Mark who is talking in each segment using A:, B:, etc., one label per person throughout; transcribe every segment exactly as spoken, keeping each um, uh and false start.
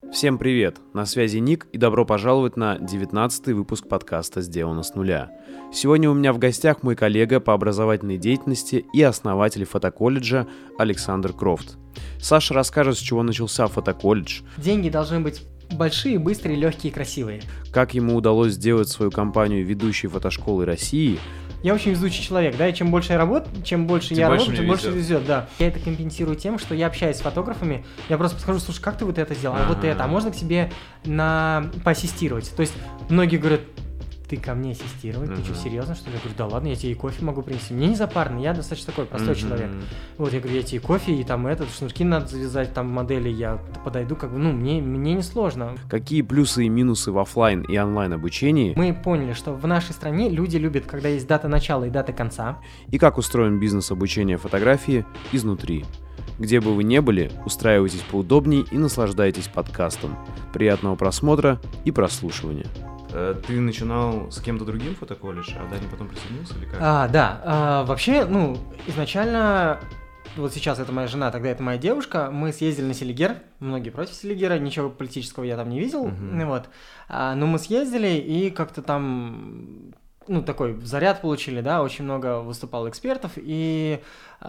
A: Всем привет! На связи Ник и добро пожаловать на девятнадцатый выпуск подкаста «Сделано с нуля». Сегодня у меня в гостях мой коллега по образовательной деятельности и основатель фотоколледжа Александр Крофт. Саша расскажет, с чего начался фотоколледж.
B: Деньги должны быть большие, быстрые, легкие и красивые.
A: Как ему удалось сделать свою компанию ведущей фотошколы России.
B: Я очень везучий человек, да, и чем больше я работаю, чем больше
A: тем
B: я
A: больше
B: работаю, тем
A: везет.
B: больше везет, да. Я это компенсирую тем, что я общаюсь с фотографами, я просто подхожу, слушай, как ты вот это сделал, а вот это, а можно к тебе на... поассистировать? То есть многие говорят, ты ко мне ассистировать, ты что, серьезно, что ли? Я говорю, да ладно, я тебе и кофе могу принести. Мне не запарно, я достаточно такой простой
A: Uh-huh.
B: человек. Вот, я говорю, я тебе и кофе, и там этот, шнурки надо завязать, там модели, я подойду, как бы, ну, мне, мне не сложно.
A: Какие плюсы и минусы в офлайн и онлайн обучении?
B: Мы поняли, что в нашей стране люди любят, когда есть дата начала и дата конца.
A: И как устроен бизнес обучения фотографии изнутри. Где бы вы ни были, устраивайтесь поудобнее и наслаждайтесь подкастом. Приятного просмотра и прослушивания. Ты начинал с кем-то другим фотоколледж, а Даня потом присоединился или как?
B: А, да, а, вообще, ну, изначально, вот сейчас это моя жена, тогда это моя девушка, мы съездили на Селигер, многие против Селигера, ничего политического я там не видел,
A: Uh-huh.
B: вот, а, но мы съездили и как-то там, ну, такой заряд получили, да, очень много выступало экспертов, и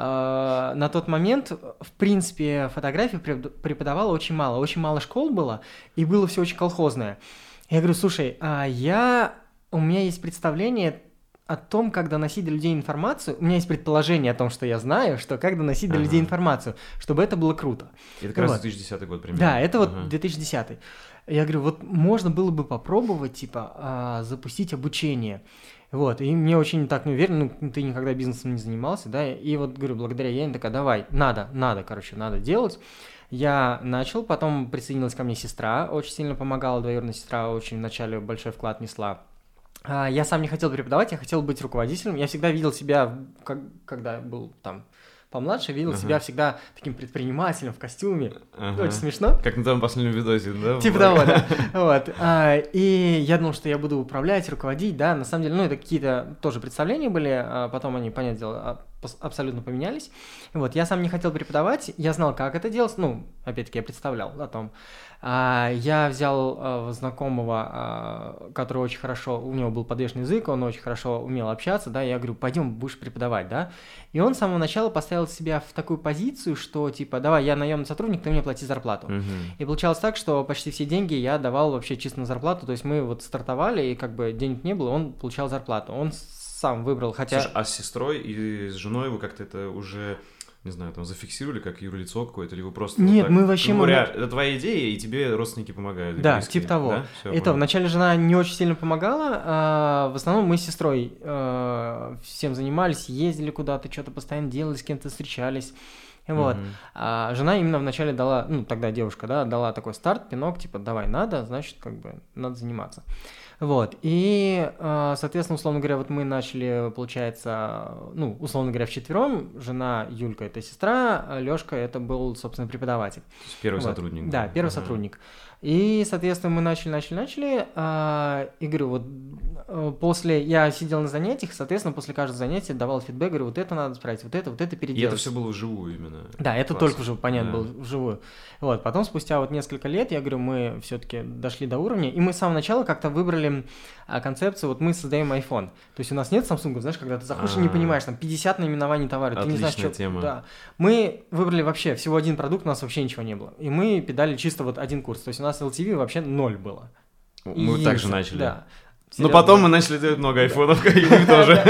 B: э, на тот момент, в принципе, фотографии преподавало очень мало, очень мало школ было, и было все очень колхозное. Я говорю, слушай, а я, у меня есть представление о том, как доносить до людей информацию, у меня есть предположение о том, что я знаю, что как доносить до
A: Ага.
B: людей информацию, чтобы это было круто.
A: Это как раз
B: Вот.
A: две тысячи десятый год примерно.
B: Да, это вот
A: Ага.
B: две тысячи десятый. Я говорю, вот можно было бы попробовать, типа, а, запустить обучение. Вот, и мне очень так не уверен, ну, ты никогда бизнесом не занимался, да, и вот, говорю, благодаря Яне такая, давай, надо, надо, короче, надо делать. Я начал, потом присоединилась ко мне сестра, очень сильно помогала, двоюродная сестра очень вначале большой вклад несла. А, я сам не хотел преподавать, я хотел быть руководителем, я всегда видел себя, как, когда был там помладше, видел
A: Ага.
B: себя всегда таким предпринимателем в костюме,
A: Ага.
B: очень смешно.
A: Как на том последнем видосе, да?
B: Типа того, да. Вот. А, и я думал, что я буду управлять, руководить, да. На самом деле, ну, это какие-то тоже представления были, а потом они, понятное дело, абсолютно поменялись. Вот. Я сам не хотел преподавать, я знал, как это делать, ну, опять-таки, я представлял о том. А, я взял а, знакомого, а, который очень хорошо, у него был подвешенный язык, он очень хорошо умел общаться, да, я говорю, пойдем, будешь преподавать, да. И он с самого начала поставил себя в такую позицию, что, типа, давай, я наемный сотрудник, ты мне плати зарплату.
A: Мгм.
B: И получалось так, что почти все деньги я давал вообще чисто на зарплату, то есть мы вот стартовали, и как бы денег не было, он получал зарплату. Он сам выбрал, хотя...
A: Слушай, а с сестрой и с женой вы как-то это уже, не знаю, там зафиксировали как юрлицо какое-то, или вы просто...
B: Нет,
A: вот так,
B: мы вообще-
A: грубо говоря,
B: мы-
A: это твоя идея, и тебе родственники помогают?
B: Да,
A: близкие,
B: типа того.
A: да? Всё,
B: Это
A: понял.
B: вначале жена не очень сильно помогала, а в основном мы с сестрой а, всем занимались, ездили куда-то, что-то постоянно делали, с кем-то встречались. Вот.
A: Мгм.
B: А жена именно вначале дала, ну, тогда девушка, да, дала такой старт, пинок, типа, давай, надо, значит, как бы, надо заниматься. Вот, и, а, соответственно, условно говоря, вот мы начали, получается, ну, условно говоря, вчетвером, жена Юлька – это сестра, а Лёшка – это был, собственно, преподаватель.
A: То есть первый
B: Вот.
A: сотрудник.
B: Да, первый
A: Ага.
B: сотрудник. И, соответственно, мы начали, начали, начали. А, и говорю, вот э, после я сидел на занятиях, соответственно, после каждого занятия давал фидбэк, говорю, вот это надо исправить, вот это, вот это
A: И
B: переделать.
A: это все было вживую именно?
B: Да, это
A: Класс.
B: только уже, понятно,
A: Да.
B: было вживую. Вот, потом, спустя вот несколько лет, я говорю, мы все-таки дошли до уровня, и мы с самого начала как-то выбрали а, концепцию, вот мы создаем iPhone. То есть у нас нет Samsung, знаешь, когда ты заходишь и не
A: А.
B: понимаешь, там пятьдесят наименований товара, ты не знаешь,
A: Отличная
B: что...
A: тема.
B: Да. Мы выбрали вообще всего один продукт, у нас вообще ничего не было. И мы педали чисто вот один курс. То есть у нас эл ти ви вообще ноль было.
A: Мы
B: И
A: также
B: user,
A: начали.
B: Да.
A: Но
B: Серьезно.
A: потом мы начали делать много айфонов, и мы тоже.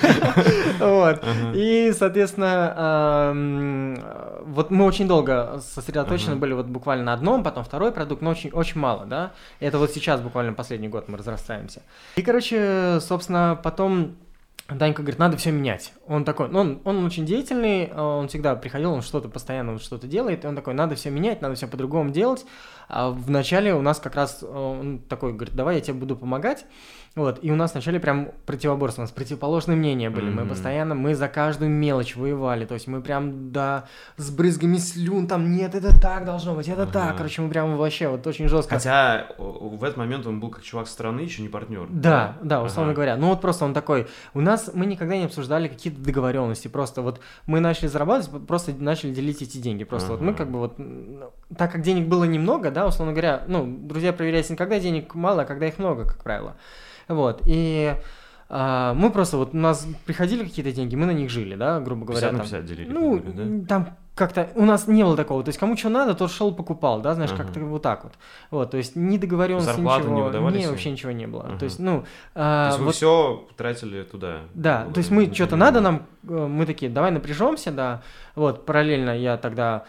B: Вот.
A: Ага.
B: И, соответственно, ам, вот мы очень долго сосредоточены
A: Ага.
B: были вот буквально на одном, потом второй продукт, но очень, очень мало, да. Это вот сейчас буквально последний год мы разрастаемся. И, короче, собственно, потом Данька говорит, надо все менять. Он такой, ну, он, он очень деятельный, он всегда приходил, он что-то постоянно вот что-то делает, и он такой, надо все менять, надо все по-другому делать. А вначале у нас как раз он такой говорит, давай я тебе буду помогать. Вот, и у нас вначале прям противоборство, у нас противоположные мнения были, мы
A: Мгм.
B: постоянно, мы за каждую мелочь воевали, то есть мы прям, да, с брызгами слюн, там, нет, это так должно быть, это
A: Ага.
B: так, короче, мы прям вообще вот очень жестко.
A: Хотя о, в этот момент он был как чувак со стороны, еще не партнер.
B: Да, да, условно
A: Ага.
B: говоря. Ну вот просто он такой, у нас нас мы никогда не обсуждали какие-то договоренности, просто вот мы начали зарабатывать, просто начали делить эти деньги, просто uh-huh. вот мы как бы вот, так как денег было немного, да, условно говоря, ну, друзья проверяются не когда денег мало, а когда их много, как правило, вот, и а, мы просто вот, у нас приходили какие-то деньги, мы на них жили, да, грубо говоря.
A: пятьдесят на пятьдесят делили?
B: Ну,
A: говоря, да?
B: Там как-то у нас не было такого, то есть кому что надо, тот шел покупал, да, знаешь, uh-huh. как-то вот так вот. Вот, то есть ни договоренности,
A: зарплаты
B: ничего,
A: не выдавались?
B: Не, вообще ничего не было.
A: Uh-huh.
B: То есть, ну...
A: То
B: а,
A: есть вы
B: вот,
A: все тратили туда?
B: Да, то есть мы что-то надо нам, мы такие, давай напряжемся, да. Вот, параллельно я тогда,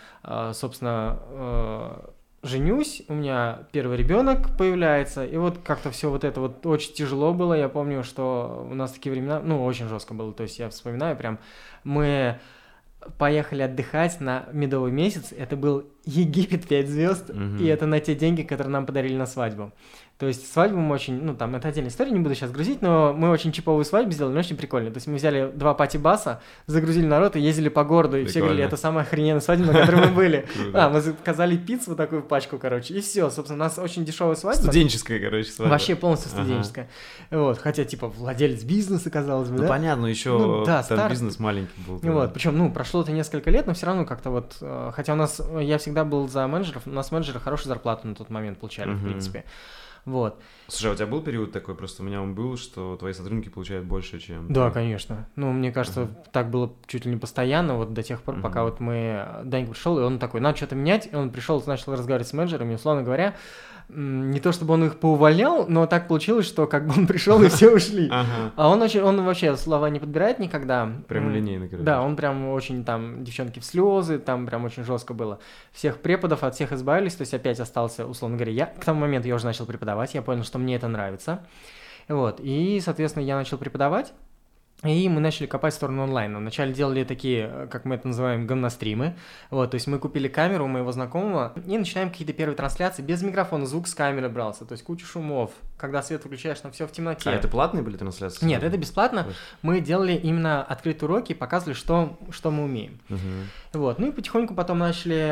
B: собственно, женюсь, у меня первый ребенок появляется, и вот как-то все вот это вот очень тяжело было. Я помню, что у нас такие времена, ну, очень жестко было. То есть я вспоминаю прям, мы... поехали отдыхать на медовый месяц. Это был Египет пять звезд, uh-huh. и это на те деньги, которые нам подарили на свадьбу. То есть свадьбу мы очень, ну там это отдельная история, не буду сейчас грузить, но мы очень чиповую свадьбу сделали, очень прикольно. То есть мы взяли два пати-баса, загрузили народ и ездили по городу, и прикольно. Все говорили, это самая охрененная свадьба, на которой мы были. А, мы заказали пиццу, такую пачку, короче, и все. Собственно, у нас очень дешевая свадьба.
A: Студенческая, короче, свадьба.
B: Вообще полностью студенческая. Вот, хотя, типа, владелец бизнеса, казалось бы, да?
A: Ну, понятно, еще
B: ну, да,
A: там
B: старт.
A: бизнес маленький был.
B: Вот, причем, ну, прошло это несколько лет, но все равно как-то вот, хотя у нас, я всегда был за менеджеров, у нас менеджеры хорошую зарплату на тот момент получали, в принципе. Вот.
A: Слушай, а у тебя был период такой, просто у меня он был, что твои сотрудники получают больше, чем...
B: Да, конечно. Ну, мне кажется, uh-huh. так было чуть ли не постоянно, вот до тех пор, uh-huh. пока вот мы... Даник пришел, и он такой, надо что-то менять, и он пришел, начал разговаривать с менеджерами, условно говоря, не то чтобы он их поувольнял, но так получилось, что как бы он пришел и все ушли. Ага. А он очень, он вообще слова не подбирает никогда.
A: Прям линейно, короче.
B: Да, он прям очень там, девчонки в слезы, там прям очень жестко было. Всех преподов от всех избавились, то есть опять остался, условно говоря, я. К тому моменту я уже начал преподавать, я понял, что мне это нравится. Вот, и, соответственно, я начал преподавать. И мы начали копать в сторону онлайна. Вначале делали такие, как мы это называем, говностримы. Вот, то есть мы купили камеру у моего знакомого и начинаем какие-то первые трансляции без микрофона, звук с камеры брался, то есть куча шумов. Когда свет выключаешь, там все в темноте.
A: А это платные были трансляции?
B: Нет, это бесплатно. Мы делали именно открытые уроки, показывали, что, что мы умеем. Угу. Вот, ну и потихоньку потом начали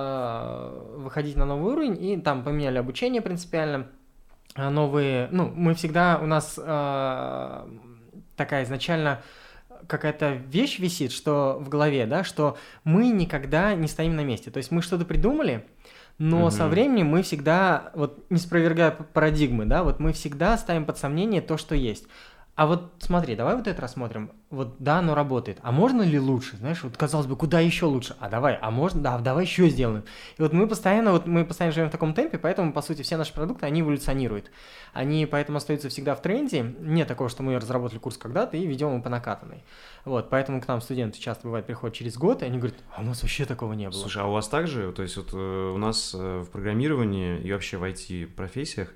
B: э, выходить на новый уровень, и там поменяли обучение принципиально. Новые, ну, мы всегда, у нас... Э, такая изначально какая-то вещь висит, что в голове, да, что мы никогда не стоим на месте. То есть мы что-то придумали, но mm-hmm. со временем мы всегда, вот не спровергая парадигмы, да, вот мы всегда ставим под сомнение то, что есть. А вот смотри, давай вот это рассмотрим. Вот да, оно работает. А можно ли лучше? Знаешь, вот казалось бы, куда еще лучше? А давай, а можно? Да, давай еще сделаем. И вот мы постоянно, вот мы постоянно живем в таком темпе, поэтому, по сути, все наши продукты, они эволюционируют. Они поэтому остаются всегда в тренде. Нет такого, что мы разработали курс когда-то и ведем его по накатанной. Вот, поэтому к нам студенты часто бывает приходят через год, и они говорят, а у нас вообще такого не было.
A: Слушай, а у вас также, то есть вот э, у нас э, в программировании и вообще в ай ти-профессиях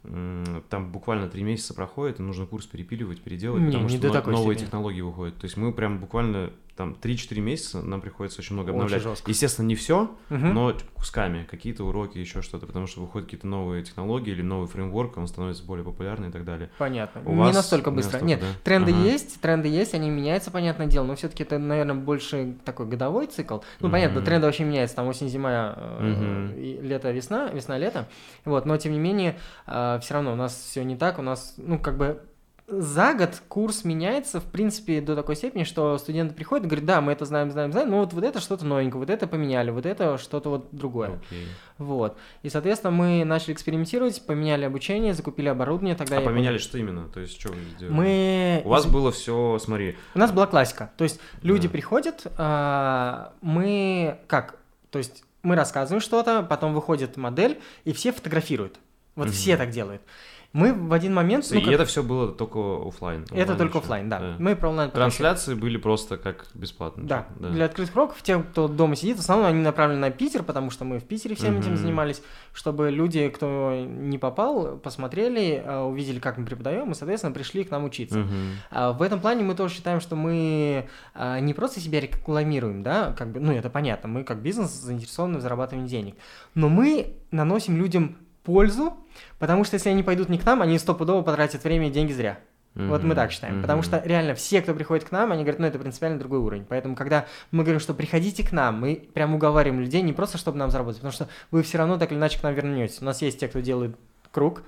A: там буквально три месяца проходит, и нужно курс перепиливать, переделать, не, потому не что но, новые степени. Технологии выходят. То есть мы прям буквально там три-четыре месяца нам приходится очень много обновлять. Очень жестко. Естественно, не все, угу. но кусками, какие-то уроки, еще что-то, потому что выходят какие-то новые технологии или новый фреймворк, он становится более популярный и так далее.
B: Понятно.
A: У
B: не
A: вас
B: настолько быстро.
A: Не настолько,
B: Нет,
A: да?
B: тренды
A: ага.
B: есть, тренды есть, они меняются, понятное дело, но все-таки это, наверное, больше такой годовой цикл. Ну, угу. понятно, тренды вообще меняются, там осень-зима, угу. лето-весна, весна-лето. Вот, но тем не менее, все равно у нас все не так, у нас, ну, как бы за год курс меняется, в принципе, до такой степени, что студенты приходят и говорят, да, мы это знаем, знаем, знаем, но вот, вот это что-то новенькое, вот это поменяли, вот это что-то вот другое. Okay. Вот. И, соответственно, мы начали экспериментировать, поменяли обучение, закупили оборудование. Тогда
A: а поменяли
B: помню...
A: что именно? То есть, что вы сделали?
B: Мы...
A: У вас было все, смотри...
B: У нас была классика. То есть, люди да. приходят, а, мы... Как? То есть, мы рассказываем что-то, потом выходит модель, и все фотографируют. Вот mm-hmm. все так делают. Мы в один момент...
A: И ну, как... это все было только офлайн?
B: Это только офлайн, да. да. Мы про онлайн...
A: Трансляции были просто как бесплатно?
B: Да. да. Для открытых уроков, те, кто дома сидит, в основном они направлены на Питер, потому что мы в Питере всем mm-hmm. этим занимались, чтобы люди, кто не попал, посмотрели, увидели, как мы преподаем, и, соответственно, пришли к нам учиться. Mm-hmm. В этом плане мы тоже считаем, что мы не просто себя рекламируем, да, как бы, ну, это понятно, мы как бизнес заинтересованы в зарабатывании денег, но мы наносим людям пользу, потому что если они пойдут не к нам, они стопудово потратят время и деньги зря. Mm-hmm. Вот мы так считаем. Mm-hmm. Потому что реально все, кто приходит к нам, они говорят, ну это принципиально другой уровень. Поэтому когда мы говорим, что приходите к нам, мы прям уговариваем людей не просто, чтобы нам заработать, потому что вы все равно так или иначе к нам вернетесь. У нас есть те, кто делает круг, то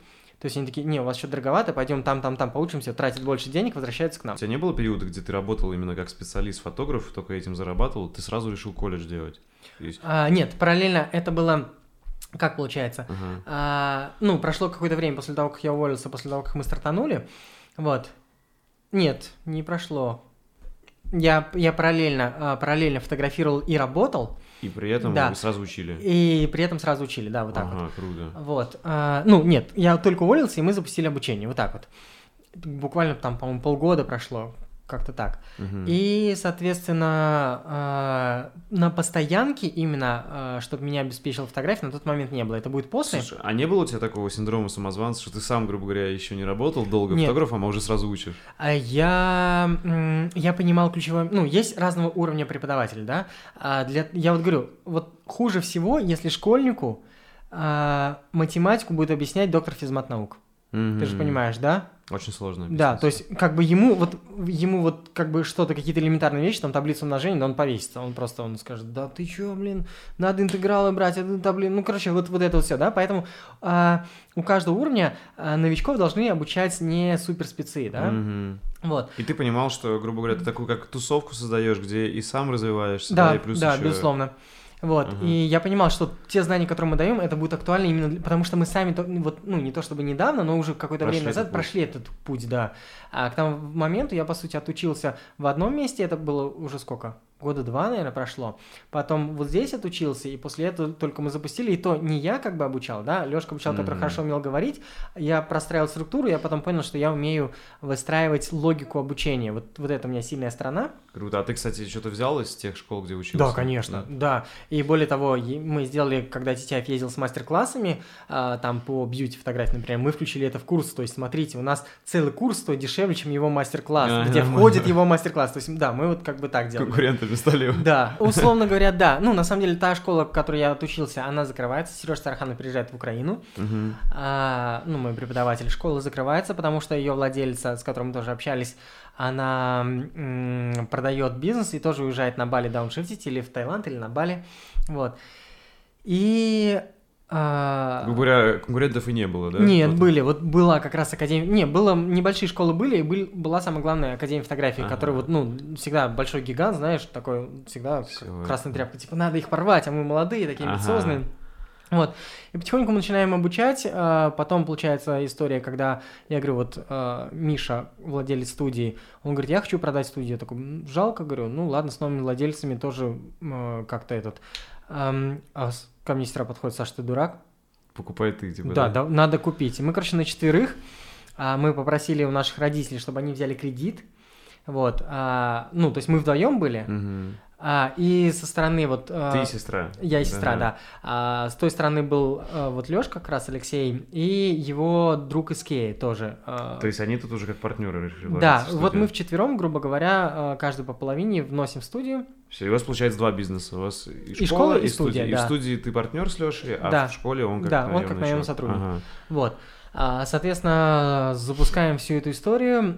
B: То есть они такие, не, у вас что-то дороговато, пойдем там-там-там поучимся, тратят больше денег, возвращаются к нам.
A: У тебя не было периода, где ты работал именно как специалист-фотограф, только этим зарабатывал, ты сразу решил колледж делать? Есть...
B: А, нет, параллельно это было... Как получается?
A: Uh-huh.
B: А, ну, прошло какое-то время после того, как я уволился, после того, как мы стартанули. Вот. Нет, не прошло. Я, я параллельно, параллельно фотографировал и работал.
A: И при этом
B: да.
A: вы сразу учили?
B: И при этом сразу учили, да, вот так
A: ага,
B: вот.
A: круто.
B: Вот. А, ну, нет, я только уволился, и мы запустили обучение, вот так вот. Буквально там, по-моему, полгода прошло. Как-то так.
A: Угу.
B: И, соответственно, э, на постоянке именно, э, чтобы меня обеспечила фотография, на тот момент не было. Это будет после.
A: Слушай, а не было у тебя такого синдрома самозванца, что ты сам, грубо говоря, еще не работал долго
B: Нет.
A: фотографом, а уже сразу учишь?
B: А я, я понимал ключевое... Ну, есть разного уровня преподавателей, да? А для, я вот говорю, вот хуже всего, если школьнику а, математику будет объяснять доктор физмат-наук. Mm-hmm. Ты же понимаешь, да?
A: Очень сложно объяснить.
B: Да, то есть как бы ему вот, ему вот как бы что-то, какие-то элементарные вещи, там таблицу умножения, да он повесится, он просто, он скажет, да ты чё, блин, надо интегралы брать, это таблицу, ну короче, вот, вот это вот все, да, поэтому а, у каждого уровня а, новичков должны обучать не суперспецы, да.
A: Mm-hmm.
B: Вот.
A: И ты понимал, что, грубо говоря, ты такую как тусовку создаешь, где и сам развиваешься, да,
B: да
A: и плюс
B: да,
A: еще...
B: безусловно. Вот, uh-huh. и я понимал, что те знания, которые мы даем, это будет актуально именно для... потому что мы сами, вот, ну, не то чтобы недавно, но уже какое-то
A: прошли
B: время назад
A: этот
B: прошли этот путь, да. А к тому моменту я, по сути, отучился в одном месте, это было уже сколько? Года два, наверное, прошло. Потом вот здесь отучился, и после этого только мы запустили, и то не я как бы обучал, да, Лёшка обучал, mm-hmm. который хорошо умел говорить, я простраивал структуру, я потом понял, что я умею выстраивать логику обучения. Вот, вот это у меня сильная сторона.
A: Круто. А ты, кстати, что-то взял из тех школ, где учился?
B: Да, конечно, да. да. И более того, мы сделали, когда Титяев ездил с мастер-классами, а, там по бьюти-фотографии, например, мы включили это в курс, то есть, смотрите, у нас целый курс стоит дешевле, чем его мастер-класс, а, где нормально. Входит его мастер-класс. То есть, да, мы вот как бы так делали.
A: Конкурентами стали.
B: Да, условно говоря, да. Ну, на самом деле, та школа, в которой я отучился, она закрывается. Сережа Тарханов приезжает в Украину.
A: Uh-huh.
B: А, ну, мой преподаватель школы закрывается, потому что ее владельца, с которым мы тоже общались, она м- продает бизнес и тоже уезжает на Бали дауншифтить, или в Таиланд, или на Бали. Вот. И...
A: А... Грубо говоря, конкурентов и не было, да?
B: Нет,
A: вот.
B: были. Вот была как раз академия... Не, было, небольшие школы были, и был, была самая главная академия фотографии, ага. которая вот, ну, всегда большой гигант, знаешь, такой, всегда Всё красная это. Тряпка, типа, надо их порвать, а мы молодые, такие ага. амбициозные. Вот. И потихоньку мы начинаем обучать. Потом получается история, когда я говорю, вот Миша, владелец студии, он говорит, я хочу продать студию. Я такой, жалко, говорю, ну ладно, с новыми владельцами тоже как-то этот... А ко мне сестра подходит, Саша, ты дурак?
A: Покупай ты, типа,
B: да?
A: Да,
B: да, надо купить. И мы, короче, на четверых, мы попросили у наших родителей, чтобы они взяли кредит. Вот. Ну, то есть мы вдвоем были.
A: Угу.
B: А, и со стороны вот...
A: Ты и сестра.
B: Я и сестра, ага. да. А, с той стороны был а, вот Лёшка как раз, Алексей, и его друг из Кеи тоже. А...
A: То есть они тут уже как партнеры решили.
B: Да, вот мы вчетвером, грубо говоря, каждый по половине вносим в студию.
A: Все, и у вас получается два бизнеса. У вас и,
B: и
A: школа,
B: школа,
A: и,
B: и студия.
A: студия.
B: Да.
A: И в студии ты партнер с Лёшей, а
B: да.
A: в школе он как
B: Да, он как наемный сотрудник.
A: Ага.
B: Вот. Соответственно, запускаем всю эту историю,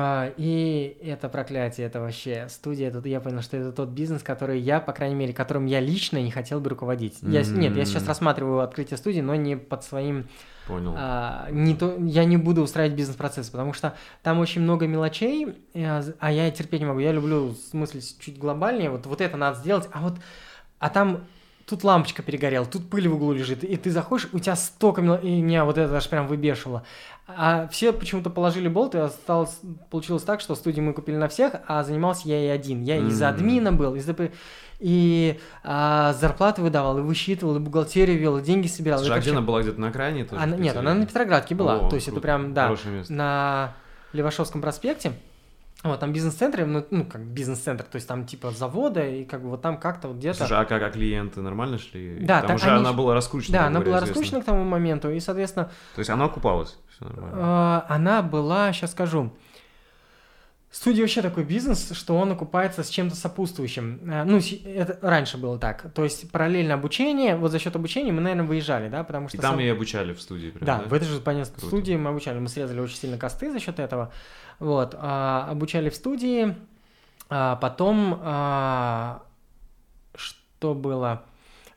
B: и это проклятие, это вообще студия, это, я понял, что это тот бизнес, который я, по крайней мере, которым я лично не хотел бы руководить. Mm-hmm. Я, нет, я сейчас рассматриваю открытие студии, но не под своим...
A: Понял.
B: А, не то, я не буду устраивать бизнес-процесс, потому что там очень много мелочей, а я терпеть не могу. Я люблю смыслить чуть глобальнее, вот, вот это надо сделать, а вот... А там... Тут лампочка перегорела, тут пыль в углу лежит, и ты заходишь, у тебя столько... Мел... И меня вот это аж прям выбешивало. А все почему-то положили болт, и осталось... получилось так, что студию мы купили на всех, а занимался я и один. Я mm-hmm. из-за админа был, из-за... и а, зарплаты выдавал, и высчитывал, и бухгалтерию вел, и деньги собирал.
A: Слушай,
B: и,
A: а где она была? Где-то на окраине? Тоже
B: она... Нет, она на Петроградке была.
A: О,
B: то есть
A: круто.
B: Это прям, да,
A: место.
B: На Левашовском проспекте. Вот, там бизнес-центры, ну, ну, как бизнес-центр, то есть там типа завода, и как бы вот там как-то вот где-то...
A: Слушай, а как, а клиенты нормально шли?
B: Да,
A: там
B: так
A: уже
B: они...
A: она была раскручена.
B: Да, она
A: говоря,
B: была
A: известно.
B: раскручена к тому моменту, и, соответственно...
A: То есть она окупалась? Все нормально.
B: Э, она была, сейчас скажу... Студия вообще такой бизнес, что он окупается с чем-то сопутствующим. Э, ну, это раньше было так. То есть параллельно обучение, вот за счет обучения мы, наверное, выезжали, да, потому что...
A: И там
B: сам...
A: и обучали в студии. Прям,
B: да,
A: да,
B: в этой же, понятно, студии мы обучали. Мы срезали очень сильно косты за счет этого. Вот, а, обучали в студии, а потом, а, что было?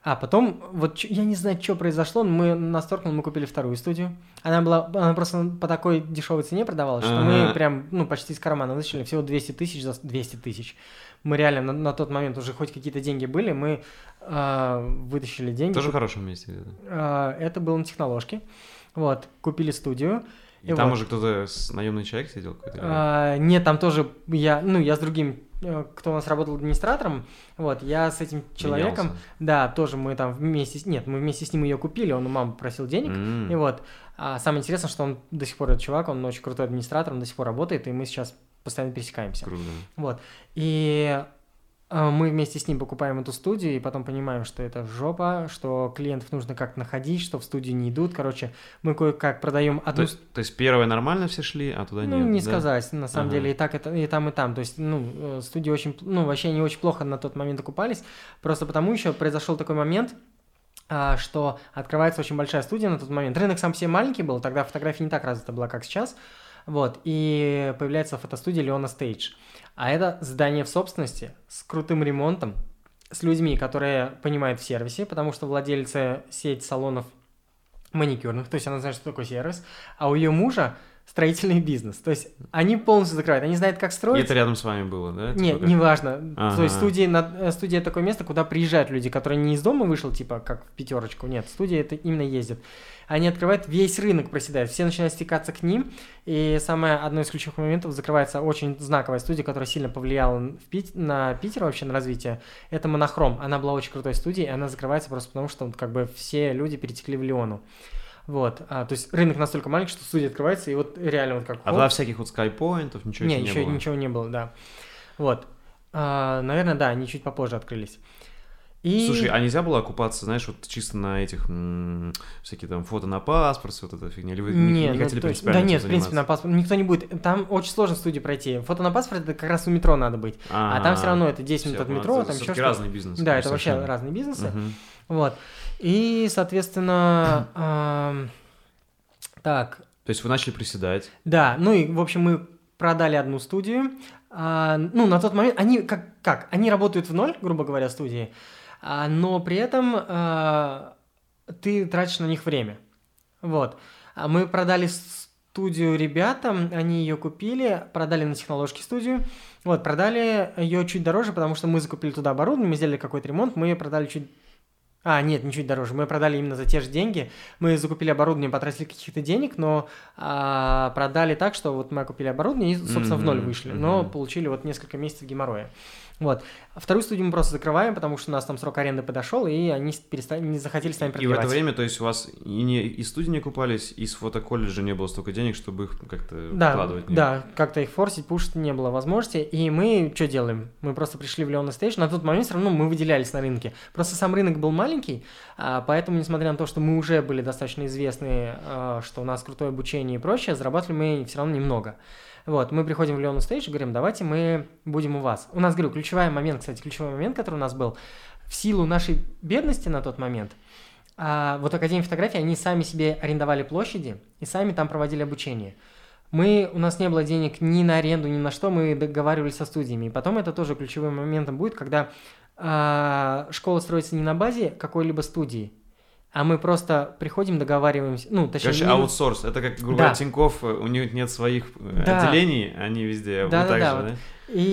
B: А потом, вот чё- я не знаю, что произошло, но мы на Сторкнул мы купили вторую студию. Она была, она просто по такой дешевой цене продавалась, что мы
A: Ага.
B: прям, ну, почти из кармана вытащили всего двести тысяч за двести тысяч. Мы реально на, на тот момент уже хоть какие-то деньги были, мы а, вытащили деньги.
A: Тоже в хорошем месте где-то.
B: А, это было на Техноложке. Вот, купили студию.
A: И,
B: И
A: там
B: вот.
A: уже кто-то с наемный человек сидел какой-то? или-
B: А, нет, там тоже я, ну, я с другим, э, кто у нас работал администратором, вот, я с этим человеком,
A: Менялся.
B: да, тоже мы там вместе, с- нет, мы вместе с ним ее купили, он у мамы просил денег,
A: М.
B: и вот, а самое интересное, что он до сих пор, этот чувак, он очень крутой администратор, он до сих пор работает, и мы сейчас постоянно пересекаемся,
A: Круто.
B: вот, и э, мы вместе с ним покупаем эту студию, и потом понимаем, что это жопа, что клиентов нужно как-то находить, что в студию не идут, короче, мы кое-как продаем
A: То
B: одну
A: есть, то есть первое нормально все шли, а туда
B: ну,
A: нет,
B: не
A: да?
B: сказать, на самом
A: Ага.
B: деле, и так это, и там, и там. То есть, ну, э, студии очень, пл- ну, вообще они очень плохо на тот момент окупались. Просто потому еще произошел такой момент, а, что открывается очень большая студия на тот момент. Рынок сам по себе маленький был, тогда фотография не так развита была, как сейчас. Вот, и появляется фотостудия Leona Stage. А это здание в собственности с крутым ремонтом, с людьми, которые понимают в сервисе, потому что владельцы сеть салонов маникюрных, то есть она знает, что такое сервис, а у ее мужа строительный бизнес. То есть они полностью закрывают, они знают, как
A: И
B: строить.
A: это рядом с вами было, да?
B: Нет,
A: Типа как-
B: неважно.
A: Ага.
B: То есть студия, на- э, студия такое место, куда приезжают люди, которые не из дома вышел, типа как в пятерочку. Нет, студия это именно ездит. Они открывают, весь рынок проседает, все начинают стекаться к ним. И самое одно из ключевых моментов, закрывается очень знаковая студия, которая сильно повлияла в Пит- на Питер вообще, на развитие. Это Монохром. Она была очень крутой студией, и она закрывается просто потому, что вот, как бы все люди перетекли в Леону. Вот, а, то есть рынок настолько маленький, что студия открывается, и вот реально вот как...
A: А тогда всяких вот скайпоинтов, ничего
B: Не,
A: еще не
B: еще
A: было?
B: ничего не было, да. Вот. А, наверное, да, они чуть попозже открылись. И...
A: Слушай, а нельзя было окупаться, знаешь, вот чисто на этих м, всякие там фото на паспорт, вот эта фигня? Или вы не,
B: Не,
A: не
B: ну,
A: хотели
B: то есть-
A: принципиально
B: Да
A: этим
B: нет, в принципе, на
A: заниматься?
B: паспорт никто не будет. Там очень сложно в студии пройти. Фото на паспорт это как раз у метро надо быть. А, там все равно это десять минут
A: всё,
B: от
A: понял.
B: метро,
A: Это
B: там еще
A: всё-таки
B: что-то.
A: разный бизнес.
B: Да,
A: конечно,
B: это вообще
A: совершенно.
B: разные бизнесы.
A: Мгм.
B: Вот. И, соответственно, ам, так,
A: То есть вы начали приседать.
B: да, ну и, в общем, мы продали одну студию. А, ну, на тот момент, они как, как? Они работают в ноль, грубо говоря, студии, а, но при этом а, ты тратишь на них время. Вот. А мы продали студию ребятам, они ее купили, продали на Техноложке студию. Вот, продали ее чуть дороже, потому что мы закупили туда оборудование, мы сделали какой-то ремонт, мы ее продали чуть... А, нет, не чуть дороже. Мы продали именно за те же деньги. Мы закупили оборудование, потратили каких-то денег, но а, продали так, что вот мы купили оборудование и, собственно, в ноль
A: Мгм,
B: вышли. Но
A: мгм.
B: получили вот несколько месяцев геморроя. Вот. Вторую студию мы просто закрываем, потому что у нас там срок аренды подошел, и они перестали, не захотели с нами
A: И в
B: продлевать.
A: это время, то есть у вас и, не, и студии не купались, и с фотоколледжа не было столько денег, чтобы их как-то
B: Да,
A: вкладывать в них.
B: да, как-то их форсить, пушить не было возможности. И мы что делаем? Мы просто пришли в Leona Stage. На тот момент все равно мы выделялись на рынке. Просто сам рынок был маленький, а, поэтому, несмотря на то, что мы уже были достаточно известны, а, что у нас крутое обучение и прочее, зарабатывали мы все равно немного. Вот, мы приходим в Leona Stage и говорим, давайте мы будем у вас. У нас, говорю, ключевой момент, кстати, ключевой момент, который у нас был, в силу нашей бедности на тот момент, а, вот Академия фотографии, они сами себе арендовали площади и сами там проводили обучение. Мы, у нас не было денег ни на аренду, ни на что, мы договаривались со студиями. И потом это тоже ключевым моментом будет, когда а, школа строится не на базе какой-либо студии, а мы просто приходим, договариваемся, ну, точнее...
A: Короче,
B: не-
A: аутсорс. Это как, грубо
B: Да.
A: говоря, Тинькофф, у них нет своих э,
B: Да.
A: отделений, они везде.
B: Да,
A: вот
B: да,
A: так
B: да,
A: же,
B: вот.
A: да?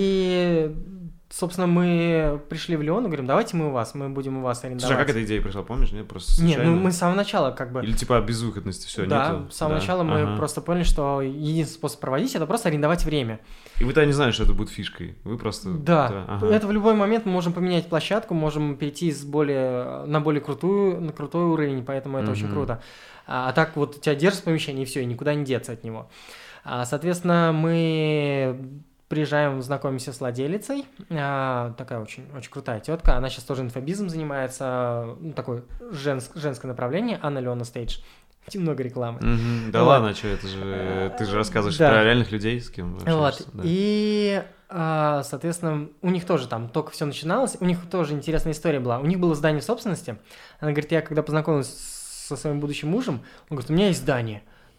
B: И, собственно, мы пришли в Леон и говорим, давайте мы у вас, мы будем у вас арендовать.
A: Слушай, а как эта идея пришла, помнишь? Нет, просто
B: Нет,
A: случайно?
B: ну мы с самого начала как бы...
A: Или типа от безвыходности, все,
B: да,
A: нету?
B: с самого
A: Да.
B: начала мы
A: Ага.
B: просто поняли, что единственный способ проводить это просто арендовать время.
A: И вы тогда не знали, что это будет фишкой. Вы просто...
B: Да,
A: ага.
B: это в любой момент мы можем поменять площадку, можем перейти с более, на более крутую, на крутой уровень, поэтому это очень
A: Мгм.
B: круто. А, а так вот тебя держат в помещении, и все, и никуда не деться от него. А, соответственно, мы приезжаем, знакомимся с владелицей, а, такая очень, очень крутая тетка, она сейчас тоже инфобизом занимается, ну, такое женск, женское направление, Анна Leona Stage. Много рекламы.
A: Мгм. Да
B: Вот.
A: ладно, что это же... Ты же рассказываешь
B: Да.
A: про реальных людей, с кем
B: Вот.
A: общаешься, да.
B: И, а, соответственно, у них тоже там только все начиналось. У них тоже интересная история была. У них было здание в собственности. Она говорит, я когда познакомилась со своим будущим мужем, он говорит, у меня есть здание.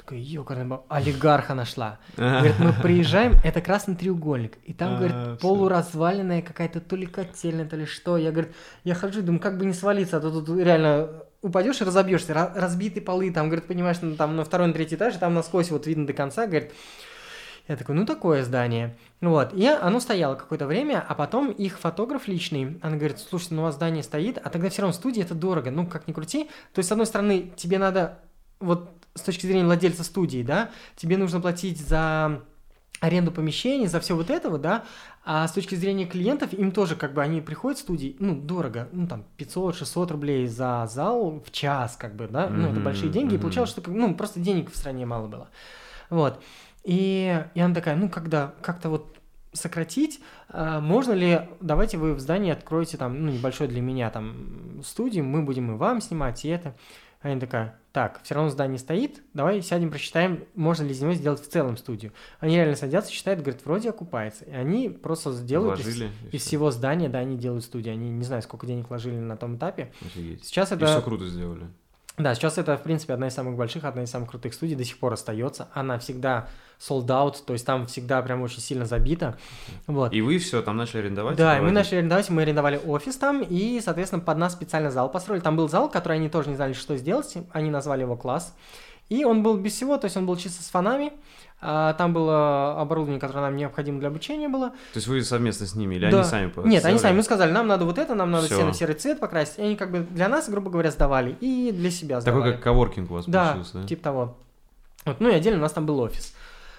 B: Такой, ёкарный баб, олигарха нашла. Говорит, мы приезжаем, это красный треугольник. И там, говорит, полуразваленная какая-то то ли котельная, то ли что. Я, говорит, я хожу, думаю, как бы не свалиться, а то тут реально упадешь и разобьешься. Разбитые полы, там, говорит, понимаешь, там на второй, на третий этаж, там насквозь вот видно до конца, говорит. Я такой, ну такое здание. Вот, и оно стояло какое-то время, а потом их фотограф личный, она говорит, слушайте, ну у вас здание стоит, а тогда все равно студия это дорого, ну как ни крути. То есть, с одной стороны, тебе надо, вот с точки зрения владельца студии, да, тебе нужно платить за аренду помещений, за все вот этого, да, а с точки зрения клиентов, им тоже как бы, они приходят в студии, ну, дорого, ну, там, пятьсот-шестьсот рублей за зал в час, как бы, да, mm-hmm, ну, это большие деньги, mm-hmm. и получалось, что, ну, просто денег в стране мало было, вот. И, и она такая, ну, когда как-то вот сократить, а, можно ли, давайте вы в здании откроете там, ну, небольшой для меня там студию, мы будем и вам снимать, и это. А она такая, так, все равно здание стоит, давай сядем, просчитаем, можно ли из него сделать в целом студию. Они реально садятся, считают, говорят, вроде окупается. И они просто сделают из, из всего здания, да, они делают студию. Они не знаю, сколько денег вложили на том этапе.
A: Офигеть.
B: Сейчас это...
A: И все круто сделали.
B: Да, сейчас это, в принципе, одна из самых больших, одна из самых крутых студий, до сих пор остается. Она всегда sold out, то есть там всегда прям очень сильно забита. Вот.
A: И вы все там начали арендовать?
B: Да, и мы начали арендовать, мы арендовали офис там, и, соответственно, под нас специально зал построили. Там был зал, который они тоже не знали, что сделать, они назвали его класс. И он был без всего, то есть он был чисто с фонами. А, там было оборудование, которое нам необходимо для обучения было.
A: То есть вы совместно с ними, или
B: да.
A: они сами сделали?
B: Нет, они сами, мы сказали, нам надо вот это, нам надо
A: Всё.
B: все на серый цвет покрасить. И они как бы для нас, грубо говоря, сдавали, и для себя сдавали.
A: Такой как коворкинг у вас
B: да,
A: получился, да?
B: типа того. Вот. Ну и отдельно у нас там был офис.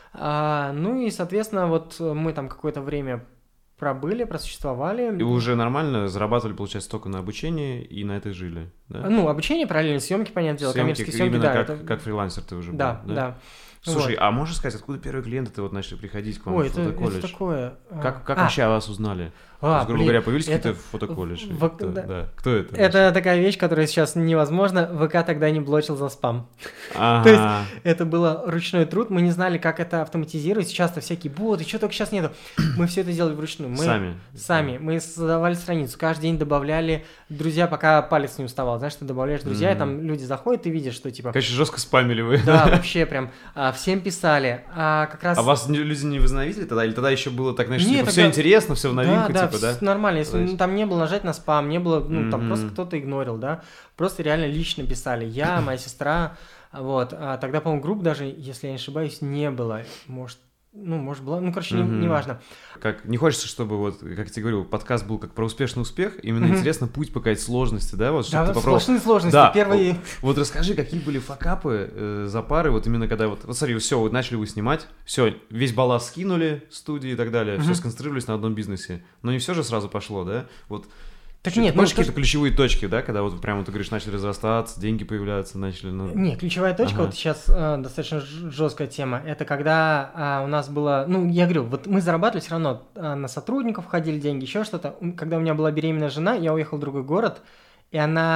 B: А, ну и, соответственно, вот мы там какое-то время пробыли, просуществовали.
A: И вы уже нормально зарабатывали, получается, только на обучении и на это жили, да?
B: Ну, обучение, параллельно съемки, понятное дело, коммерческие съемки,
A: именно
B: да.
A: как,
B: это...
A: как фрилансер ты уже
B: да,
A: был, да?
B: Да,
A: Слушай,
B: вот.
A: А можешь сказать, откуда первые клиенты-то вот начали приходить к вам
B: Ой,
A: в
B: это,
A: фотоколледж?
B: это такое...
A: Как, как
B: а.
A: вообще о вас узнали?
B: А,
A: То есть, грубо
B: блин,
A: говоря, появились
B: это...
A: какие-то фотоколледжи?
B: В...
A: Кто,
B: Да.
A: Да. Кто это?
B: Это
A: вообще?
B: такая вещь, которая сейчас невозможна. ВК тогда не блочил за спам.
A: Ага.
B: То есть это было ручной труд, мы не знали, как это автоматизировать. Сейчас-то всякие боты, что только сейчас нету. Мы все это делали вручную. Мы...
A: Сами?
B: Сами. Мы создавали страницу, каждый день добавляли друзья, пока палец не уставал. Знаешь, ты добавляешь друзья, mm-hmm. и там люди заходят, ты видишь, что типа...
A: Конечно, жестко спамили вы.
B: Да, вообще прям а, всем писали. А как раз...
A: А вас люди не возненавидели тогда? Или тогда еще было так, знаешь,
B: Нет,
A: типа,
B: тогда...
A: все интересно, все в новинку,
B: да,
A: типа,
B: да?
A: да?
B: Нормально, если
A: есть...
B: там не было нажать на спам, не было, ну, mm-hmm. там просто кто-то игнорил, да, просто реально лично писали, я, моя сестра, вот, а тогда, по-моему, групп даже, если я не ошибаюсь, не было, может, ну, может, была, ну, короче, mm-hmm. не, не важно.
A: Как, не хочется, чтобы, вот, как я тебе говорил, подкаст был как про успешный успех, именно mm-hmm. интересно путь по какой-то сложности, да, вот, чтобы
B: да,
A: ты попробовал.
B: сплошные сложности,
A: да,
B: первые...
A: Вот, вот расскажи, какие были факапы э, за пары, вот именно когда, вот, вот смотри, все, вот начали вы снимать, все, весь балласт скинули, студии и так далее, mm-hmm. все сконцентрировались на одном бизнесе, но не все же сразу пошло, да, вот.
B: Так
A: Что,
B: нет,
A: можешь
B: ну,
A: какие-то
B: то...
A: ключевые точки, да, когда вот прямо ты говоришь, начали разрастаться, деньги появляются, начали... Ну...
B: Нет, ключевая точка,
A: ага.
B: вот сейчас э, достаточно жесткая тема, это когда э, у нас было, ну, я говорю, вот мы зарабатывали все равно, э, на сотрудников ходили деньги, еще что-то. Когда у меня была беременная жена, я уехал в другой город, и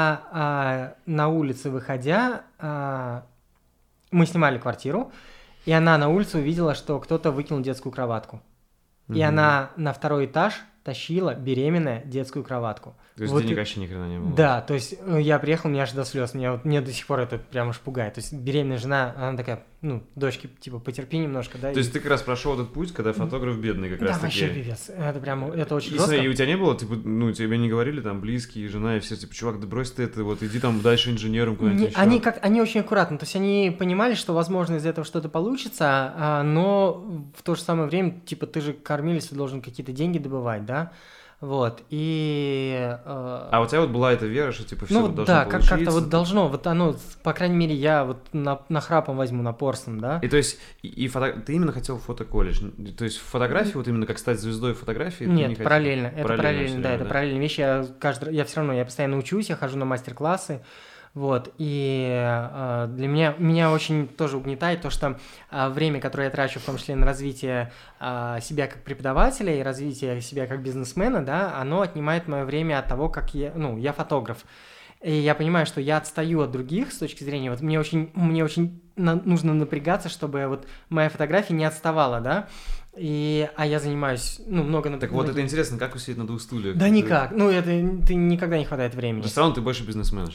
B: она э, на улице выходя, э, мы снимали квартиру, и она на улице увидела, что кто-то выкинул детскую кроватку. И угу. она на второй этаж тащила беременная детскую кроватку.
A: То есть
B: вот
A: денег
B: и...
A: вообще ни хрена не было?
B: Да, то есть я приехал, меня аж до слез, меня, вот, мне до сих пор это прям аж пугает. То есть беременная жена, она такая, ну, дочки, типа, потерпи немножко, да.
A: То
B: и...
A: есть ты как раз прошел этот путь, когда фотограф бедный как
B: да,
A: раз таки.
B: Да, вообще пипец, это прям, это очень
A: и,
B: жестко.
A: Смотри, и у тебя не было, типа, ну, тебе не говорили, там, близкие, жена и все, типа, чувак, да брось ты это, вот, иди там дальше инженером куда-нибудь
B: не,
A: еще.
B: Они, как, они очень аккуратно, то есть они понимали, что, возможно, из этого что-то получится, а, но в то же самое время, типа, ты же кормились, ты должен какие-то деньги добывать, да. Вот, и... Э...
A: А у тебя вот была эта вера, что типа все
B: ну,
A: вот должно
B: да,
A: получиться?
B: как- как-то вот должно, вот оно, по крайней мере, я вот на, на храпом возьму, на порсом, да.
A: И то есть, и, и фото... ты именно хотел фотоколледж, то есть фотографии, вот именно как стать звездой фотографии?
B: Нет,
A: не
B: параллельно, это параллельно, параллельно да,
A: время,
B: это
A: да?
B: параллельная вещь, я каждый, я все равно, я постоянно учусь, я хожу на мастер-классы. Вот, и э, для меня, меня очень тоже угнетает то, что э, время, которое я трачу, в том числе на развитие э, себя как преподавателя и развитие себя как бизнесмена, да, оно отнимает мое время от того, как я, ну, я фотограф. И я понимаю, что я отстаю от других с точки зрения, вот мне очень, мне очень на, нужно напрягаться, чтобы вот моя фотография не отставала, да, и, а я занимаюсь, ну, много...
A: Так вот, это интересно, как усидеть на двух стульях?
B: Да никак, ну, это ты никогда не хватает времени.
A: Но все равно ты больше бизнесмен сейчас.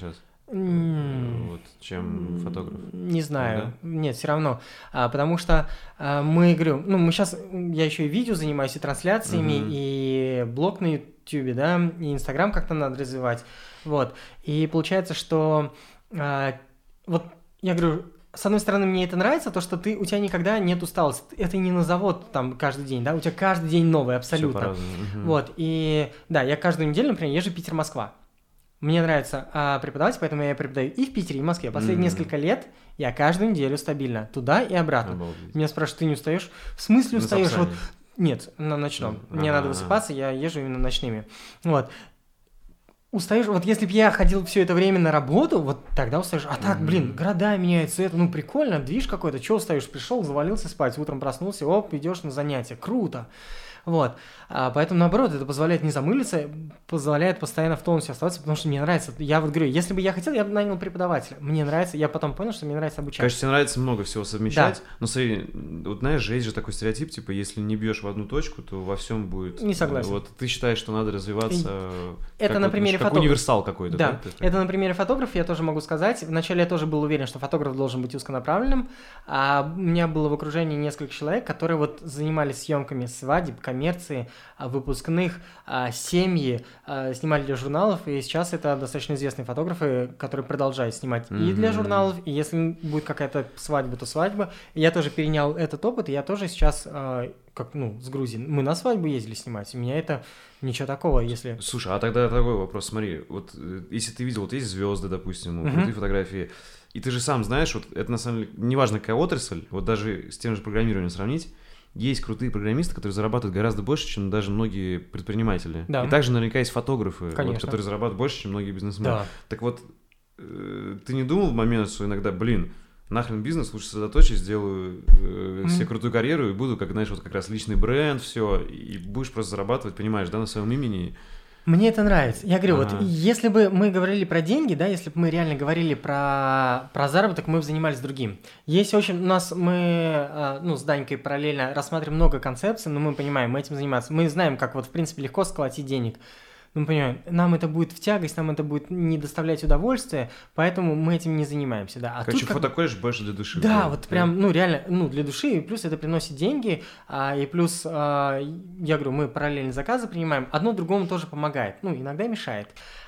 A: Mm. Вот, чем фотограф?
B: Не знаю. Да? Нет, все равно. А, потому что а, мы, говорю, ну, мы сейчас, я еще и видео занимаюсь, и трансляциями, mm-hmm. и блог на Ютубе, да, и Инстаграм как-то надо развивать. Вот. И получается, что а, вот я говорю, с одной стороны, мне это нравится, то, что ты, у тебя никогда нет усталости. Это не на завод там каждый день, да, у тебя каждый день новый абсолютно. Угу. Вот, и да, я каждую неделю, например, езжу Питер-Москва. Мне нравится а, преподавать, поэтому я преподаю и в Питере, и в Москве. Последние mm-hmm. несколько лет я каждую неделю стабильно туда и обратно. Обалдеть. Меня спрашивают, ты не устаешь? В смысле
A: на
B: устаешь? Вот... Нет, на ночном. Mm-hmm. Мне А-а-а. надо высыпаться, я езжу именно ночными. Вот. Устаешь, вот если бы я ходил все это время на работу, вот тогда устаешь. А так, блин, города меняются, это, ну, прикольно, движ какой-то, чего устаешь? Пришел, завалился спать, утром проснулся, оп, идешь на занятия, круто. Вот, а, поэтому, наоборот, это позволяет не замылиться, позволяет постоянно в тонусе оставаться, потому что мне нравится. Я вот говорю, если бы я хотел, я бы нанял преподавателя. Мне нравится, я потом понял, что мне нравится обучать.
A: Конечно, тебе нравится много всего совмещать, да. Но смотри, вот знаешь, есть же такой стереотип, типа, если не бьешь в одну точку, то во всем будет...
B: Не согласен.
A: Вот ты считаешь, что надо развиваться...
B: Это
A: как
B: на
A: вот,
B: примере
A: как
B: фотографа.
A: Универсал какой-то, да?
B: Да, это на примере фотографа я тоже могу сказать. Вначале я тоже был уверен, что фотограф должен быть узконаправленным, а у меня было в окружении несколько человек, которые вот занимались съемками свадеб, коммерции, выпускных, семьи, снимали для журналов, и сейчас это достаточно известные фотографы, которые продолжают снимать mm-hmm. и для журналов, и если будет какая-то свадьба, то свадьба. И я тоже перенял этот опыт, и я тоже сейчас, как, ну, с Грузии, мы на свадьбу ездили снимать, у меня это ничего такого, если...
A: Слушай, а тогда такой вопрос, смотри, вот если ты видел, вот есть звезды, допустим, mm-hmm. крутые фотографии, и ты же сам знаешь, вот это на самом деле, неважно какая отрасль, вот даже с тем же программированием сравнить, есть крутые программисты, которые зарабатывают гораздо больше, чем даже многие предприниматели. Да. И также наверняка есть фотографы, вот, которые зарабатывают больше, чем многие бизнесмены. Да. Так вот, э, ты не думал в момент, что иногда, блин, нахрен бизнес, лучше сосредоточусь, сделаю э, mm-hmm. себе крутую карьеру и буду, как, знаешь, вот как раз личный бренд, все, и будешь просто зарабатывать, понимаешь, да, на своем имени.
B: Мне это нравится. Я говорю, ага. вот если бы мы говорили про деньги, да, если бы мы реально говорили про, про заработок, мы бы занимались другим. Есть очень... У нас мы, ну, с Данькой параллельно рассматриваем много концепций, но мы понимаем, мы этим заниматься. Мы знаем, как вот, в принципе, легко сколотить денег. Ну, мы понимаем, нам это будет в тягость, нам это будет не доставлять удовольствия, поэтому мы этим не занимаемся, да. А
A: Короче,
B: тут
A: фотоколледж больше для души.
B: Да, вот прям, ну, реально, ну, для души, и плюс это приносит деньги, а, и плюс, а, я говорю, мы параллельно заказы принимаем, одно другому тоже помогает, ну, иногда мешает.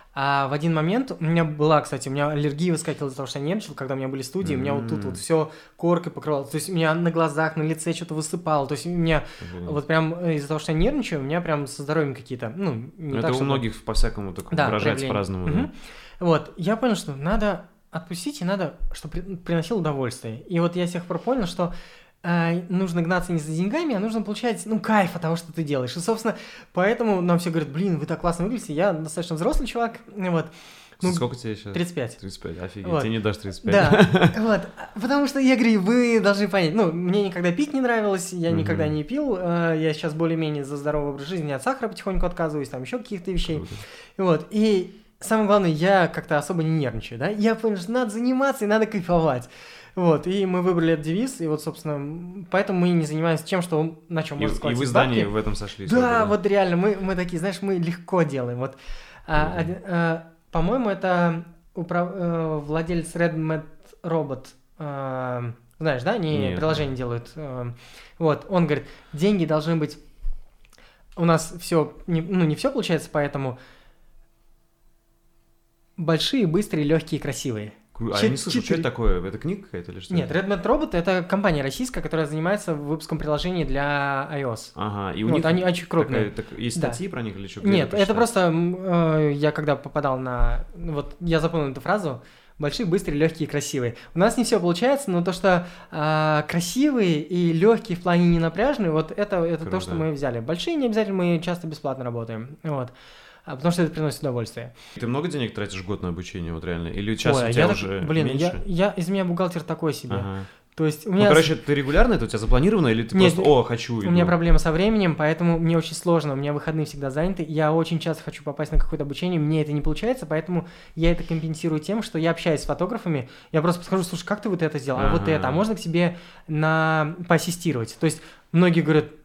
B: А в один момент у меня была, кстати, у меня аллергия выскакивала из-за того, что я нервничал, когда у меня были студии, mm-hmm. у меня вот тут вот все коркой покрывалось, то есть у меня на глазах, на лице что-то высыпало, то есть у меня mm-hmm. вот прям из-за того, что я нервничаю, у меня прям со здоровьем какие-то, ну, не
A: это
B: так,
A: у
B: чтобы...
A: многих по-всякому так да, выражается по-разному.
B: Mm-hmm.
A: Да.
B: Вот, я понял, что надо отпустить, и надо, чтобы приносило удовольствие. И вот я с тех пор понял, что нужно гнаться не за деньгами, а нужно получать, ну, кайф от того, что ты делаешь. И, собственно, поэтому нам все говорят, блин, вы так классно выглядите. Я достаточно взрослый чувак, вот.
A: Ну, сколько тебе сейчас?
B: тридцать пять.
A: тридцать пять, офигеть,
B: вот.
A: Тебе не дашь тридцать пять.
B: Да, вот, потому что, я говорю, вы должны понять, ну, мне никогда пить не нравилось, я mm-hmm. никогда не пил, я сейчас более-менее за здоровый образ жизни, от сахара потихоньку отказываюсь, там еще каких-то вещей. Круто. Вот, и самое главное, я как-то особо не нервничаю, да, я понял, что надо заниматься и надо кайфовать. Вот, и мы выбрали этот девиз, и вот, собственно, поэтому мы не занимаемся тем, что на чем можно складывать.
A: И вы с Даней в этом сошлись.
B: Да, да, вот реально, мы, мы такие, знаешь, мы легко делаем. Вот, а, а, а, по-моему, это управ... владелец RedMed Robot, а, знаешь, да, они Нет. приложение делают. А, вот, он говорит, деньги должны быть... У нас все, не, ну, не все получается, поэтому большие, быстрые, легкие, красивые.
A: А Ч- я не слышал, четыре... что это такое? Это книга какая-то или что?
B: Нет, RedMed Robot — это компания российская, которая занимается выпуском приложений для iOS.
A: Ага, и у
B: вот,
A: них
B: они очень крупные.
A: Такая, так, есть
B: да.
A: статьи про них или что?
B: Нет, это просто э, я когда попадал на... Вот я запомнил эту фразу. Большие, быстрые, легкие, красивые. У нас не все получается, но то, что э, красивые и легкие в плане ненапряжные, вот это, это то, что мы взяли. Большие не обязательно, мы часто бесплатно работаем. Вот. Потому что это приносит удовольствие.
A: Ты много денег тратишь в год на обучение, вот реально? Или сейчас Ой, у тебя
B: я
A: уже
B: так, блин,
A: меньше?
B: Я, я, из меня бухгалтер такой себе.
A: Ага.
B: То есть у меня...
A: Ну, короче, ты регулярно это у тебя запланировано, или ты
B: Нет,
A: просто, о, хочу, иду?
B: У меня проблема со временем, поэтому мне очень сложно, у меня выходные всегда заняты, я очень часто хочу попасть на какое-то обучение, мне это не получается, поэтому я это компенсирую тем, что я общаюсь с фотографами, я просто подхожу, слушай, как ты вот это сделал, а ага. вот это, а можно к тебе на... поассистировать? То есть многие говорят,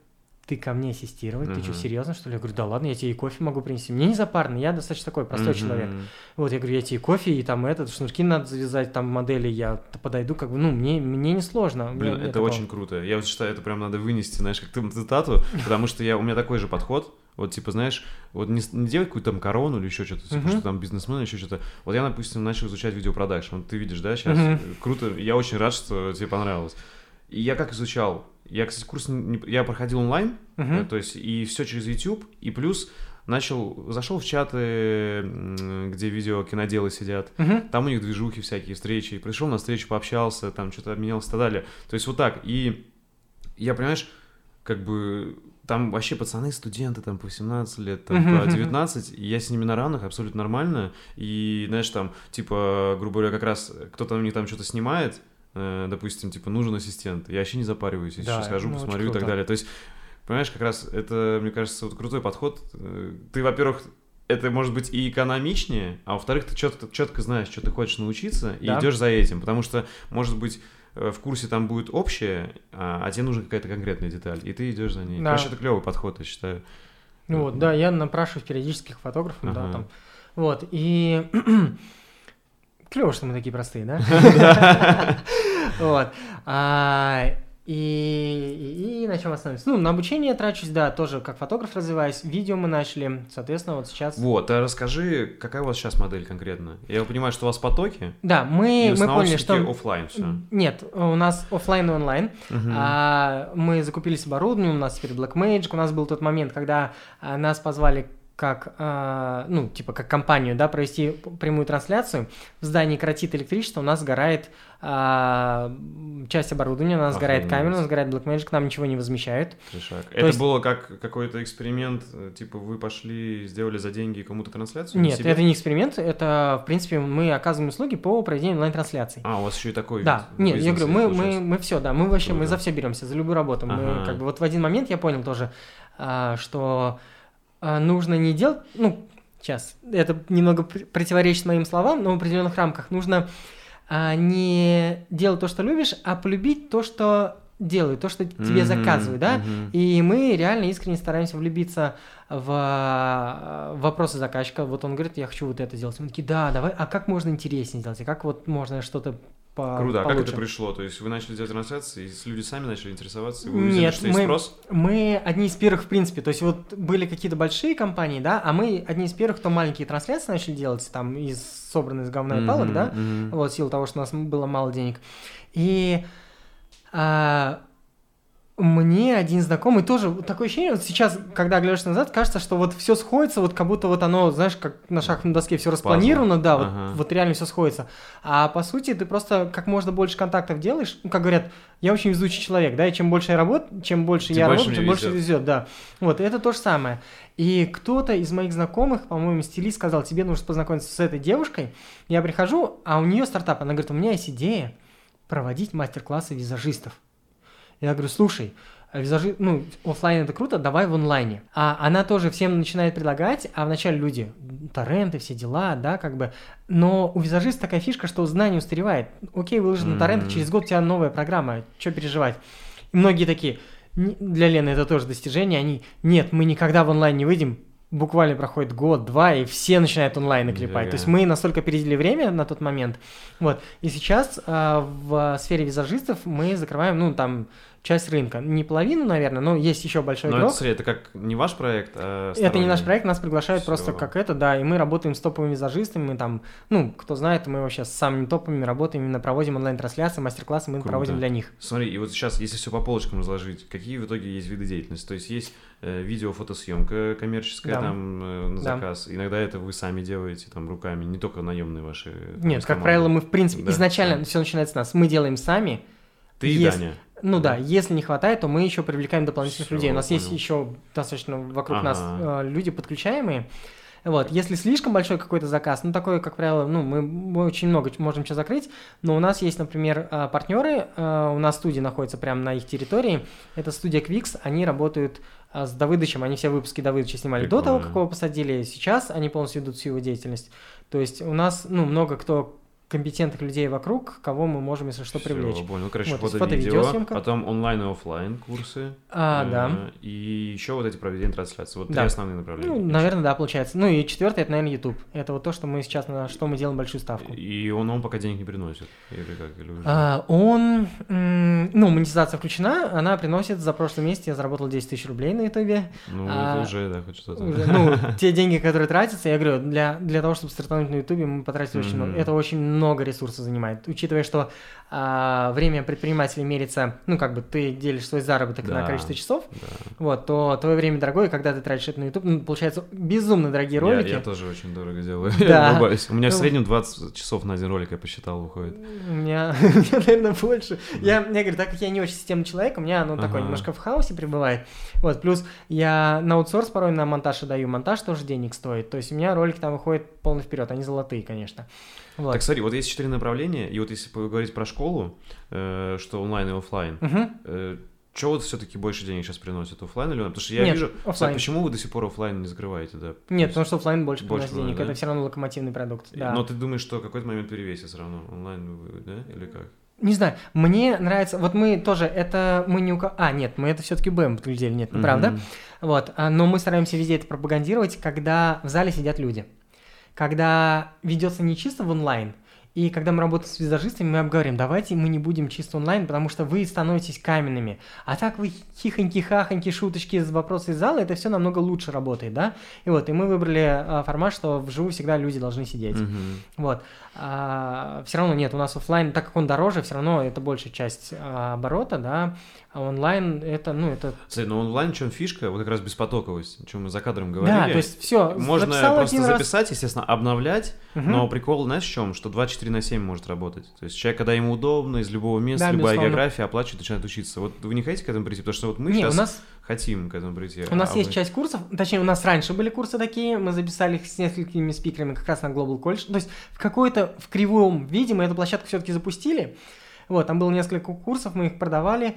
B: ты ко мне ассистировать, uh-huh. ты что, серьезно, что ли? Я говорю, да ладно, я тебе и кофе могу принести. Мне не запарно, я достаточно такой простой uh-huh. человек. Вот, я говорю, я тебе и кофе, и там этот, шнурки надо завязать, там модели, я подойду, как бы, ну, мне, мне не сложно.
A: Блин,
B: мне,
A: это
B: такого...
A: очень круто. Я вот считаю, это прям надо вынести, знаешь, как цитату, потому что я, у меня такой же подход. Вот, типа, знаешь, вот не, не делать какую-то там корону или еще что-то, типа, uh-huh. что там бизнесмен, еще что-то. Вот я, допустим, начал изучать видеопродакшн. Вот ты видишь, да, сейчас? Uh-huh. Круто. Я очень рад, что тебе понравилось. И я как изучал? Я, кстати, курс не, я проходил онлайн, uh-huh. то есть и все через YouTube, и плюс начал, зашел в чаты, где видео киноделы сидят, uh-huh. там у них движухи всякие, встречи, и пришел на встречу, пообщался, там что-то обменялся и так далее. То есть вот так. И я, понимаешь, как бы там вообще пацаны, студенты, там по восемнадцать лет, там uh-huh. по девятнадцать, и я с ними на равных, абсолютно нормально. И, знаешь, там, типа, грубо говоря, как раз кто-то у них там что-то снимает, допустим, типа, нужен ассистент, я вообще не запариваюсь, я да, сейчас схожу, ну, посмотрю и так далее. То есть, понимаешь, как раз это, мне кажется, вот крутой подход. Ты, во-первых, это может быть и экономичнее, а во-вторых, ты четко, четко знаешь, что ты хочешь научиться, и да. идешь за этим, потому что, может быть, в курсе там будет общее, а, а тебе нужна какая-то конкретная деталь, и ты идешь за ней. Да. Короче, это клевый подход, я считаю.
B: Ну вот, да, я напрашиваюсь периодических фотографов, ага. да, там, вот, и... Клево, что мы такие простые, да? Вот. И на чем остановимся? Ну, на обучение трачусь, да, тоже как фотограф развиваюсь. Видео мы начали, соответственно, вот сейчас...
A: Вот, а расскажи, какая у вас сейчас модель конкретно? Я понимаю, что у вас потоки.
B: Да, мы поняли, что...
A: офлайн все.
B: Нет, у нас офлайн и онлайн. Мы закупились оборудованием, у нас теперь Blackmagic. У нас был тот момент, когда нас позвали как, э, ну, типа, как компанию, да, провести прямую трансляцию. В здании коротит электричество, у нас сгорает э, часть оборудования, у нас Охренеть. сгорает камера, у нас сгорает Blackmagic, нам ничего не возмещают.
A: Это есть... было как какой-то эксперимент, типа, вы пошли, сделали за деньги кому-то трансляцию?
B: Нет, это не эксперимент, это, в принципе, мы оказываем услуги по проведению онлайн-трансляций.
A: А, у вас еще и такой
B: да.
A: вид
B: Нет, я говорю, мы, мы, мы все, да, мы вообще,
A: Круто.
B: мы за все беремся, за любую работу. Ага. Мы, как бы, вот в один момент я понял тоже, э, что... нужно не делать, ну, сейчас, это немного противоречит моим словам, но в определенных рамках нужно а, не делать то, что любишь, а полюбить то, что делают, то, что тебе mm-hmm, заказывают, да, mm-hmm. и мы реально искренне стараемся влюбиться в, в вопросы заказчика, вот он говорит, я хочу вот это делать, мы такие, да, давай, а как можно интереснее сделать, а как вот можно что-то по,
A: Круто,
B: получше.
A: А как это пришло? То есть вы начали делать трансляции, и люди сами начали интересоваться, и вы увидели,
B: Нет,
A: что
B: мы,
A: есть спрос?
B: мы одни из первых, в принципе, то есть вот были какие-то большие компании, да, а мы одни из первых, кто маленькие трансляции начали делать, там, из собранных из говна и палок, mm-hmm, да, mm-hmm. вот, в силу того, что у нас было мало денег. И... А, мне один знакомый тоже такое ощущение, вот сейчас, когда оглядываешься назад, кажется, что вот все сходится, вот как будто вот оно, знаешь, как на шахматной доске все распланировано, Пазл. да, вот, ага. вот реально все сходится. А по сути ты просто как можно больше контактов делаешь, ну, как говорят, я очень везучий человек, да, и чем больше я работаю, чем больше тем я больше работаю, тем больше везет, да. Вот, это то же самое. И кто-то из моих знакомых, по-моему, стилист сказал, тебе нужно познакомиться с этой девушкой. Я прихожу, а у нее стартап, она говорит, у меня есть идея проводить мастер-классы визажистов. Я говорю, слушай, визажи... ну, офлайн это круто, давай в онлайне. А она тоже всем начинает предлагать, а вначале люди, торренты, все дела, да, как бы. Но у визажиста такая фишка, что знание устаревает. Окей, выложи mm-hmm. на торрентах, через год у тебя новая программа, что переживать. И многие такие, для Лены это тоже достижение, они, нет, мы никогда в онлайн не выйдем. Буквально проходит год-два, и все начинают онлайн клепать. Yeah. То есть мы настолько опередили время на тот момент. Вот. И сейчас э, в сфере визажистов мы закрываем, ну, там, часть рынка. Не половину, наверное, но есть еще большой
A: но
B: игрок.
A: Это, смотри, это как не ваш проект, а сторонний.
B: Это не наш проект, нас приглашают
A: Все.
B: просто как это, да, и мы работаем с топовыми визажистами, мы там, ну, кто знает, мы вообще с самыми топовыми работаем, именно проводим онлайн-трансляции, мастер-классы мы Круто. проводим для них.
A: Смотри, и вот сейчас, если все по полочкам разложить, какие в итоге есть виды деятельности? То есть есть э, видео-фотосъемка коммерческая да. там э, на заказ, да. иногда это вы сами делаете там руками, не только наемные ваши... Там,
B: Нет, как правило, мы в принципе, да. изначально все начинается с нас, мы делаем сами.
A: Ты и
B: если...
A: Даня.
B: Ну да. да, если не хватает, то мы еще привлекаем дополнительных Всё, людей. У нас
A: понял.
B: есть еще достаточно вокруг
A: ага.
B: нас э, люди подключаемые. Вот, если слишком большой какой-то заказ, ну такой, как правило, ну мы, мы очень много можем сейчас закрыть, но у нас есть, например, партнеры, э, у нас студия находится прямо на их территории, это студия Quix, они работают э, с Давыдычем, они все выпуски Давыдыча снимали Прикольно. до того, как его посадили, сейчас они полностью ведут всю его деятельность. То есть у нас, ну, много кто компетентных людей вокруг, кого мы можем, если что,
A: Всё,
B: привлечь.
A: понял. Короче,
B: Вот,
A: фото,
B: фото,
A: видео,
B: видеосъемка.
A: потом онлайн и офлайн курсы.
B: А,
A: э,
B: да.
A: И еще вот эти проведения трансляции. Вот
B: Да.
A: три основные направления.
B: Ну, наверное, да, получается. Ну и четвертое, это, наверное, YouTube. Это вот то, что мы сейчас, на что мы делаем большую ставку.
A: И он, он пока денег не приносит. Или как? Или уже?
B: А, он, м, ну, монетизация включена, она приносит, за прошлый месяц я заработал десять тысяч рублей на Ютубе.
A: Ну,
B: а,
A: это уже, да, хоть что-то.
B: Уже, ну, те деньги, которые тратятся, я говорю, для, для того, чтобы стартануть на Ютубе, мы потратили очень
A: Мгм.
B: много. Это очень много ресурсов занимает. Учитывая, что а, время предпринимателя мерится, ну, как бы ты делишь свой заработок
A: Да.
B: на количество часов,
A: Да.
B: вот, то твое время дорогое, и когда ты тратишь это на YouTube, ну, получается безумно дорогие
A: Я,
B: ролики.
A: я тоже очень дорого делаю.
B: Да.
A: Я врубаюсь. У меня в
B: Ну,
A: среднем двадцать часов на один ролик, я посчитал, выходит.
B: У меня, у меня, наверное, больше. Я, я говорю, так как я не очень системный человек, у меня оно такое
A: Ага.
B: немножко в хаосе пребывает. Вот, плюс я на аутсорс порой на монтаж отдаю. Монтаж тоже денег стоит. То есть у меня ролики там выходят полный вперед. Они золотые, конечно. Вот.
A: Так, смотри, вот есть четыре направления, и вот если поговорить про школу, э, что онлайн и офлайн,
B: Мгм.
A: э, что вот все-таки больше денег сейчас приносит, офлайн или онлайн? Потому что я
B: Нет,
A: вижу,
B: оффлайн.
A: почему вы до сих пор офлайн не закрываете, да?
B: Нет, потому что оффлайн больше,
A: Больше
B: приносит денег.
A: приносит, да?
B: Это все равно локомотивный продукт. Да.
A: Но ты думаешь, что в какой-то момент перевесит все равно онлайн, вы- да, или как?
B: Не знаю, мне нравится, вот мы тоже, это мы не у кого... А, нет, мы это все-таки БЭМ подглядели, нет, ну правда.
A: Мгм.
B: Вот, а, но мы стараемся везде это пропагандировать, когда в зале сидят люди. Когда ведется не чисто в онлайн, и когда мы работаем с визажистами, мы обговорим, давайте мы не будем чисто онлайн, потому что вы становитесь каменными. А так вы хихоньки-хахоньки, шуточки, вопросы из зала, это все намного лучше работает, да? И вот, и мы выбрали а, формат, что вживую всегда люди должны сидеть.
A: Мгм.
B: Вот. А, все равно нет, у нас оффлайн, так как он дороже, все равно это большая часть а, оборота, да, а онлайн это, ну, это...
A: Смотри, но онлайн в чем фишка? Вот как раз беспотоковость, о чем мы за кадром говорили.
B: Да, то есть все,
A: Можно просто записать, естественно, обновлять,
B: Мгм.
A: но прикол, знаешь, в чем? Что двадцать четыре на семь может работать. То есть человек, когда ему удобно, из любого места,
B: Да,
A: любая
B: безусловно.
A: география, оплачивает, начинает учиться. Вот вы не хотите к этому прийти? Потому что вот мы
B: Не,
A: сейчас
B: у нас,
A: хотим к этому прийти.
B: у нас
A: а
B: есть
A: вы-
B: часть курсов, точнее, у нас раньше были курсы такие, мы записали их с несколькими спикерами как раз на Global College. То есть в какой-то, в кривом виде мы эту площадку все-таки запустили. Вот, там было несколько курсов, мы их продавали.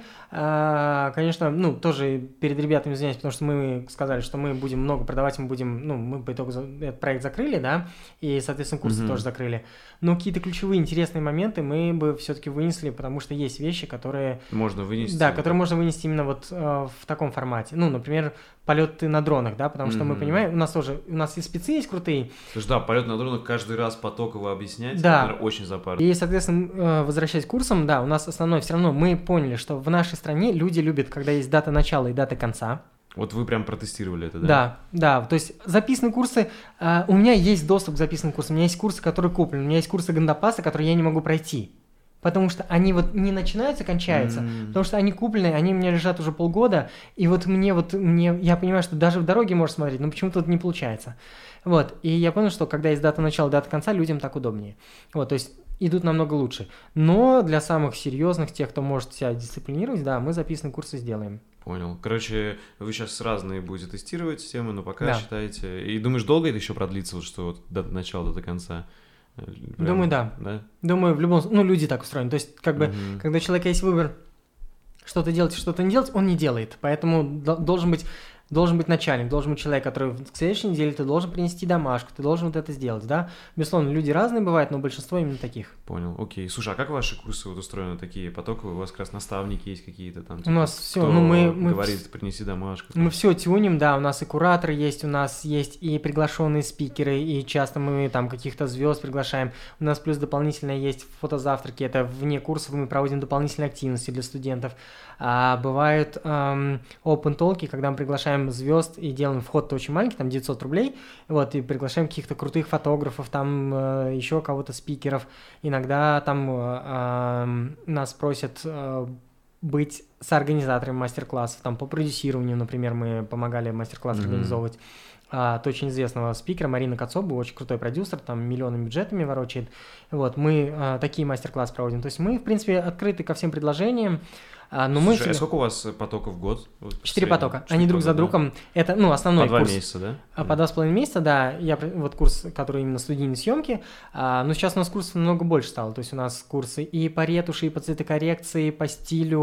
B: А, конечно, ну, тоже перед ребятами извиняюсь, потому что мы сказали, что мы будем много продавать, мы будем, ну, мы по итогу за- этот проект закрыли, да, и, соответственно, курсы
A: Мгм.
B: тоже закрыли. Но какие-то ключевые интересные моменты мы бы все-таки вынесли, потому что есть вещи, которые,
A: Можно вынести.
B: да, которые можно вынести именно вот э, в таком формате. Ну, например, полеты на дронах, да, потому что мы
A: Мгм.
B: понимаем, у нас тоже, у нас и спецы есть крутые,
A: Слушай, да, полет на дронах каждый раз потоково объяснять,
B: Да.
A: это, наверное, очень запарно.
B: и, соответственно, э, возвращаясь к курсам, да, у нас основное все равно мы поняли, что в нашей стране люди любят, когда есть дата начала и дата конца.
A: Вот вы прям протестировали это, да?
B: Да, да, то есть записанные курсы, э, у меня есть доступ к записанным курсам, у меня есть курсы, которые куплены, у меня есть курсы Гандапаса, которые я не могу пройти, потому что они вот не начинаются, кончаются,
A: М.
B: потому что они куплены, они у меня лежат уже полгода, и вот мне вот, мне, я понимаю, что даже в дороге можешь смотреть, но почему-то это не получается. Вот, и я понял, что когда есть дата начала, дата конца, людям так удобнее. Вот, то есть идут намного лучше. Но для самых серьезных, тех, кто может себя дисциплинировать, да, мы записанные курсы сделаем.
A: Понял. Короче, вы сейчас разные будете тестировать темы, но пока
B: Да.
A: считаете... И думаешь, долго это еще продлится, вот что вот до начала, до конца? Э, прям-
B: Думаю, да.
A: Да?
B: Думаю, в любом случае, ну, люди так устроены. То есть, как бы,
A: Мгм.
B: когда у человека есть выбор что-то делать, что-то не делать, он не делает. Поэтому до- должен быть, должен быть начальник, должен быть человек, который в- к следующей неделе ты должен принести домашку, ты должен вот это сделать, да. Безусловно, люди разные бывают, но большинство именно таких.
A: Понял, окей. Слушай, а как ваши курсы вот устроены такие потоковые? У вас как раз наставники есть какие-то там?
B: У
A: типа,
B: нас все,
A: кто
B: ну мы, мы
A: говорит, принеси домашку.
B: Мы все тюним, да, у нас и кураторы есть, у нас есть и приглашенные спикеры, и часто мы там каких-то звезд приглашаем. У нас плюс дополнительно есть фотозавтраки, это вне курсов мы проводим дополнительные активности для студентов. А бывают эм, open толки, когда мы приглашаем звезд и делаем вход-то очень маленький, там девятьсот рублей, вот, и приглашаем каких-то крутых фотографов, там э, еще кого-то спикеров. Иногда там э, эм, нас просят э, быть соорганизаторами мастер-классов, там по продюсированию, например, мы помогали мастер-класс
A: Мгм.
B: организовывать а, от очень известного спикера Марина Коцоба, очень крутой продюсер, там миллионами бюджетами ворочает. Вот, мы а, такие мастер-классы проводим. То есть мы, в принципе, открыты ко всем предложениям, а, но мы...
A: Слушай, а
B: себе-
A: сколько у вас потоков в год? Вот в
B: Четыре
A: среднем?
B: потока,
A: Четыре
B: они друг за
A: потока, да?
B: другом. Это, ну, основной
A: По два
B: курс.
A: месяца, да?
B: А, По два с половиной месяца, да, я при- вот курс, который именно студийной съемки, а, но сейчас у нас курсов намного больше стало, то есть у нас курсы и по ретуши, и по цветокоррекции, по стилю,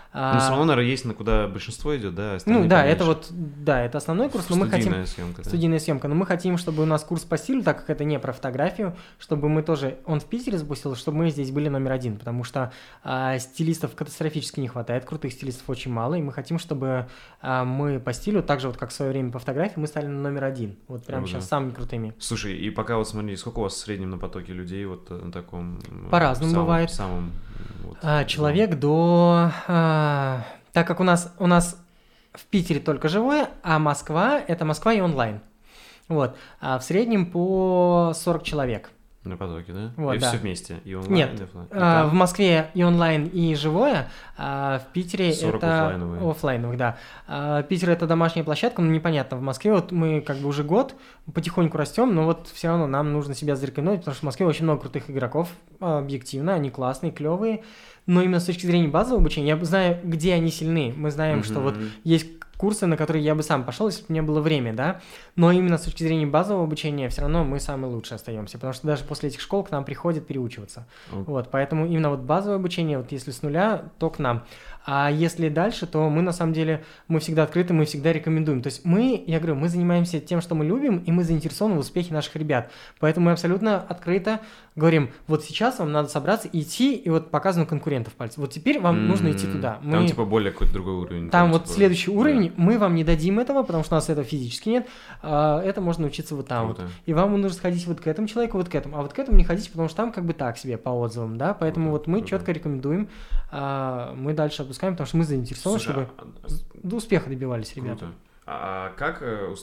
A: А... Ну, самого, наверное, есть, на куда большинство идет, да?
B: Ну, да, это вот, да, это основной курс, но мы хотим...
A: Студийная съемка, да?
B: Студийная съемка, но мы хотим, чтобы у нас курс по стилю, так как это не про фотографию, чтобы мы тоже, он в Питере запустил, чтобы мы здесь были номер один, потому что а, стилистов катастрофически не хватает, крутых стилистов очень мало, и мы хотим, чтобы а, мы по стилю, так же вот как в свое время по фотографии, мы стали на номер один, вот прямо
A: Круто.
B: сейчас самыми крутыми.
A: Слушай, и пока вот смотри, сколько у вас в среднем на потоке людей вот на таком...
B: По-разному
A: самом,
B: бывает.
A: Самом, вот,
B: а, человек самом... до... А, так как у нас, у нас в Питере только живое, а Москва – это Москва и онлайн. Вот. А в среднем по сорок человек.
A: На потоке, да?
B: Вот,
A: и
B: да.
A: все вместе? И онлайн?
B: Нет,
A: и
B: а, в Москве и онлайн, и живое, а в Питере это
A: оффлайновые.
B: оффлайновых, да. А Питер это домашняя площадка, но непонятно. В Москве вот мы как бы уже год потихоньку растем, но вот все равно нам нужно себя зарекомендовать, потому что в Москве очень много крутых игроков, объективно, они классные, клевые. Но именно с точки зрения базового обучения, я знаю, где они сильны. Мы знаем, mm-hmm. что вот есть курсы, на которые я бы сам пошел, если бы у меня было время, да. Но именно с точки зрения базового обучения все равно мы самые лучшие остаемся, потому что даже после этих школ к нам приходят переучиваться. Okay. Вот, поэтому именно вот базовое обучение, вот если с нуля, то к нам. А если дальше, то мы на самом деле, мы всегда открыты, мы всегда рекомендуем. То есть мы, я говорю, мы занимаемся тем, что мы любим, и мы заинтересованы в успехе наших ребят. Поэтому мы абсолютно открыто говорим, вот сейчас вам надо собраться и идти, и вот показываем конкурентов пальцем. Вот теперь вам mm-hmm. нужно идти туда. Мы...
A: Там типа более какой-то другой уровень.
B: Там, там вот
A: типа...
B: следующий уровень,
A: да.
B: мы вам не дадим этого, потому что у нас этого физически нет. А, это можно учиться вот там вот. И вам нужно сходить вот к этому человеку, вот к этому. А вот к этому не ходите, потому что там как бы так себе по отзывам, да. Поэтому круто, вот мы круто. четко рекомендуем, а, мы дальше опускаем, потому что мы заинтересованы, Слушай, чтобы а... до успеха добивались ребята.
A: Круто. А как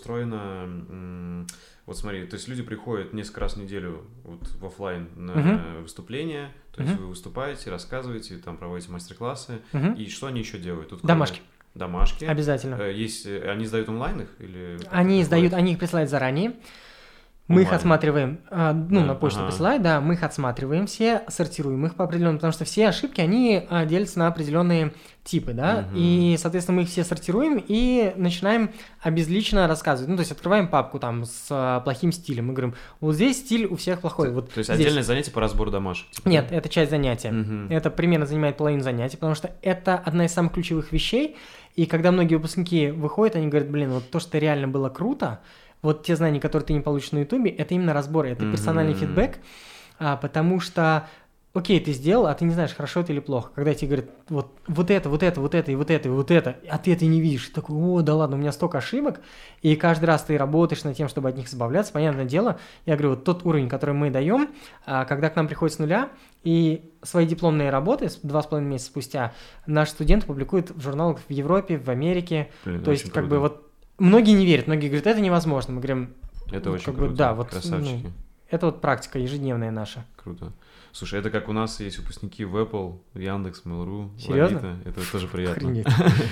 A: устроено... Вот смотри, то есть люди приходят несколько раз в неделю вот в офлайн на uh-huh. выступления, то есть uh-huh. вы выступаете, рассказываете, там проводите мастер-классы, uh-huh. и что они еще делают? Тут
B: домашки.
A: Кроме... Домашки.
B: Обязательно.
A: Есть... Они сдают онлайн их? Или...
B: Они сдают, они их присылают заранее. Мы онлайн. их отсматриваем, а, ну, да, на почту ага. присылают, да, мы их отсматриваем все, сортируем их по определенному, потому что все ошибки, они а, делятся на определенные типы, да, угу. и, соответственно, мы их все сортируем и начинаем обезлично рассказывать. Ну, то есть открываем папку там с а, плохим стилем, мы говорим, вот здесь стиль у всех плохой. Вот
A: то есть
B: здесь.
A: Отдельное занятие по разбору домашек? Типа,
B: Нет,
A: да?
B: это часть занятия.
A: Угу.
B: Это примерно занимает половину занятий, потому что это одна из самых ключевых вещей, и когда многие выпускники выходят, они говорят, блин, вот то, что реально было круто, вот те знания, которые ты не получишь на Ютубе, это именно разборы, это mm-hmm. персональный фидбэк, а, потому что, окей, ты сделал, а ты не знаешь, хорошо это или плохо. Когда тебе говорят, вот, вот это, вот это, вот это, и вот это, и вот это, а ты это не видишь. Ты такой, о, да ладно, у меня столько ошибок, и каждый раз ты работаешь над тем, чтобы от них избавляться, понятное дело. Я говорю, вот тот уровень, который мы даем, а, когда к нам приходит с нуля, и свои дипломные работы два с половиной месяца спустя наши студенты публикуют в журналах в Европе, в Америке,
A: Блин,
B: то есть как
A: круто.
B: бы вот многие не верят, многие говорят, это невозможно. Мы говорим,
A: это
B: ну,
A: очень
B: как
A: круто,
B: бы, да, вот,
A: красавчики.
B: Ну, это вот практика ежедневная наша.
A: Круто. Слушай, это как у нас есть выпускники в Apple, Яндекс, Mail.ru,
B: Серьезно?
A: Авито. Это тоже приятно.
B: Охренеть.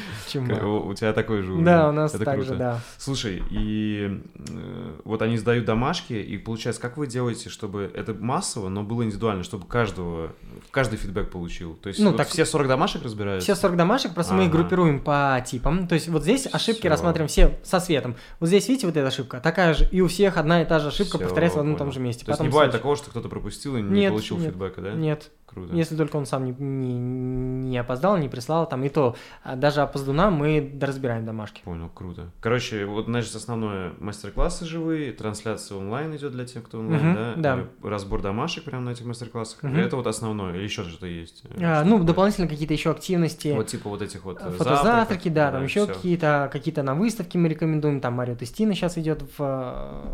A: У, у тебя такой же уровень.
B: Да, у нас
A: это
B: так
A: круто.
B: же, да.
A: Слушай, и э, вот они сдают домашки, и получается, как вы делаете, чтобы это массово, но было индивидуально, чтобы каждого, каждый фидбэк получил? То есть
B: ну,
A: вот
B: так,
A: все сорок домашек разбираются?
B: Все сорок домашек, просто ага. мы их группируем по типам. То есть вот здесь ошибки
A: Всё.
B: рассматриваем все со светом. Вот здесь, видите, вот эта ошибка, такая же, и у всех одна и та же ошибка
A: Всё,
B: повторяется в одном и
A: понял.
B: том же месте.
A: То есть не бывает такого, что кто-то пропустил и не
B: нет,
A: получил
B: нет,
A: фидбэка, да?
B: Нет.
A: Круто.
B: Если только он сам не, не, не опоздал, не прислал, там и то. А даже опоздуна мы доразбираем домашки.
A: Понял, круто. Короче, вот, значит, основное мастер-классы живые, трансляция онлайн идет для тех, кто онлайн,
B: угу,
A: да?
B: да.
A: Разбор домашек прямо на этих мастер-классах.
B: Угу.
A: Это вот основное, или еще что-то есть?
B: А,
A: что
B: ну,
A: такое?
B: дополнительно какие-то еще активности.
A: Вот типа вот этих вот
B: фотозавтраки, да, там еще
A: всё.
B: какие-то, какие-то на выставке мы рекомендуем. Там Марио Тестина сейчас идет в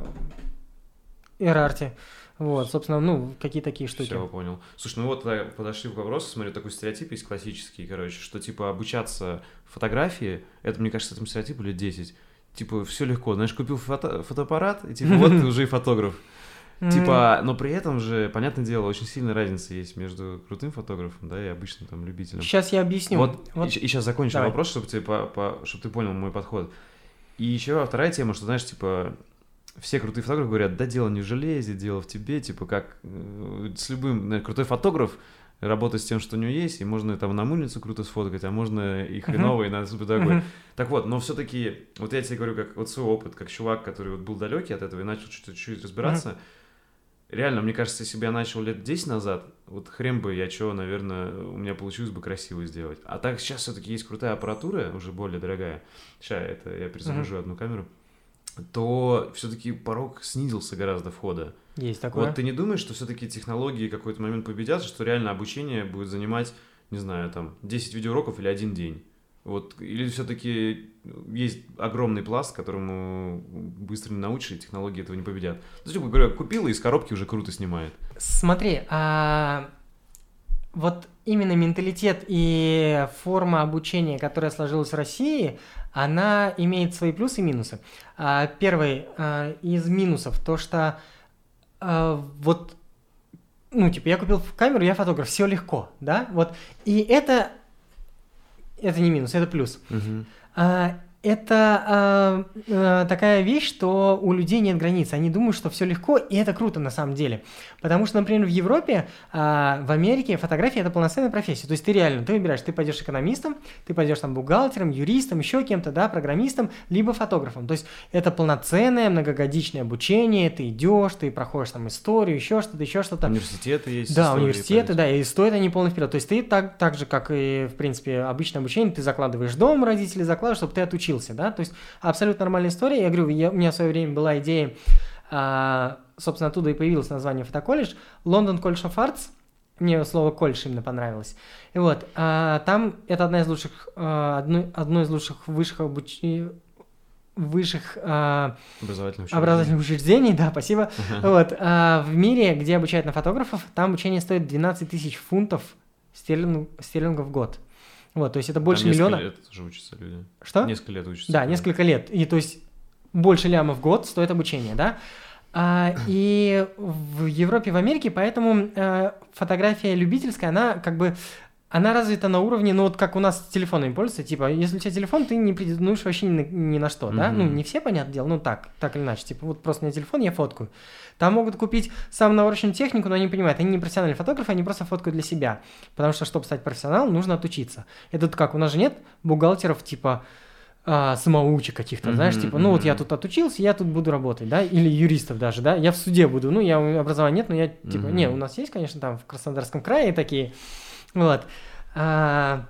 B: Эрарте. Вот, собственно, ну, какие такие штуки.
A: Все, понял. Слушай, ну вот подошли к вопросу, смотрю, такой стереотип есть классический, короче, что, типа, обучаться фотографии, это, мне кажется, этому стереотипу лет десять. Типа, все легко, знаешь, купил фото- фотоаппарат, и, типа, вот ты уже и фотограф. Типа, но при этом же, понятное дело, очень сильная разница есть между крутым фотографом, да, и обычным там любителем.
B: Сейчас я объясню.
A: Вот,
B: вот.
A: И, и сейчас закончу
B: Давай.
A: вопрос, чтобы ты, по, по, чтобы ты понял мой подход. И еще вторая тема, что, знаешь, типа... Все крутые фотографы говорят, да, дело не в железе, дело в тебе, типа, как э, с любым, наверное, крутой фотограф работает с тем, что у него есть, и можно там на мыльницу круто сфоткать, а можно и хреново, uh-huh. и на супер дорогой. Uh-huh. Так вот, но все-таки, вот я тебе говорю, как вот свой опыт, как чувак, который вот был далекий от этого и начал чуть-чуть разбираться, uh-huh. реально, мне кажется, если бы я начал лет десять назад, вот хрен бы я что, наверное, у меня получилось бы красиво сделать. А так сейчас все-таки есть крутая аппаратура, уже более дорогая. Сейчас это я перезагружу mm-hmm. одну камеру. То все-таки порог снизился гораздо входа.
B: Есть такое.
A: Вот ты не думаешь, что все-таки технологии в какой-то момент победят, что реально обучение будет занимать, не знаю, там, десять видеоуроков или один день? Вот, или все-таки есть огромный пласт, которому быстро не научишь, и технологии этого не победят. Ну, типа, говорю, купила и из коробки уже круто снимает.
B: Смотри, а вот именно менталитет и форма обучения, которая сложилась в России, она имеет свои плюсы и минусы. Первый из минусов то, что вот, ну, типа, я купил камеру, я фотограф, все легко, да, вот, и это Это не минус, это плюс.
A: Uh-huh.
B: А, это а, а, такая вещь, что у людей нет границ. Они думают, что все легко, и это круто на самом деле. Потому что, например, в Европе, а, в Америке фотография – это полноценная профессия. То есть ты реально, ты выбираешь, ты пойдешь экономистом, ты пойдешь там бухгалтером, юристом, еще кем-то, да, программистом, либо фотографом. То есть это полноценное многогодичное обучение, ты идешь, ты проходишь там историю, еще что-то, еще что-то.
A: Университеты есть.
B: Да, университеты, да, и стоят они полный вперед. То есть ты так, так же, как и, в принципе, обычное обучение, ты закладываешь дом, родители закладывают, чтобы ты отучился. Да? То есть абсолютно нормальная история. Я говорю, я, у меня в свое время была идея, а, собственно, оттуда и появилось название фотоколледж, London College of Arts. Мне слово колледж именно понравилось. И вот, а, там это одна из лучших, а, одно, одно из лучших высших обучений, высших а,
A: образовательных, учреждений.
B: образовательных учреждений, да, спасибо. Вот, а, в мире, где обучают на фотографов, там обучение стоит двенадцать тысяч фунтов стерлингов, стерлингов в год. Вот, то есть это больше
A: там
B: миллиона.
A: Несколько лет уже учатся люди.
B: Что?
A: Несколько лет учатся.
B: Да, несколько лет. И то есть больше ляма в год стоит обучение, да? А, и в Европе, в Америке, поэтому а, фотография любительская, она как бы, она развита на уровне, ну вот как у нас с телефонами пользуются, типа, если у тебя телефон, ты не претендуешь вообще ни на, ни на что, mm-hmm. да? Ну, не все, понятное дело, ну так, так или иначе, типа, вот просто у меня телефон, я фоткаю. Там могут купить самую навороченную технику, но они понимают, они не профессиональные фотографы, они просто фоткают для себя. Потому что, чтобы стать профессионалом, нужно отучиться. Это как, у нас же нет бухгалтеров, типа, а, самоучек каких-то, mm-hmm, знаешь, типа, ну вот я тут отучился, я тут буду работать, да, или юристов даже, да, я в суде буду, ну, я образования нет, но я, типа, mm-hmm. не, у нас есть, конечно, там в Краснодарском крае такие, вот, а,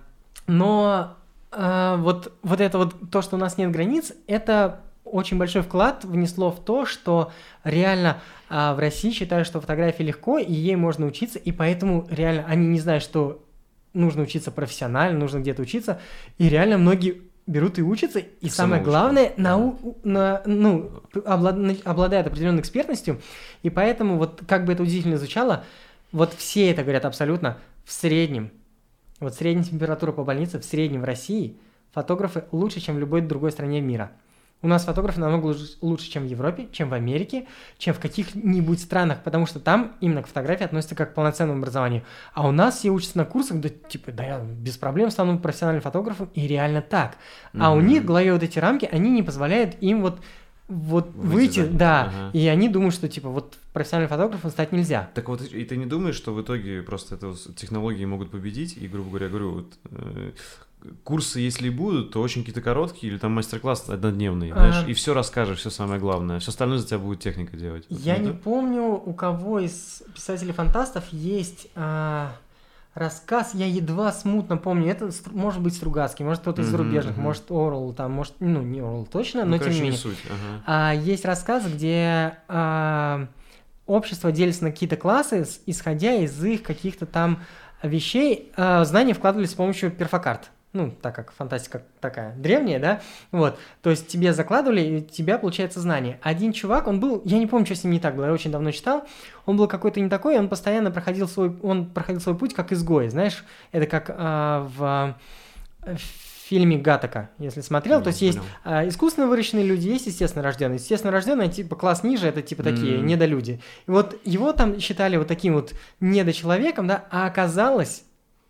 B: но а, вот, вот это вот, то, что у нас нет границ, это очень большой вклад внесло в то, что реально а, в России считают, что фотография легко, и ей можно учиться, и поэтому реально они не знают, что нужно учиться профессионально, нужно где-то учиться, и реально многие берут и учатся, и самое главное, нау- на, ну, облад- обладают определенной экспертностью, и поэтому, вот как бы это удивительно звучало, вот все это говорят абсолютно, в среднем, вот средняя температура по больнице, в среднем в России фотографы лучше, чем в любой другой стране мира. У нас фотографы намного лучше, чем в Европе, чем в Америке, чем в каких-нибудь странах, потому что там именно к фотографии относятся как к полноценному образованию. А у нас все учатся на курсах, да типа, да я без проблем стану профессиональным фотографом, и реально так. А mm-hmm. у них в голове вот эти рамки, они не позволяют им вот, вот выйти, выйти да, ага. и они думают, что типа вот профессиональным фотографом стать нельзя.
A: Так вот, и ты не думаешь, что в итоге просто это технологии могут победить, и, грубо говоря, говорю, вот... Э- курсы, если и будут, то очень какие-то короткие, или там мастер-класс однодневный, знаешь, а... и все расскажешь, все самое главное. Все остальное за тебя будет техника делать.
B: Я
A: вот,
B: не
A: да?
B: помню, у кого из писателей-фантастов есть а, рассказ, я едва смутно помню, это может быть Стругацкий, может кто-то из mm-hmm, зарубежных, mm-hmm. может Орл, там, может, ну, не Орл точно, ну, но тем не менее.
A: Не суть. Ага.
B: А, есть рассказ, где а, общество делится на какие-то классы, исходя из их каких-то там вещей, а, знания вкладывались с помощью перфокарт. Ну, так как фантастика такая древняя, да, вот, то есть тебе закладывали, и у тебя получается знание. Один чувак, он был, я не помню, что с ним не так было, я очень давно читал, он был какой-то не такой, он постоянно проходил свой, он проходил свой путь как изгой, знаешь, это как а, в, в фильме Гаттака, если смотрел, mm, то есть понял. Есть а, искусственно выращенные люди, есть естественно рожденные, естественно рожденные, типа класс ниже, это типа такие mm. недолюди. И вот его там считали вот таким вот недочеловеком, да, а оказалось...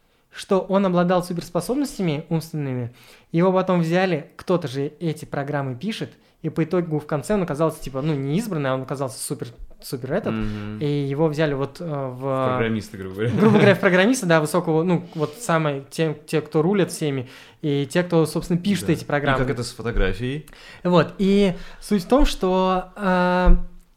B: что он обладал суперспособностями умственными, его потом взяли, кто-то же эти программы пишет, и по итогу в конце он оказался, типа, ну, не избранный, а он оказался супер, супер этот, mm-hmm. и его взяли вот в... В
A: программисты, грубо говоря.
B: Грубо говоря, в программиста, да, высокого, ну, вот самые, те, те, кто рулят всеми, и те, кто, собственно, пишут да. эти программы.
A: И как это с фотографией?
B: Вот, и суть в том, что... Э,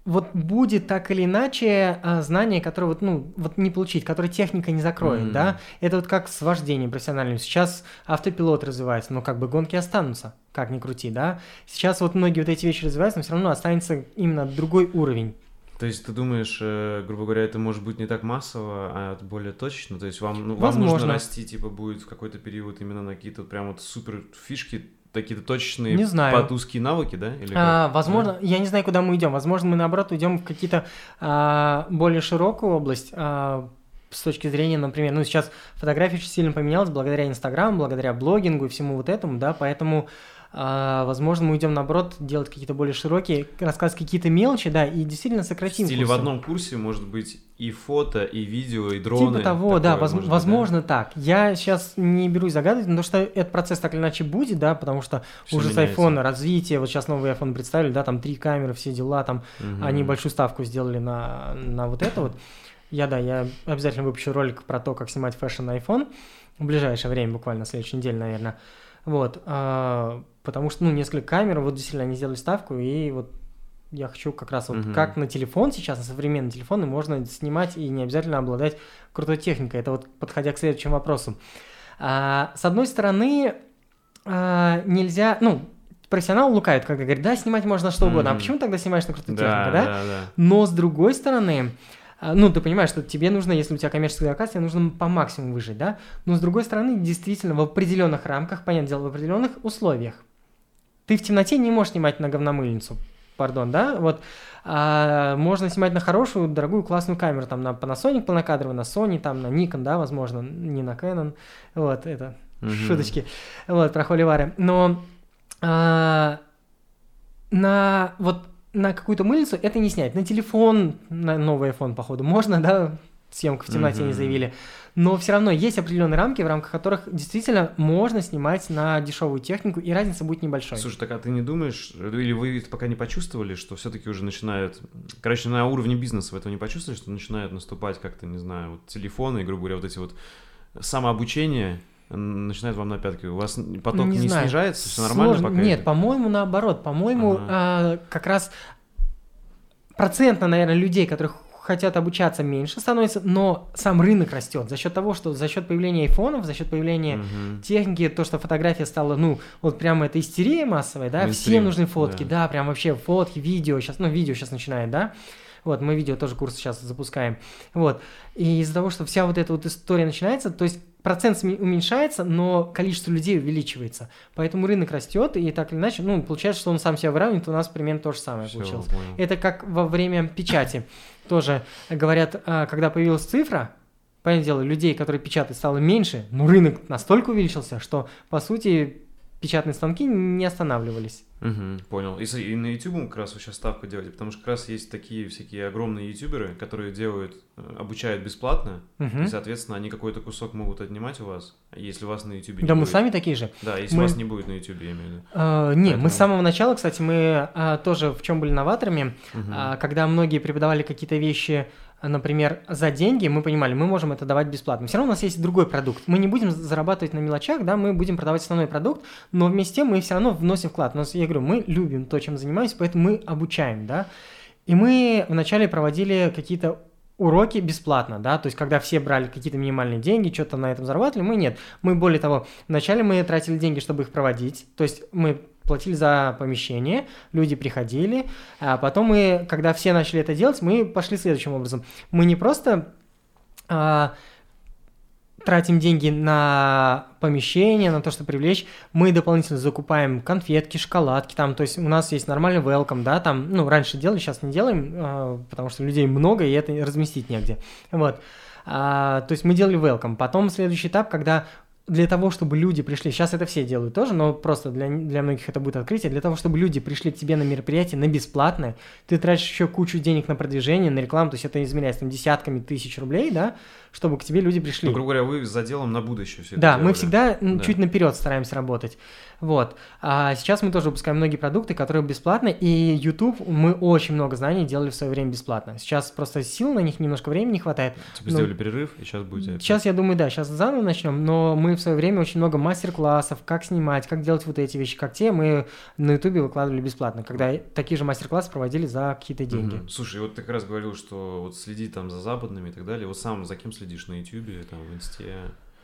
B: вот будет так или иначе а, знание, которое вот, ну, вот не получить, которое техника не закроет, mm-hmm. да, это вот как с вождением профессиональным. Сейчас автопилот развивается, но как бы гонки останутся, как ни крути, да. Сейчас вот многие вот эти вещи развиваются, но все равно останется именно другой уровень.
A: То есть ты думаешь, грубо говоря, это может быть не так массово, а более точечно? То есть вам, ну, вам нужно расти, типа, будет в какой-то период именно на какие-то прям вот супер фишки, какие-то точечные потузкие навыки, да? Или
B: а, возможно, да? Я не знаю, куда мы идем. Возможно, мы наоборот идем в какие-то а, более широкую область. А, с точки зрения, например, ну сейчас фотография очень сильно поменялась благодаря Инстаграму, благодаря блогингу и всему вот этому, да, поэтому, а, возможно, мы идем наоборот делать какие-то более широкие, рассказывать какие-то мелочи, да, и действительно сократим.
A: Или в одном курсе может быть и фото, и видео, и дроны.
B: Типа того, да, воз, возможно быть, да? так. Я сейчас не берусь загадывать, но что этот процесс так или иначе будет, да, потому что все уже меняется. С айфона развитие, вот сейчас новый iPhone представили, да, там три камеры, все дела, там угу. они большую ставку сделали на, на вот это вот. Я, да, я обязательно выпущу ролик про то, как снимать фэшн на iPhone в ближайшее время, буквально в следующей неделе, наверное. Вот, а, потому что, ну, несколько камер, вот действительно они сделали ставку, и вот я хочу как раз вот uh-huh. как на телефон сейчас, на современные телефоны можно снимать и не обязательно обладать крутой техникой. Это вот подходя к следующему вопросу. А, с одной стороны, а, нельзя, ну, профессионал лукавит, когда говорит, да, снимать можно что угодно, uh-huh. а почему тогда снимаешь на крутой
A: да,
B: технике, да?
A: Да, да?
B: Но с другой стороны, ну, ты понимаешь, что тебе нужно, если у тебя коммерческая заказ, тебе нужно по максимуму выжить, да? Но с другой стороны, действительно, в определенных рамках, понятное дело, в определенных условиях. Ты в темноте не можешь снимать на говномыльницу, пардон, да? Вот а, можно снимать на хорошую, дорогую, классную камеру, там, на Panasonic полнокадровый, на Sony, там, на Nikon, да, возможно, не на Canon, вот, это, mm-hmm. шуточки, вот, про холивары. Но а, на, вот, на какую-то мыльницу это не снять. На телефон, на новый iPhone, походу, можно, да, съемка в темноте mm-hmm. не заявили. Но все равно есть определенные рамки, в рамках которых действительно можно снимать на дешевую технику, и разница будет небольшой.
A: Слушай, так а ты не думаешь, или вы пока не почувствовали, что все-таки уже начинают, короче, на уровне бизнеса вы этого не почувствовали, что начинают наступать как-то, не знаю, вот телефоны, грубо говоря, вот эти вот самообучение начинает вам на пятки. У вас поток не, не снижается, все нормально пока?
B: Нет,
A: это?
B: По-моему, наоборот. По-моему, ага. а, как раз процентно, наверное, людей, которых хотят обучаться, меньше становится, но сам рынок растет за счет того, что за счет появления айфонов, за счет появления угу. техники, то, что фотография стала, ну, вот прямо это истерия массовая, да, Mainstream, всем нужны фотки, да. да, прям вообще фотки, видео, сейчас, ну, видео сейчас начинает, да, вот, мы видео тоже курс сейчас запускаем, вот, и из-за того, что вся вот эта вот история начинается, то есть процент уменьшается, но количество людей увеличивается. Поэтому рынок растет, и так или иначе, ну, получается, что он сам себя выравнивает, у нас примерно то же самое Все, получилось. Понял. Это как во время печати. Тоже говорят, когда появилась цифра, понятное дело, людей, которые печатают, стало меньше, но рынок настолько увеличился, что, по сути, печатные станки не останавливались.
A: Угу, понял. И, и на YouTube как раз вы сейчас ставку делаете, потому что как раз есть такие всякие огромные ютуберы, которые делают, обучают бесплатно, угу. и, соответственно, они какой-то кусок могут отнимать у вас, если у вас на YouTube не
B: Да,
A: будет.
B: мы сами такие же.
A: Да, если
B: мы...
A: вас не будет на YouTube, я имею в виду.
B: А, не, Поэтому... мы с самого начала, кстати, мы а, тоже в чем были новаторами, угу. а, когда многие преподавали какие-то вещи, например, за деньги, мы понимали, мы можем это давать бесплатно. Все равно у нас есть другой продукт. Мы не будем зарабатывать на мелочах, да, мы будем продавать основной продукт, но вместе с тем мы все равно вносим вклад. У нас, я говорю, мы любим то, чем занимаемся, поэтому мы обучаем, да. И мы вначале проводили какие-то уроки бесплатно, да, то есть когда все брали какие-то минимальные деньги, что-то на этом зарабатывали, мы нет. Мы, более того, вначале мы тратили деньги, чтобы их проводить, то есть мы платили за помещение, люди приходили, а потом мы, когда все начали это делать, мы пошли следующим образом. Мы не просто а, тратим деньги на помещение, на то, чтобы привлечь, мы дополнительно закупаем конфетки, шоколадки, там, то есть у нас есть нормальный welcome, да, там, ну, раньше делали, сейчас не делаем, а, потому что людей много, и это разместить негде, вот. А, то есть мы делали welcome. Потом следующий этап, когда для того, чтобы люди пришли, сейчас это все делают тоже, но просто для, для многих это будет открытие, для того, чтобы люди пришли к тебе на мероприятие на бесплатное, ты тратишь еще кучу денег на продвижение, на рекламу, то есть это измеряется там десятками тысяч рублей, да, чтобы к тебе люди пришли.
A: Ну, грубо говоря, вы за делом на будущее все это
B: Да,
A: делали.
B: Мы всегда
A: да.
B: чуть наперед стараемся работать. Вот. А сейчас мы тоже выпускаем многие продукты, которые бесплатно, и YouTube мы очень много знаний делали в свое время бесплатно. Сейчас просто сил на них немножко времени не хватает.
A: Типа но... сделали перерыв, и сейчас будете...
B: Сейчас, я думаю, да, сейчас заново начнем, но мы мы в свое время очень много мастер-классов, как снимать, как делать вот эти вещи, как те, мы на Ютубе выкладывали бесплатно, когда такие же мастер-классы проводили за какие-то деньги.
A: Угу. Слушай, вот ты как раз говорил, что вот следи там за западными и так далее. Вот сам за кем следишь на Ютубе, там, в Инсте?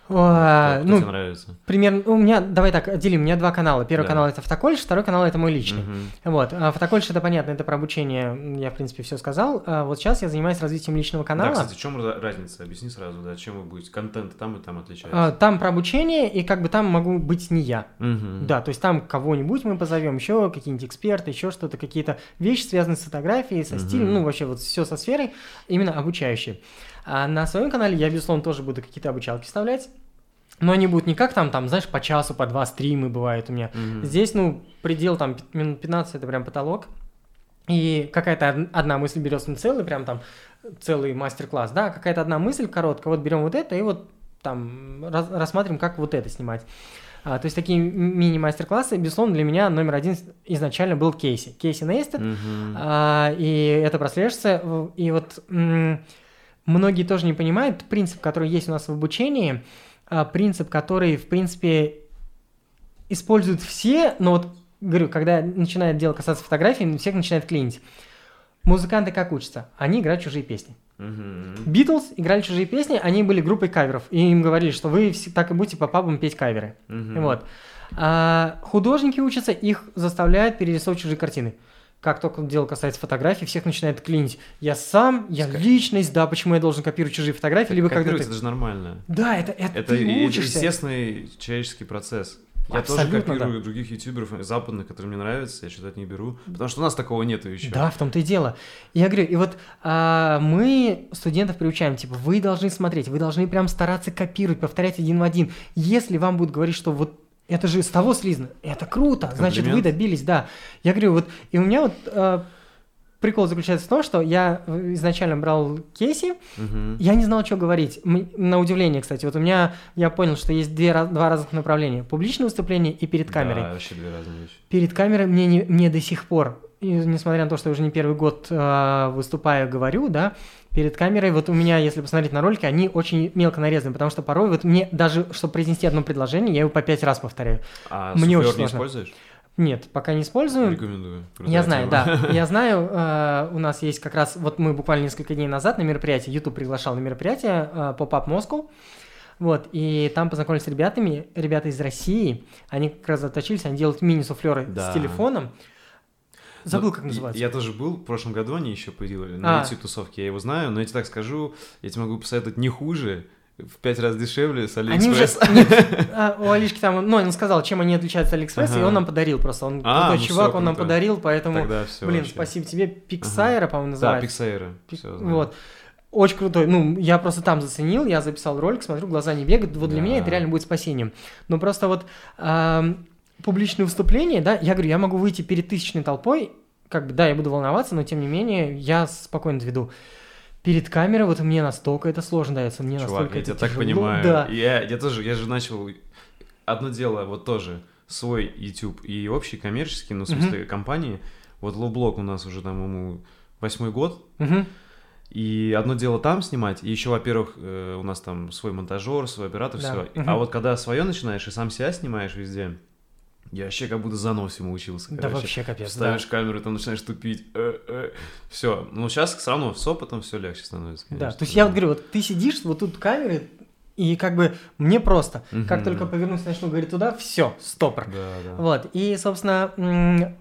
B: О,
A: кто, кто
B: ну,
A: тебе нравится?
B: Примерно, у меня, давай так, отделим, у меня два канала. Первый
A: Да.
B: канал это Фотоколледж, второй канал это мой личный.
A: Угу.
B: Вот, а Фотоколледж это понятно, это про обучение, я в принципе все сказал. А вот сейчас я занимаюсь развитием личного канала.
A: Да, кстати, в чем разница? Объясни сразу, да, чем вы будете, контент там и там отличается?
B: А, там про обучение, и как бы там могу быть не я.
A: Угу.
B: Да, то есть там кого-нибудь мы позовем, еще какие-нибудь эксперты, еще что-то, какие-то вещи, связанные с фотографией, со
A: Мгм.
B: стилем, ну вообще вот все со сферой, именно обучающие. А на своем канале я, безусловно, тоже буду какие-то обучалки вставлять. Но они будут не как там, там, знаешь, по часу, по два стримы бывают у меня.
A: Мгм.
B: Здесь, ну, предел там пи- минут пятнадцать, это прям потолок. И какая-то од- одна мысль берется, ну, целый прям там, целый мастер-класс, да, какая-то одна мысль короткая, вот берем вот это и вот там раз- рассматриваем, как вот это снимать. А, то есть такие м- мини-мастер-классы, безусловно, для меня номер один изначально был Кейси. Кейси Нейстед,
A: Мгм.
B: а, и это прослеживается. в- И вот м, многие тоже не понимают принцип, который есть у нас в обучении, а, принцип, который, в принципе, используют все, но вот, говорю, когда начинает дело касаться фотографий, всех начинает клинить. Музыканты как учатся? Они играют чужие песни.
A: Мгм.
B: Битлз играли чужие песни, они были группой каверов, и им говорили, что вы все так и будете по пабам петь каверы.
A: Мгм.
B: Вот. А художники учатся, их заставляют перерисовывать чужие картины. Как только дело касается фотографий, всех начинает клинить. Я сам, я
A: Ска-
B: личность, да, почему я должен копировать чужие фотографии, либо когда
A: Копируется,
B: ты...
A: это же нормально.
B: Да, это, это,
A: Это,
B: ты
A: и- это
B: учишься.
A: естественный человеческий процесс. Я
B: Абсолютно,
A: тоже копирую
B: да.
A: других ютуберов западных, которые мне нравятся, я что-то от них беру, потому что у нас такого нету еще.
B: Да, в том-то и дело. Я говорю, и вот а, мы студентов приучаем, типа, вы должны смотреть, вы должны прям стараться копировать, повторять один в один. Если вам будут говорить, что вот это же с того слизано, это круто, значит, вы
A: Комплимент.
B: добились, да. Я говорю, вот, и у меня вот а, прикол заключается в том, что я изначально брал Кейси,
A: Мгм.
B: я не знал, что говорить. М- На удивление, кстати, вот у меня, я понял, что есть две, раз- два разных направления. Публичное выступление и перед камерой.
A: Да, вообще две разные вещи.
B: Перед камерой мне, не, мне до сих пор, и несмотря на то, что я уже не первый год э, выступаю, говорю, да, перед камерой, вот у меня, если посмотреть на ролики, они очень мелко нарезаны, потому что порой вот мне даже, чтобы произнести одно предложение, я его по пять раз повторяю.
A: А
B: Мне
A: суфлер
B: очень
A: не
B: сложно.
A: используешь?
B: Нет, пока не использую.
A: Рекомендую. Крутая
B: Я знаю,
A: тема.
B: да, я знаю, э, у нас есть как раз, вот мы буквально несколько дней назад на мероприятие, YouTube приглашал на мероприятие э, Pop-Up Moscow, вот, и там познакомились с ребятами, ребята из России, они как раз заточились, они делают мини-суфлеры
A: Да.
B: с телефоном. Забыл,
A: Ну,
B: как называется.
A: Я тоже был, в прошлом году они еще поделали на
B: А.
A: YouTube-тусовке, я его знаю, но я тебе так скажу, я тебе могу посоветовать не хуже, в пять раз дешевле с
B: Они уже...
A: Алиэкспресс.
B: Нет, а, у Алишки там, ну, он сказал, чем они отличаются от Алиэкспресса, и
A: Ага.
B: он нам подарил просто. Он
A: А,
B: крутой
A: ну
B: чувак,
A: всё,
B: он нам
A: круто.
B: подарил, поэтому,
A: Тогда все.
B: блин, спасибо тебе. Пиксайра, по-моему,
A: Да,
B: называется.
A: Пиксейра.
B: Пик-
A: Всё, знаю.
B: Вот. Очень крутой. Ну, я просто там заценил, я записал ролик, смотрю, глаза не бегают. Вот для
A: Да.
B: меня это реально будет спасением. Но просто вот ам, публичные выступления, да, я говорю, я могу выйти перед тысячной толпой, как бы, да, я буду волноваться, но тем не менее, я спокойно веду. Перед камерой вот мне настолько это сложно дается, мне
A: Чувак,
B: настолько
A: я
B: это
A: тебя так
B: тяжело.
A: понимаю.
B: Да.
A: Я, я тоже, я же начал... Одно дело, вот тоже, свой YouTube и общий коммерческий, ну, в смысле, компании. Вот Лоблок у нас уже там, ему восьмой год.
B: Мгм.
A: И одно дело там снимать, и еще, во-первых, э, у нас там свой монтажер, свой оператор,
B: Да.
A: все.
B: Мгм.
A: А вот когда свое начинаешь и сам себя снимаешь везде, я вообще как будто заново всему учился.
B: Да
A: короче.
B: вообще капец, да.
A: Ставишь камеру, там начинаешь тупить. Все. Ну, сейчас все равно с опытом все легче становится.
B: Да,
A: конечно.
B: то есть я вот говорю, вот ты сидишь, вот тут камеры, и как бы мне просто, как
A: Мгм.
B: только повернусь, начну говорить туда, все, стопор.
A: Да, да.
B: Вот, и, собственно, м,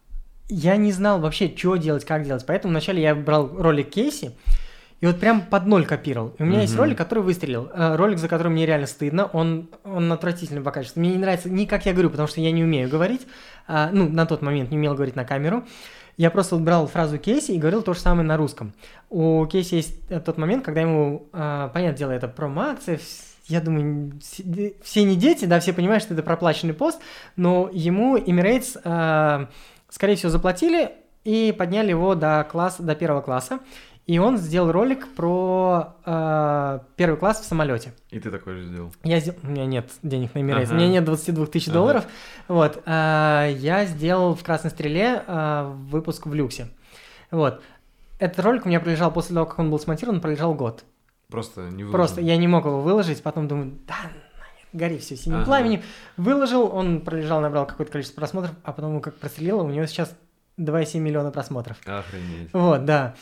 B: я не знал вообще, что делать, как делать, поэтому вначале я брал ролик Кейси, и вот прям под ноль копировал. И у меня есть
A: Мгм.
B: ролик, который выстрелил. Э, Ролик, за который мне реально стыдно. Он, он отвратительный по качеству. Мне не нравится ни как я говорю, потому что я не умею говорить. А, ну, на тот момент не умел говорить на камеру. Я просто вот брал фразу Кейси и говорил то же самое на русском. У Кейси есть э, тот момент, когда ему, а, понятное дело, это промо-акция, вс- я думаю, все, все не дети, да, все понимают, что это проплаченный пост, но ему Emirates, а, скорее всего, заплатили и подняли его до класса, до первого класса. И он сделал ролик про э, первый класс в самолете.
A: И ты такой же сделал.
B: Я сделал... У меня нет денег на Emirates,
A: Ага.
B: у меня нет двадцать два тысячи
A: Ага.
B: долларов. Вот. э, я сделал в «Красной стреле» э, выпуск в люксе. Вот. Этот ролик у меня пролежал после того, как он был смонтирован, пролежал год.
A: Просто не выложил.
B: Просто я не мог его выложить, потом думаю, да, гори все синим
A: Ага.
B: пламенем. Выложил, он пролежал, набрал какое-то количество просмотров, а потом его как прострелило, у него сейчас два целых семь миллиона просмотров.
A: Охренеть.
B: Вот, да.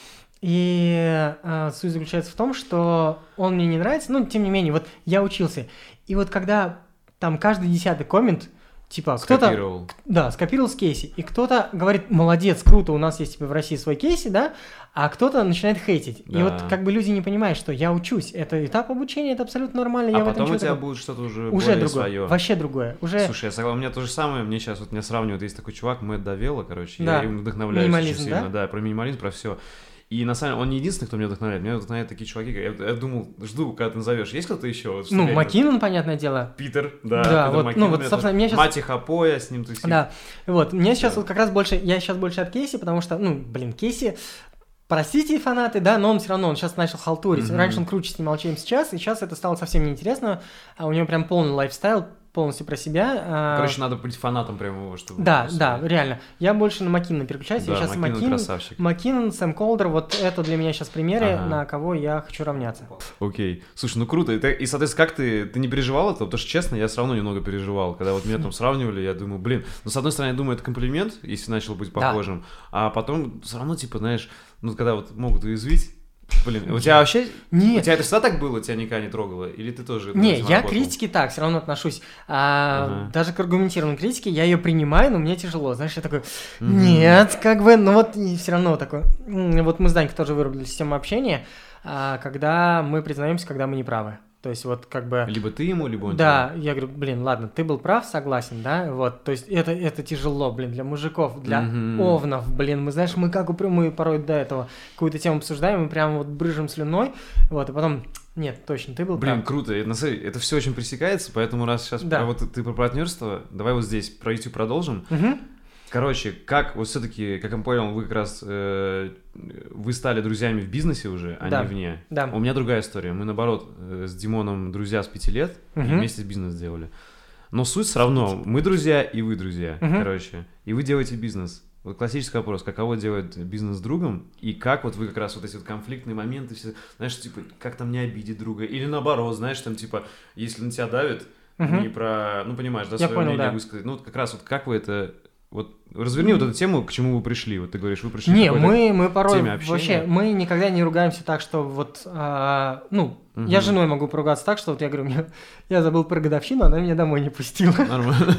B: И э, суть заключается в том, что он мне не нравится, но тем не менее, вот я учился. И вот когда там каждый десятый коммент, типа, кто-то...
A: Скопировал.
B: Да, скопировал с Кейси. И кто-то говорит, молодец, круто, у нас есть типа в России свой Кейси, да, а кто-то начинает хейтить.
A: Да.
B: И вот как бы люди не понимают, что я учусь. Это этап обучения, это абсолютно нормально.
A: А
B: я в этом
A: потом у
B: ничего
A: тебя
B: такого-
A: будет что-то уже,
B: Уже
A: более
B: другое,
A: свое.
B: вообще другое. Уже
A: Слушай, я согласен, у меня то же самое, мне сейчас вот меня сравнивают, есть такой чувак, Мэтт Давелла, короче,
B: Да.
A: я им вдохновляюсь
B: Минимализм,
A: очень
B: да?
A: сильно, да, про минимализм, про все. И на самом деле он не единственный, кто меня вдохновляет, меня вдохновляют такие чуваки, я, я думал, жду, когда ты назовешь, есть кто-то еще? Вот,
B: ну,
A: я-
B: Маккинон, понятное дело.
A: Питер, да,
B: Да,
A: Питер
B: вот, ну,
A: Маккинон,
B: вот,
A: это
B: собственно, мне сейчас-
A: Мати Хапоя, с ним тусил.
B: Да, вот, мне сейчас
A: Да.
B: вот как раз больше, я сейчас больше от Кейси, потому что, ну, блин, Кейси, простите, фанаты, да, но он все равно, он сейчас начал халтурить.
A: Мгм.
B: Раньше он круче снимал, чем сейчас, и сейчас это стало совсем неинтересно, а у него прям полный лайфстайл, полностью про себя. а,
A: Короче, надо быть фанатом прямо его, чтобы...
B: Да,
A: просто-
B: да, реально. Я больше на Маккинона переключаюсь,
A: Да,
B: я сейчас
A: Маккинон
B: Маккинон,
A: красавчик.
B: Маккинон, Сэм Колдер, вот это для меня сейчас примеры,
A: Ага.
B: на кого я хочу равняться.
A: Окей. Слушай, ну круто. И, ты- и, соответственно, как ты... Ты не переживал этого? Потому что, честно, я все равно немного переживал. Когда вот меня там сравнивали, я думаю, блин... Ну, с одной стороны, я думаю, это комплимент, если начал быть
B: Да.
A: похожим. А потом все равно, типа, знаешь, ну, когда вот могут уязвить... Блин, у тебя вообще... У
B: Нет,
A: тебя это всегда так было? Тебя никогда не трогало? Или ты тоже...
B: не,
A: над этим
B: я к
A: работал?
B: критике так, все равно отношусь. А,
A: Ага.
B: Даже к аргументированной критике я ее принимаю, но мне тяжело. Знаешь, я такой,
A: Мгм.
B: нет, как бы, ну вот все равно такой. М, Вот мы с Данькой тоже выработали систему общения, а, когда мы признаемся, когда мы не правы. То есть вот как бы...
A: Либо ты ему, либо он
B: Да, я говорю, блин, ладно, ты был прав, согласен, да, вот, то есть это, это тяжело, блин, для мужиков, для
A: Мгм.
B: овнов, блин, мы, знаешь, мы как упрям, мы порой до этого какую-то тему обсуждаем, мы прям вот брыжем слюной, вот, и потом, нет, точно, ты был
A: Блин,
B: прав.
A: круто. Это, на самом деле, это все очень пресекается, поэтому раз сейчас
B: Да.
A: про, вот ты про партнерство, давай вот здесь про YouTube продолжим.
B: Мгм.
A: Короче, как вот все-таки, как я понял, вы как раз э, вы стали друзьями в бизнесе уже, а
B: Да.
A: не вне.
B: Да.
A: У меня другая история. Мы наоборот э, с Димоном друзья с пяти лет и
B: Мгм.
A: вместе бизнес делали. Но суть все равно. Мы друзья и вы друзья,
B: Мгм.
A: короче. И вы делаете бизнес. Вот классический вопрос, каково делать бизнес с другом, и как вот вы как раз вот эти вот конфликтные моменты, все, знаешь, типа, как там не обидеть друга, или наоборот, знаешь, там, типа, если на тебя давят,
B: Мгм.
A: не про, ну, понимаешь, да,
B: Я
A: свое
B: понял,
A: мнение
B: да.
A: высказать. Ну, вот как раз вот как вы это, вот, разверни вот эту тему, к чему вы пришли, вот ты говоришь, вы пришли
B: Не,
A: к какой-то-
B: мы, мы порой
A: теме общения.
B: вообще, мы никогда не ругаемся так, что вот, а, ну,
A: Мгм.
B: я с женой могу поругаться так, что вот я говорю, мне- я забыл про годовщину, она меня домой не пустила.
A: Нормально.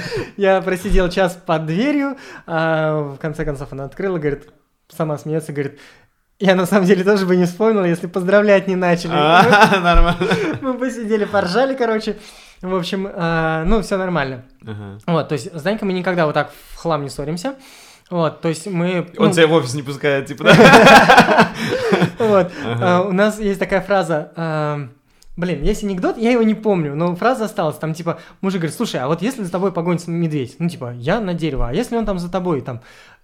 B: Я просидел час под дверью, а в конце концов она открыла, говорит, сама смеется, говорит, я на самом деле тоже бы не вспомнил, если поздравлять не начали.
A: А, Нормально.
B: Мы посидели, поржали, короче. В общем, а, ну, все нормально.
A: Ага.
B: Вот, то есть с Данькой мы никогда вот так в хлам не ссоримся. Вот, то есть мы...
A: Он
B: ну,
A: тебя в офис не пускает, типа, да?
B: Вот.
A: Ага.
B: А, у нас есть такая фраза. а, Блин, есть анекдот, я его не помню, но фраза осталась. Там типа мужик говорит, слушай, а вот если за тобой погонится медведь, ну типа я на дерево, а если он там за тобой там,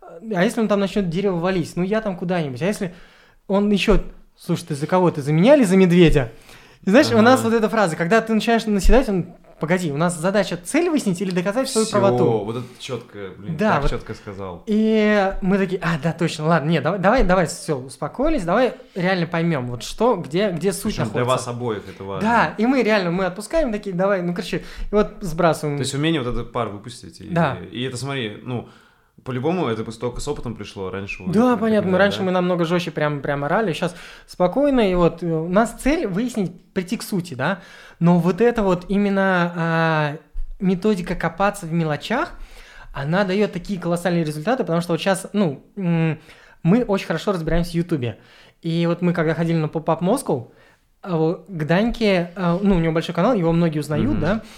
B: а если он там начнет дерево валить, ну я там куда-нибудь, а если он еще, слушай, ты за кого, ты за меня или за медведя? И знаешь, у
A: Ага.
B: нас вот эта фраза, когда ты начинаешь наседать, он, погоди, у нас задача цель выяснить или доказать свою
A: Всё,
B: правоту.
A: вот это четко, блин,
B: Да,
A: так
B: вот-
A: четко сказал.
B: И мы такие, а, да, точно, ладно, нет, давай, давай, давай, все, успокоились, давай реально поймем, вот что, где, где суть
A: Причем для
B: находится.
A: вас обоих это важно.
B: Да, и мы реально, мы отпускаем, такие, давай, ну, короче, и вот сбрасываем.
A: То есть умение вот этот пар выпустить. И,
B: Да.
A: и это, смотри, ну, по-любому это только с опытом пришло, раньше... вы-
B: Да,
A: как
B: понятно,
A: бы,
B: мы раньше
A: да?
B: мы намного жестче прям, прям орали, сейчас спокойно, и вот э, у нас цель выяснить, прийти к сути, да, но вот это вот именно а, методика копаться в мелочах, она дает такие колоссальные результаты, потому что вот сейчас, ну, м, мы очень хорошо разбираемся в Ютубе, и вот мы когда ходили на Pop-Up Moscow, а, вот к Даньке, а, ну, у него большой канал, его многие узнают,
A: Мгм.
B: да,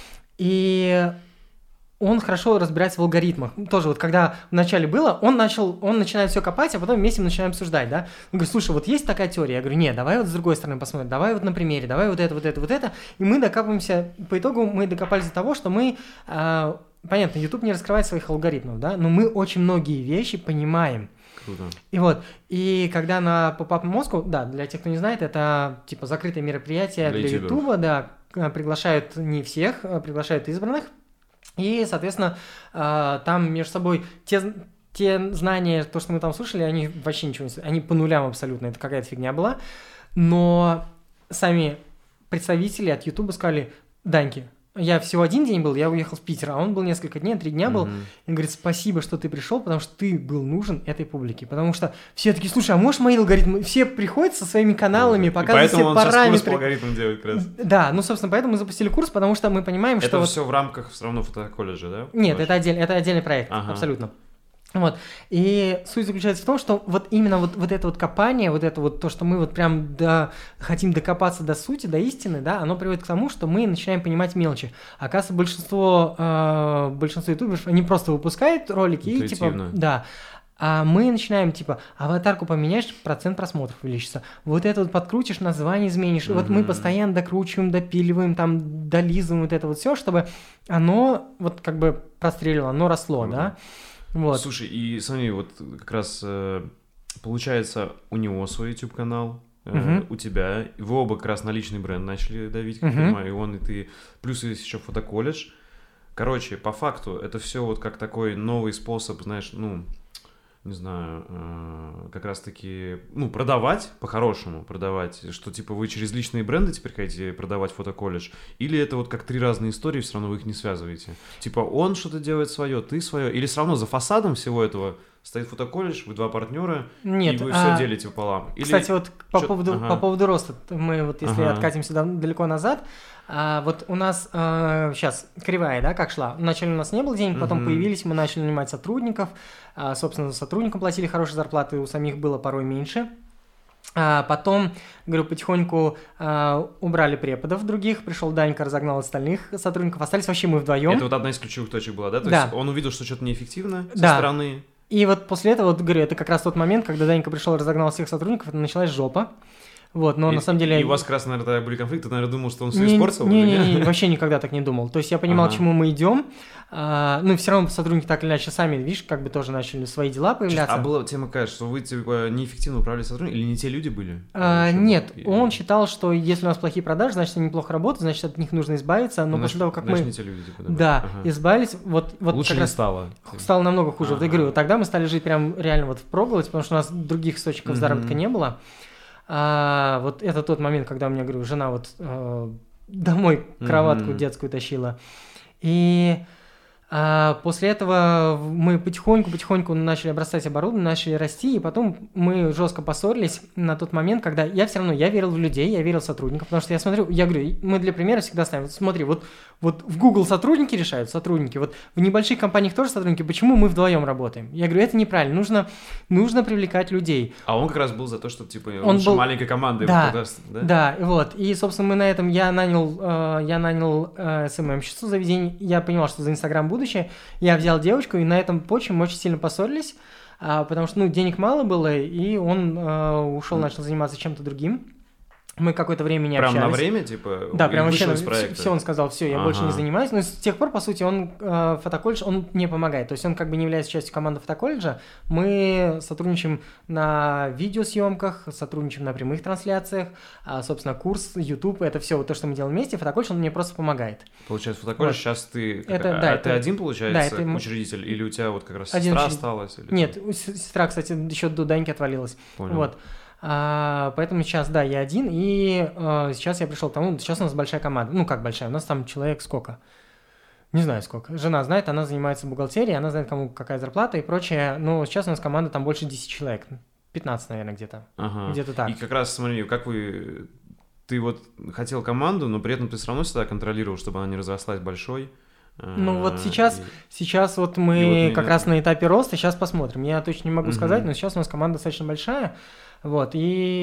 B: и он хорошо разбирается в алгоритмах. Тоже вот когда вначале было, он начал, он начинает все копать, а потом вместе мы начинаем обсуждать, да. Он говорит, слушай, вот есть такая теория. Я говорю, нет, давай вот с другой стороны посмотрим, давай вот на примере, давай вот это, вот это, вот это. И мы докапываемся, по итогу мы докопались до того, что мы, а, понятно, YouTube не раскрывает своих алгоритмов, да, но мы очень многие вещи понимаем.
A: Круто.
B: И вот, и когда на Pop-Up Moscow, да, для тех, кто не знает, это типа закрытое мероприятие
A: Для
B: для
A: ютуберов.
B: Ютуба, да, а, приглашают не всех, а, приглашают избранных. И, соответственно, а, там между собой те, те знания, то, что мы там слушали, они вообще ничего не... с- Они по нулям абсолютно, это какая-то фигня была. Но сами представители от Ютуба сказали, Даньки, Я всего один день был, я уехал в Питер, а он был несколько дней, три дня был.
A: Мгм.
B: И говорит, спасибо, что ты пришел, потому что ты был нужен этой публике. Потому что все такие, слушай, а можешь мои алгоритмы? Все приходят со своими каналами,
A: И
B: показывают все
A: поэтому он сейчас курс по
B: параметры.
A: алгоритмам делает как раз.
B: Да, ну, собственно, поэтому мы запустили курс, потому что мы понимаем, что...
A: Это
B: вот-
A: все в рамках все равно фотоколледжа, да?
B: Нет,
A: Ваш?
B: это, отдель- это отдельный проект,
A: Ага.
B: абсолютно. Вот. И суть заключается в том, что вот именно вот, вот это вот копание, вот это вот то, что мы вот прям до, хотим докопаться до сути, до истины, да, оно приводит к тому, что мы начинаем понимать мелочи. Оказывается, большинство, э, большинство ютуберов, они просто выпускают ролики и типа,
A: Интуитивно.
B: да, а мы начинаем типа, аватарку поменяешь, процент просмотров увеличится. Вот это вот подкрутишь, название изменишь. И вот мы
A: Мгм.
B: постоянно докручиваем, допиливаем, там, долизываем вот это вот все, чтобы оно вот как бы простреливало, оно росло,
A: Круто.
B: да. Вот.
A: Слушай, и смотри, вот как раз э, получается у него свой YouTube-канал, э,
B: Мгм.
A: у тебя, вы оба как раз на личный бренд начали давить, как я
B: Мгм.
A: понимаю, и он, и ты, плюс есть еще фотоколледж. Короче, по факту это все вот как такой новый способ, знаешь, ну, не знаю, э, как раз-таки, ну, продавать, по-хорошему продавать, что, типа, вы через личные бренды теперь хотите продавать фотоколледж, или это вот как три разные истории, все равно вы их не связываете? Типа, он что-то делает свое, ты свое, или все равно за фасадом всего этого стоит фотоколледж, вы два партнера,
B: Нет,
A: и вы
B: а,
A: все делите пополам? Или...
B: Кстати, вот по
A: чё-
B: поводу,
A: ага.
B: по поводу роста, мы вот если
A: Ага.
B: откатимся дав- далеко назад, а, вот у нас сейчас кривая, да, как шла. Вначале у нас не было денег, потом
A: Мгм.
B: появились, мы начали нанимать сотрудников, а, собственно, сотрудникам платили хорошие зарплаты, у самих было порой меньше. А потом, говорю, потихоньку а, убрали преподов других, пришел Данька, разогнал остальных сотрудников, остались вообще мы вдвоем.
A: Это вот одна из ключевых точек была, да? То
B: Да.
A: есть он увидел, что что-то неэффективно со
B: Да.
A: стороны.
B: И вот после этого, вот говорю, это как раз тот момент, когда Данька пришел и разогнал всех сотрудников, это началась жопа. Вот, но
A: и,
B: на самом деле...
A: И у вас как раз, наверное, тогда были конфликты, ты, наверное, думал, что он все
B: Не-
A: испортил?
B: Не,
A: или
B: не, не,
A: нет?
B: вообще никогда так не думал. То есть я понимал,
A: Ага.
B: к чему мы идем. А, ну, все равно сотрудники так или иначе сами, видишь, как бы тоже начали свои дела появляться.
A: А была тема какая, что вы типа неэффективно управляли сотрудниками, или не те люди были?
B: А,
A: Или что
B: нет,
A: было?
B: он считал, что если у нас плохие продажи, значит, они плохо работают, значит, от них нужно избавиться. Но
A: Ну,
B: после
A: значит-
B: того, как
A: значит,
B: мы
A: не те люди, типа,
B: да,
A: Ага.
B: избавились, вот, вот
A: Лучше
B: как
A: не
B: раз
A: стало.
B: стало намного хуже. Вот я
A: Ага.
B: говорю, тогда мы стали жить прям реально вот впроголодь, потому что у нас других источников
A: Мгм.
B: заработка не было. А, вот это тот момент, когда у меня, говорю, жена вот э, домой кроватку
A: Мгм.
B: детскую тащила. И а, после этого мы потихоньку-потихоньку начали обрастать оборудованием, начали расти, и потом мы жестко поссорились на тот момент, когда я все равно, я верил в людей, я верил в сотрудников, потому что я смотрю, я говорю, мы для примера всегда ставим, вот смотри, вот, вот в Google сотрудники решают, сотрудники, вот в небольших компаниях тоже сотрудники, почему мы вдвоем работаем? Я говорю, это неправильно, нужно, нужно привлекать людей.
A: А он как раз был за то, что типа
B: Он
A: лучше
B: был-
A: маленькой командой.
B: Да,
A: вот как раз, да?
B: Да, и вот, и, собственно, мы на этом, я нанял, э, я нанял э, эс эм эм-щицу заведения, я понимал, что за Инстаграм будущее, я взял девочку, и на этом почве мы очень сильно поссорились, а, потому что, ну, денег мало было, и он э, ушел,
A: Мгм.
B: начал заниматься чем-то другим. Мы какое-то время не
A: Прям
B: общались.
A: на время, типа,
B: Да,
A: или
B: прям вообще,
A: вышел из
B: все,
A: проекта?
B: он сказал, все, я больше не
A: Ага.
B: занимаюсь. Но с тех пор, по сути, он, э, фотоколледж, он не помогает. То есть он как бы не является частью команды фотоколледжа. Мы сотрудничаем на видеосъемках, сотрудничаем на прямых трансляциях. А, собственно, курс, YouTube, это все вот то, что мы делаем вместе. Фотоколледж, он мне просто помогает.
A: Получается, фотоколледж,
B: Вот.
A: сейчас ты... как-
B: Это-
A: а,
B: да,
A: а
B: это-
A: ты один, получается,
B: да, это м-
A: учредитель? Или у тебя вот как раз
B: Один
A: сестра
B: учредитель.
A: осталась? Или
B: Нет,
A: как?
B: у с- сестра, кстати, еще до Даньки отвалилась.
A: Понял.
B: Вот. А, поэтому сейчас, да, я один, и э, сейчас я пришел к тому, сейчас у нас большая команда. Ну, как большая, у нас там человек сколько? Не знаю сколько. Жена знает, она занимается бухгалтерией, она знает, кому какая зарплата и прочее. Но сейчас у нас команда там больше десяти человек. пятнадцать, наверное, где-то.
A: Ага.
B: Где-то так.
A: И как раз, смотри, как вы... Ты вот хотел команду, но при этом ты все равно всегда контролировал, чтобы она не разрослась большой.
B: Ну, вот
A: А,
B: сейчас-
A: и-
B: Сейчас вот
A: И
B: мы
A: вот мы-
B: как раз на этапе роста, сейчас посмотрим. Я точно не могу
A: Мгм.
B: сказать, но сейчас у нас команда достаточно большая. Вот,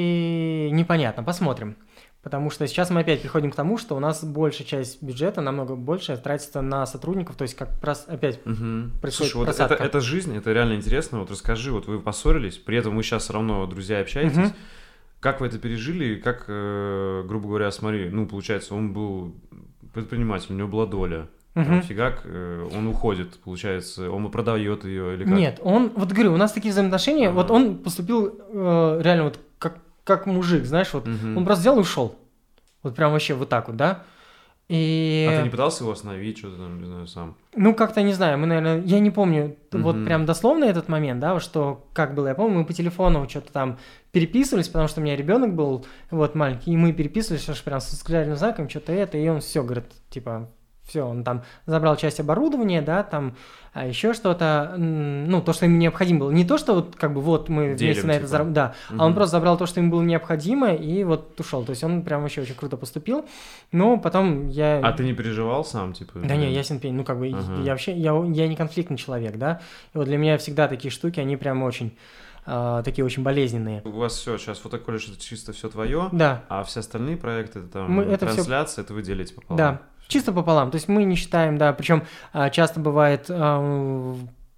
B: и непонятно, посмотрим. Потому что сейчас мы опять приходим к тому, что у нас большая часть бюджета, намного больше, тратится на сотрудников, то есть как раз опять
A: Мгм.
B: происходит
A: Слушай, вот это,
B: просадка.
A: это жизнь, это реально интересно. Вот расскажи, вот вы поссорились, при этом вы сейчас все равно друзья общаетесь.
B: Мгм.
A: Как вы это пережили? Как, э, грубо говоря, смотри, ну, получается, он был предприниматель, у него была доля.
B: Мгм.
A: Там фигак, э, он уходит, получается, он продает ее или как?
B: Нет, он, вот говорю, у нас такие взаимоотношения,
A: Ага.
B: вот он поступил э, реально вот как, как мужик, знаешь, вот
A: Мгм.
B: он просто взял и ушел. Вот прям вообще вот так вот, да. И...
A: А ты не пытался его остановить, что-то там, не знаю, сам?
B: Ну, как-то не знаю, мы, наверное, я не помню вот
A: Мгм.
B: прям дословно этот момент, да, что как было, я помню, мы по телефону что-то там переписывались, потому что у меня ребенок был, вот, маленький, и мы переписывались аж прям с восклицательным знаком, что-то это, и он все, говорит, типа, все, он там забрал часть оборудования, да, там а еще что-то, ну, то, что ему необходимо было. Не то, что вот как бы вот мы
A: Делим,
B: вместе на это
A: типа.
B: заработали, да,
A: Угу.
B: а он просто забрал то, что ему было необходимо, и вот ушел. То есть он прям вообще очень круто поступил. Но потом я...
A: А ты не переживал сам, типа?
B: Да не, ясен пень, ну как бы
A: Ага.
B: я вообще, я, я не конфликтный человек, да, и вот для меня всегда такие штуки, они прям очень, э, такие очень болезненные.
A: У вас все, сейчас фотоколледж это чисто все твое,
B: Да,
A: а все остальные проекты, это там
B: Мы это всё-
A: трансляция, это вы делите пополам.
B: да, чисто пополам, то есть мы не считаем, да, причем э, часто бывает, э,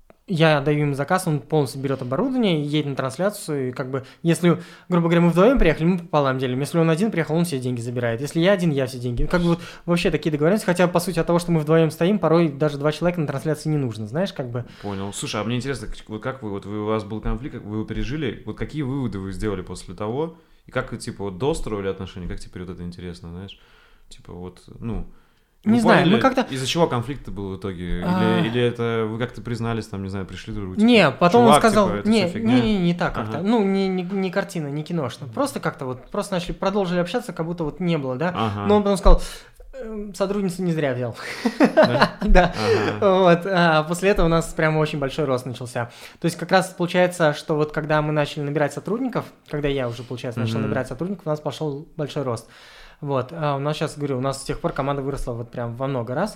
B: я даю ему заказ, он полностью берет оборудование, едет на трансляцию, и как бы, если, грубо говоря, мы вдвоем приехали, мы пополам делим, если он один приехал, он все деньги забирает, если я один, я все деньги, как бы вот вообще такие договоренности, хотя по сути от того, что мы вдвоем стоим, порой даже два человека на трансляции не нужно, знаешь, как бы.
A: Понял. Слушай, а мне интересно, как- вот как вы, вот вы, у вас был конфликт, как вы его пережили, вот какие выводы вы сделали после того, и как вы, типа, вот достроили отношения, как теперь вот это интересно, знаешь, типа, вот, ну...
B: Не
A: вы
B: знаю,
A: поняли,
B: мы как-то-
A: Из-за чего конфликт был в итоге? Или,
B: А.
A: или это вы как-то признались, там, не знаю, пришли друг другу?
B: Не, потом
A: чувак,
B: он сказал,
A: типа, это
B: не,
A: всё фигня?
B: не, не, не так как-то,
A: Ага.
B: ну, не, не, не картина, не киношно, просто как-то вот, просто начали, продолжили общаться, как будто вот не было, да,
A: Ага.
B: но он потом сказал, «Эм, сотрудницу не зря взял,
A: Да?
B: да,
A: Ага.
B: вот, а после этого у нас прям очень большой рост начался, то есть как раз получается, что вот когда мы начали набирать сотрудников, когда я уже, получается, начал
A: Мгм.
B: набирать сотрудников, у нас пошел большой рост. Вот, а у нас сейчас, говорю, у нас с тех пор команда выросла вот прям во много раз.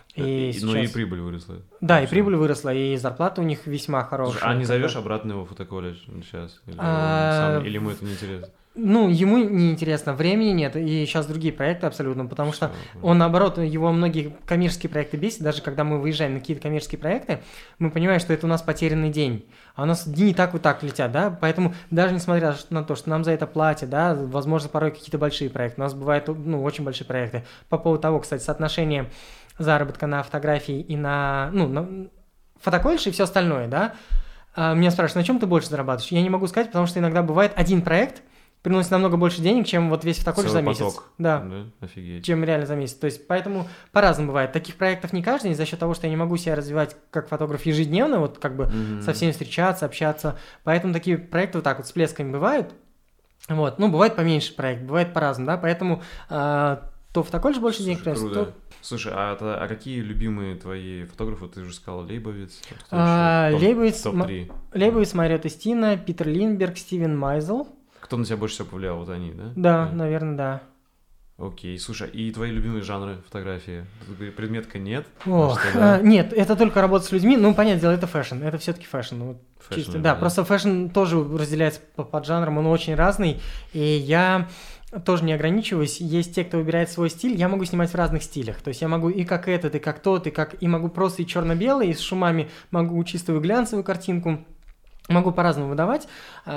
B: И
A: И- Ну и
B: сейчас-
A: прибыль выросла.
B: Да, и
A: Всё.
B: прибыль выросла, и зарплата у них весьма хорошая.
A: Слушай, а не
B: как
A: зовешь
B: бы.
A: обратно его в фотоколледж сейчас? Или,
B: А,
A: он сам- или ему это не интересно?
B: Ну, ему неинтересно, времени нет, и сейчас другие проекты абсолютно, потому что
A: Всё,
B: он, наоборот, его многие коммерческие проекты бесит, даже когда мы выезжаем на какие-то коммерческие проекты, мы понимаем, что это у нас потерянный день, а у нас дни так вот так летят, да, поэтому даже несмотря на то, что нам за это платят, да, возможно, порой какие-то большие проекты, у нас бывают, ну, очень большие проекты, по поводу того, кстати, соотношение заработка на фотографии и на, ну, на фотоколледж и все остальное, да, а, меня спрашивают, на чем ты больше зарабатываешь? Я не могу сказать, потому что иногда бывает один проект приносит намного больше денег, чем вот весь фотоколледж за
A: Целый
B: месяц.
A: поток.
B: Да.
A: Офигеть.
B: Чем реально за месяц. То есть, поэтому по-разному бывает. Таких проектов не каждый день за счет того, что я не могу себя развивать как фотограф ежедневно, вот как бы
A: Мгм.
B: со всеми встречаться, общаться. Поэтому такие проекты вот так вот с плесками бывают. Вот. Ну, бывает поменьше проект, бывает по-разному, да, поэтому а, то фотоколледж больше денег
A: Слушай,
B: приносит,
A: круто.
B: то...
A: Слушай, а, это- а какие любимые твои фотографы? Ты уже сказал Лейбовиц. Кто
B: А,
A: еще? Топ-
B: Лейбовиц,
A: Топ-три.
B: Лейбовиц, Марио Тестина, Питер Линдберг, Стивен Майзел.
A: Кто на тебя больше всего повлиял? Вот они, да?
B: Да, наверное, да.
A: Окей, слушай, и твои любимые жанры фотографии? Тут говорит, предметка нет?
B: Ох,
A: Что, да?
B: а, нет, это только работа с людьми. Ну, понятное дело, это фэшн. Это все-таки фэшн. Ну,
A: Фэшн,
B: чисто,
A: да.
B: да, просто фэшн тоже разделяется по поджанрам, он очень разный. И я тоже не ограничиваюсь. Есть те, кто выбирает свой стиль. Я могу снимать в разных стилях. То есть я могу и как этот, и как тот, и как и могу просто и черно-белый, и с шумами, могу чистую глянцевую картинку. Могу по-разному выдавать,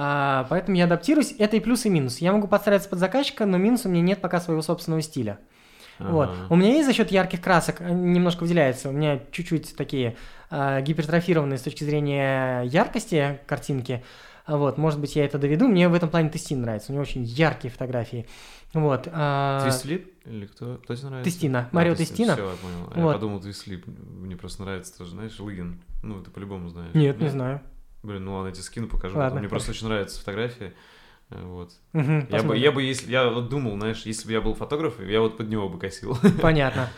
B: а, поэтому я адаптируюсь. Это и плюс, и минус. Я могу подстраиваться под заказчика, но минус у меня нет пока своего собственного стиля. Вот.
A: Ага.
B: У меня есть за счет ярких красок, они немножко выделяются. У меня чуть-чуть такие а, гипертрофированные с точки зрения яркости картинки. А Вот, может быть, я это доведу. Мне в этом плане Тестин нравится. У него очень яркие фотографии. Вот. а,
A: Твистлип? Или кто? Кто тебе нравится?
B: Тестина.
A: А,
B: Марио
A: Тестин,
B: Тестина.
A: Все, я понял. А
B: Вот.
A: Я подумал, Твистлип. Мне просто нравится тоже, знаешь, Лыгин. Ну, ты по-любому знаешь.
B: Нет, не знаю.
A: Блин, ну ладно, я тебе скину, покажу.
B: Ладно,
A: потом. Мне просто
B: хорошо.
A: очень нравятся фотографии. Э, Вот.
B: Мгм,
A: Я бы,
B: посмотрим.
A: я бы, если, я вот думал, знаешь, если бы я был фотографом, я вот под него бы косил.
B: Понятно.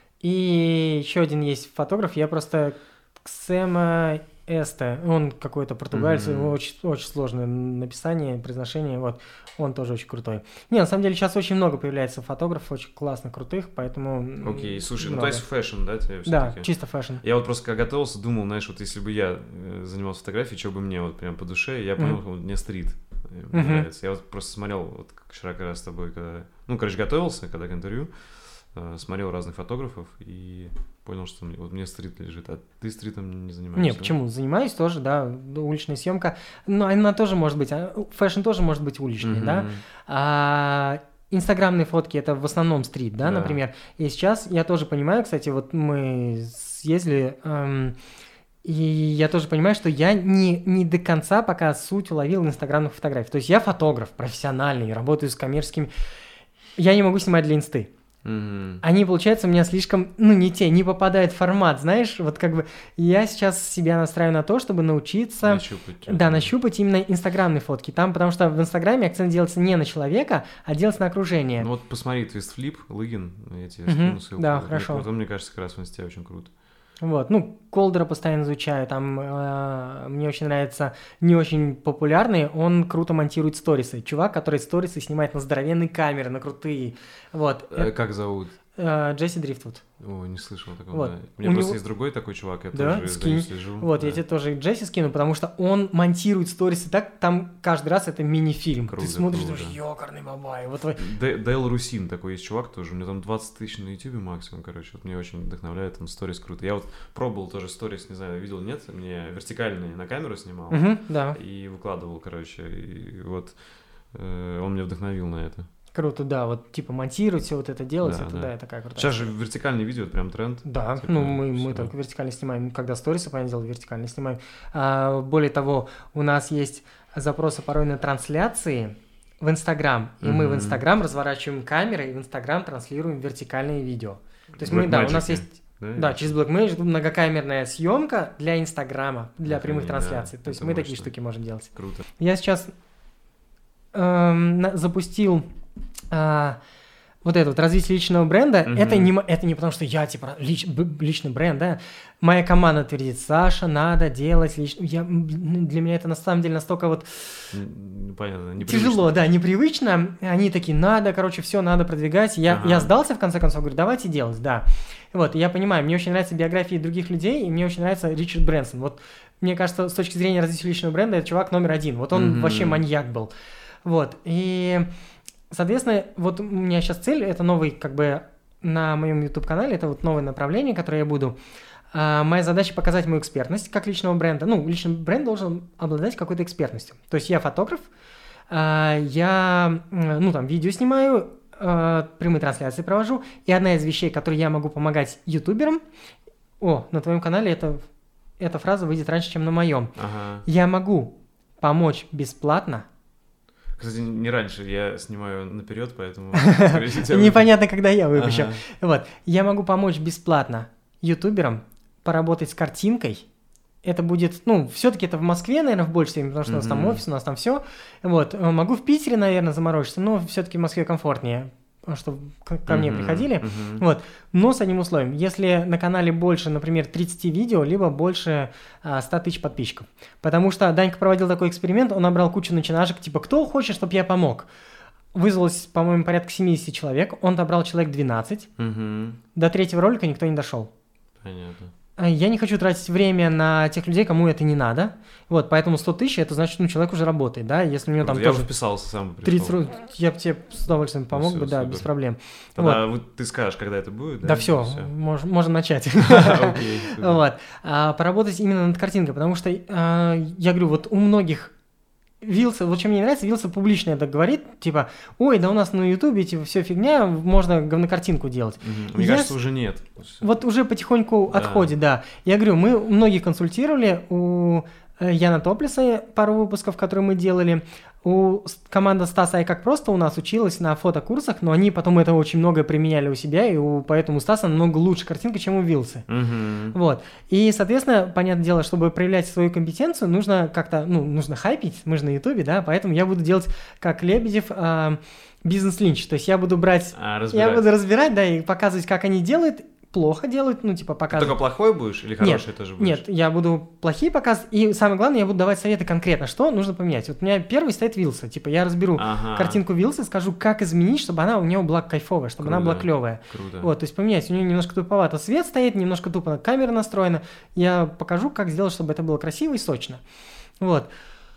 B: И еще один есть фотограф, я просто Ксема Эсте, он какой-то португальец,
A: Мгм.
B: его очень, очень сложное написание, произношение, вот, он тоже очень крутой. Не, на самом деле сейчас очень много появляется фотографов, очень классных, крутых, поэтому... м,
A: Окей, слушай, ну
B: много.
A: то есть фэшн, да, тебе
B: Да,
A: всё-таки?
B: чисто фэшн.
A: Я вот просто когда готовился, думал, знаешь, вот если бы я э, занимался фотографией, что бы мне вот прям по душе, я понял,
B: Мгм.
A: что мне стрит э, мне
B: Мгм.
A: нравится. Я вот просто смотрел, вот как вчера как раз с тобой, когда, ну, короче, готовился, когда к интервью, э, смотрел разных фотографов и понял, что мне, вот мне стрит лежит, а ты стритом не занимаешься?
B: Не,
A: да?
B: почему? Занимаюсь тоже, да, уличная съемка, но она тоже может быть, а, фэшн тоже может быть уличный,
A: Мгм.
B: да. А инстаграмные фотки это в основном стрит, да,
A: Да.
B: например. И сейчас я тоже понимаю, кстати, вот мы съездили, эм, и я тоже понимаю, что я не, не до конца пока суть уловил инстаграмных фотографий. То есть я фотограф профессиональный, работаю с коммерческими. Я не могу снимать для инсты.
A: Mm-hmm.
B: Они, получается, у меня слишком, ну, не те, не попадают в формат, знаешь, вот как бы я сейчас себя настраиваю на то, чтобы научиться...
A: Нащупать.
B: Да, нащупать именно инстаграмные фотки. Там, потому что в инстаграме акцент делается не на человека, а делается на окружение.
A: Ну вот посмотри, твистфлип, Лыгин, я тебе
B: Угу,
A: скину ссылку.
B: да,
A: Это,
B: хорошо.
A: Вот он, мне кажется, как раз в инсте очень круто.
B: Вот, ну, Колдера постоянно изучаю, там э, мне очень нравится, не очень популярный, он круто монтирует сторисы. Чувак, который сторисы снимает на здоровенные камеры, на крутые. Вот.
A: Э, как зовут?
B: Э, Джесси Дрифтвуд.
A: О, не слышал о таком,
B: Вот.
A: да. У меня
B: У
A: просто
B: него...
A: есть другой такой чувак, я
B: да?
A: тоже за
B: Скинь.
A: ним слежу.
B: Вот,
A: да.
B: я тебе тоже Джесси скину, потому что он монтирует сторисы так, там каждый раз это мини-фильм.
A: Круто,
B: Ты смотришь,
A: круто.
B: думаешь, ёкарный бабай. Вот вы...
A: Д- Дейл Русин такой есть чувак тоже, у него там двадцать тысяч на ютубе максимум, короче, вот мне очень вдохновляет, там сторис круто. Я вот пробовал тоже сторис, не знаю, видел, нет, мне вертикальные на камеру снимал
B: Угу, да.
A: и выкладывал, короче, и вот э, он меня вдохновил на это.
B: Круто, да, вот типа монтировать все вот это делать,
A: Да,
B: это
A: да.
B: да, это такая крутая.
A: Сейчас же вертикальные видео, это прям тренд.
B: Да,
A: Типа,
B: ну мы, мы
A: всё.
B: только вертикально снимаем, когда сторисы, понятное дело, вертикально снимаем. А, более того, у нас есть запросы порой на трансляции в Инстаграм, и мы в
A: Мгм.
B: Инстаграм разворачиваем камеры, и в Инстаграм транслируем вертикальные видео. То есть мы,
A: Blackmagic,
B: да, у нас есть,
A: да?
B: да, через Blackmagic многокамерная съемка для Инстаграма, для
A: Охренеть,
B: прямых
A: да,
B: трансляций. То есть
A: это
B: мы такие
A: мощно.
B: штуки можем делать.
A: Круто.
B: Я сейчас эм, на- запустил а, вот это вот развитие личного бренда.
A: Мгм.
B: Это, не, м- это не потому, что я типа лич- б- личный бренд, да. Моя команда твердит, Саша, надо делать личный... Я, м, для меня это на самом деле настолько вот
A: Н- Понятно, непривычно.
B: тяжело, да, непривычно. Они такие, надо, короче, все надо продвигать. Я,
A: Ага.
B: я сдался, в конце концов, говорю, давайте делать, да. Вот, и я понимаю, мне очень нравятся биографии других людей, и мне очень нравится Ричард Брэнсон. Вот, мне кажется, с точки зрения развития личного бренда, это чувак номер один. Вот он
A: Мгм.
B: вообще маньяк был. Вот, и, соответственно, вот у меня сейчас цель, это новый, как бы, на моем YouTube-канале, это вот новое направление, которое я буду... А, моя задача показать мою экспертность как личного бренда. Ну, личный бренд должен обладать какой-то экспертностью. То есть я фотограф, а, я, м, ну, там, видео снимаю, а, прямые трансляции провожу, и одна из вещей, которые я могу помогать ютуберам... О, на твоем канале это, эта фраза выйдет раньше, чем на моем.
A: Ага.
B: Я могу помочь бесплатно.
A: Кстати, не раньше, я снимаю наперед, поэтому... скорее всего, тебя
B: Непонятно, когда я выпущу.
A: Ага.
B: Вот. Я могу помочь бесплатно ютуберам поработать с картинкой. Это будет, ну, все-таки это в Москве, наверное, в большей степени, потому что у нас там
A: Мгм.
B: офис, у нас там все. Вот. Э, Могу в Питере, наверное, заморочиться, но все-таки в Москве комфортнее, чтобы к- ко мне
A: Мгм,
B: приходили.
A: мгм.
B: Вот. Но с одним условием. Если на канале больше, например, тридцать видео, либо больше а, ста тысяч подписчиков. Потому что Данька проводил такой эксперимент, он набрал кучу начинашек, типа, кто хочет, чтобы я помог? Вызвалось, по-моему, порядка семьдесят человек, он добрал человек двенадцать.
A: Мгм.
B: До третьего ролика никто не дошел.
A: Понятно.
B: А Я не хочу тратить время на тех людей, кому это не надо. Вот, поэтому сто тысяч, это значит, ну, человек уже работает, да, если у него там
A: Круто, я
B: тоже
A: бы вписался сам бы
B: тридцать
A: пришел.
B: ру- я бы тебе с удовольствием помог
A: всё,
B: бы, да,
A: супер.
B: без проблем.
A: Тогда вот ты скажешь, когда это будет, да?
B: Да все,
A: Всё.
B: можем начать.
A: Окей, супер.
B: Вот. А, поработать именно над картинкой, потому что, а, я говорю, вот у многих Вилса, вот чем мне не нравится, Вилса публично это говорит, типа, ой, да у нас на Ютубе, типа, все фигня, можно говнокартинку делать.
A: Мгм. Мне
B: Я
A: кажется,
B: с-
A: уже нет.
B: Вот уже потихоньку
A: Да.
B: отходит, да. Я говорю, мы многих консультировали, у э, Яна Топлиса пару выпусков, которые мы делали, у с- команда Стаса и как просто у нас училась на фотокурсах, но они потом это очень много применяли у себя, и у, поэтому у Стаса намного лучше картинка, чем у Вилсы.
A: Мгм.
B: Вот. И, соответственно, понятное дело, чтобы проявлять свою компетенцию, нужно как-то, ну, нужно хайпить, мы же на Ютубе, да, поэтому я буду делать, как Лебедев, а, бизнес-линч, то есть я буду брать,
A: А,
B: я
A: разбирать.
B: буду разбирать, да, и показывать, как они делают, плохо делают, ну, типа,
A: Ты
B: показывать.
A: только плохой будешь или хороший тоже будешь?
B: Нет, я буду плохие показывать, и самое главное, я буду давать советы конкретно, что нужно поменять. Вот у меня первый стоит Вилса, типа, я разберу
A: Ага.
B: картинку Вилса, скажу, как изменить, чтобы она у него была кайфовая, чтобы она
A: Круто.
B: была клевая.
A: Круто.
B: Вот, то есть поменять. У нее немножко туповато свет стоит, немножко тупо камера настроена. Я покажу, как сделать, чтобы это было красиво и сочно. Вот.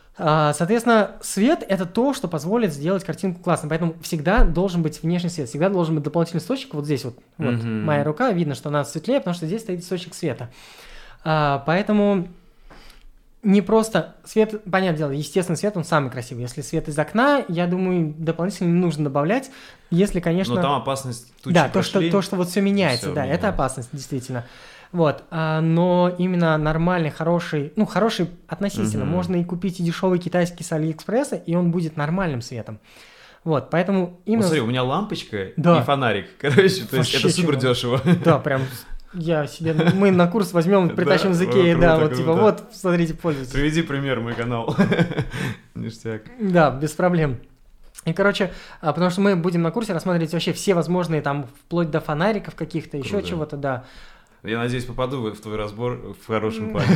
B: А, Соответственно, свет – это то, что позволит сделать картинку классно. Поэтому всегда должен быть внешний свет, всегда должен быть дополнительный источник. Вот здесь вот, вот
A: Мгм.
B: моя рука, видно, что она светлее, потому что здесь стоит источник света. А, Поэтому не просто свет, понятное дело, естественный свет, он самый красивый. Если свет из окна, я думаю, дополнительно не нужно добавлять, если, конечно...
A: Но там опасность тучи
B: Да, то что,
A: прошли.
B: то, что вот все меняется,
A: всё
B: да, это
A: меняется.
B: опасность, действительно. Вот, а, но именно нормальный, хороший, ну, хороший относительно,
A: Мгм.
B: можно и купить и дешевый китайский с Алиэкспресса, и он будет нормальным светом. Вот, поэтому именно...
A: Ну, смотри, у меня лампочка
B: да.
A: и фонарик, короче, то есть это супер дешево.
B: Да, прям... Я себе... Мы на курс возьмем, притащим из Икеи, да, вот типа, вот, смотрите, пользуйтесь.
A: Приведи пример, мой канал. Ништяк.
B: Да, без проблем. И, короче, потому что мы будем на курсе рассматривать вообще все возможные, там, вплоть до фонариков каких-то, еще чего-то, да.
A: Я надеюсь, попаду в твой разбор в хорошем плане.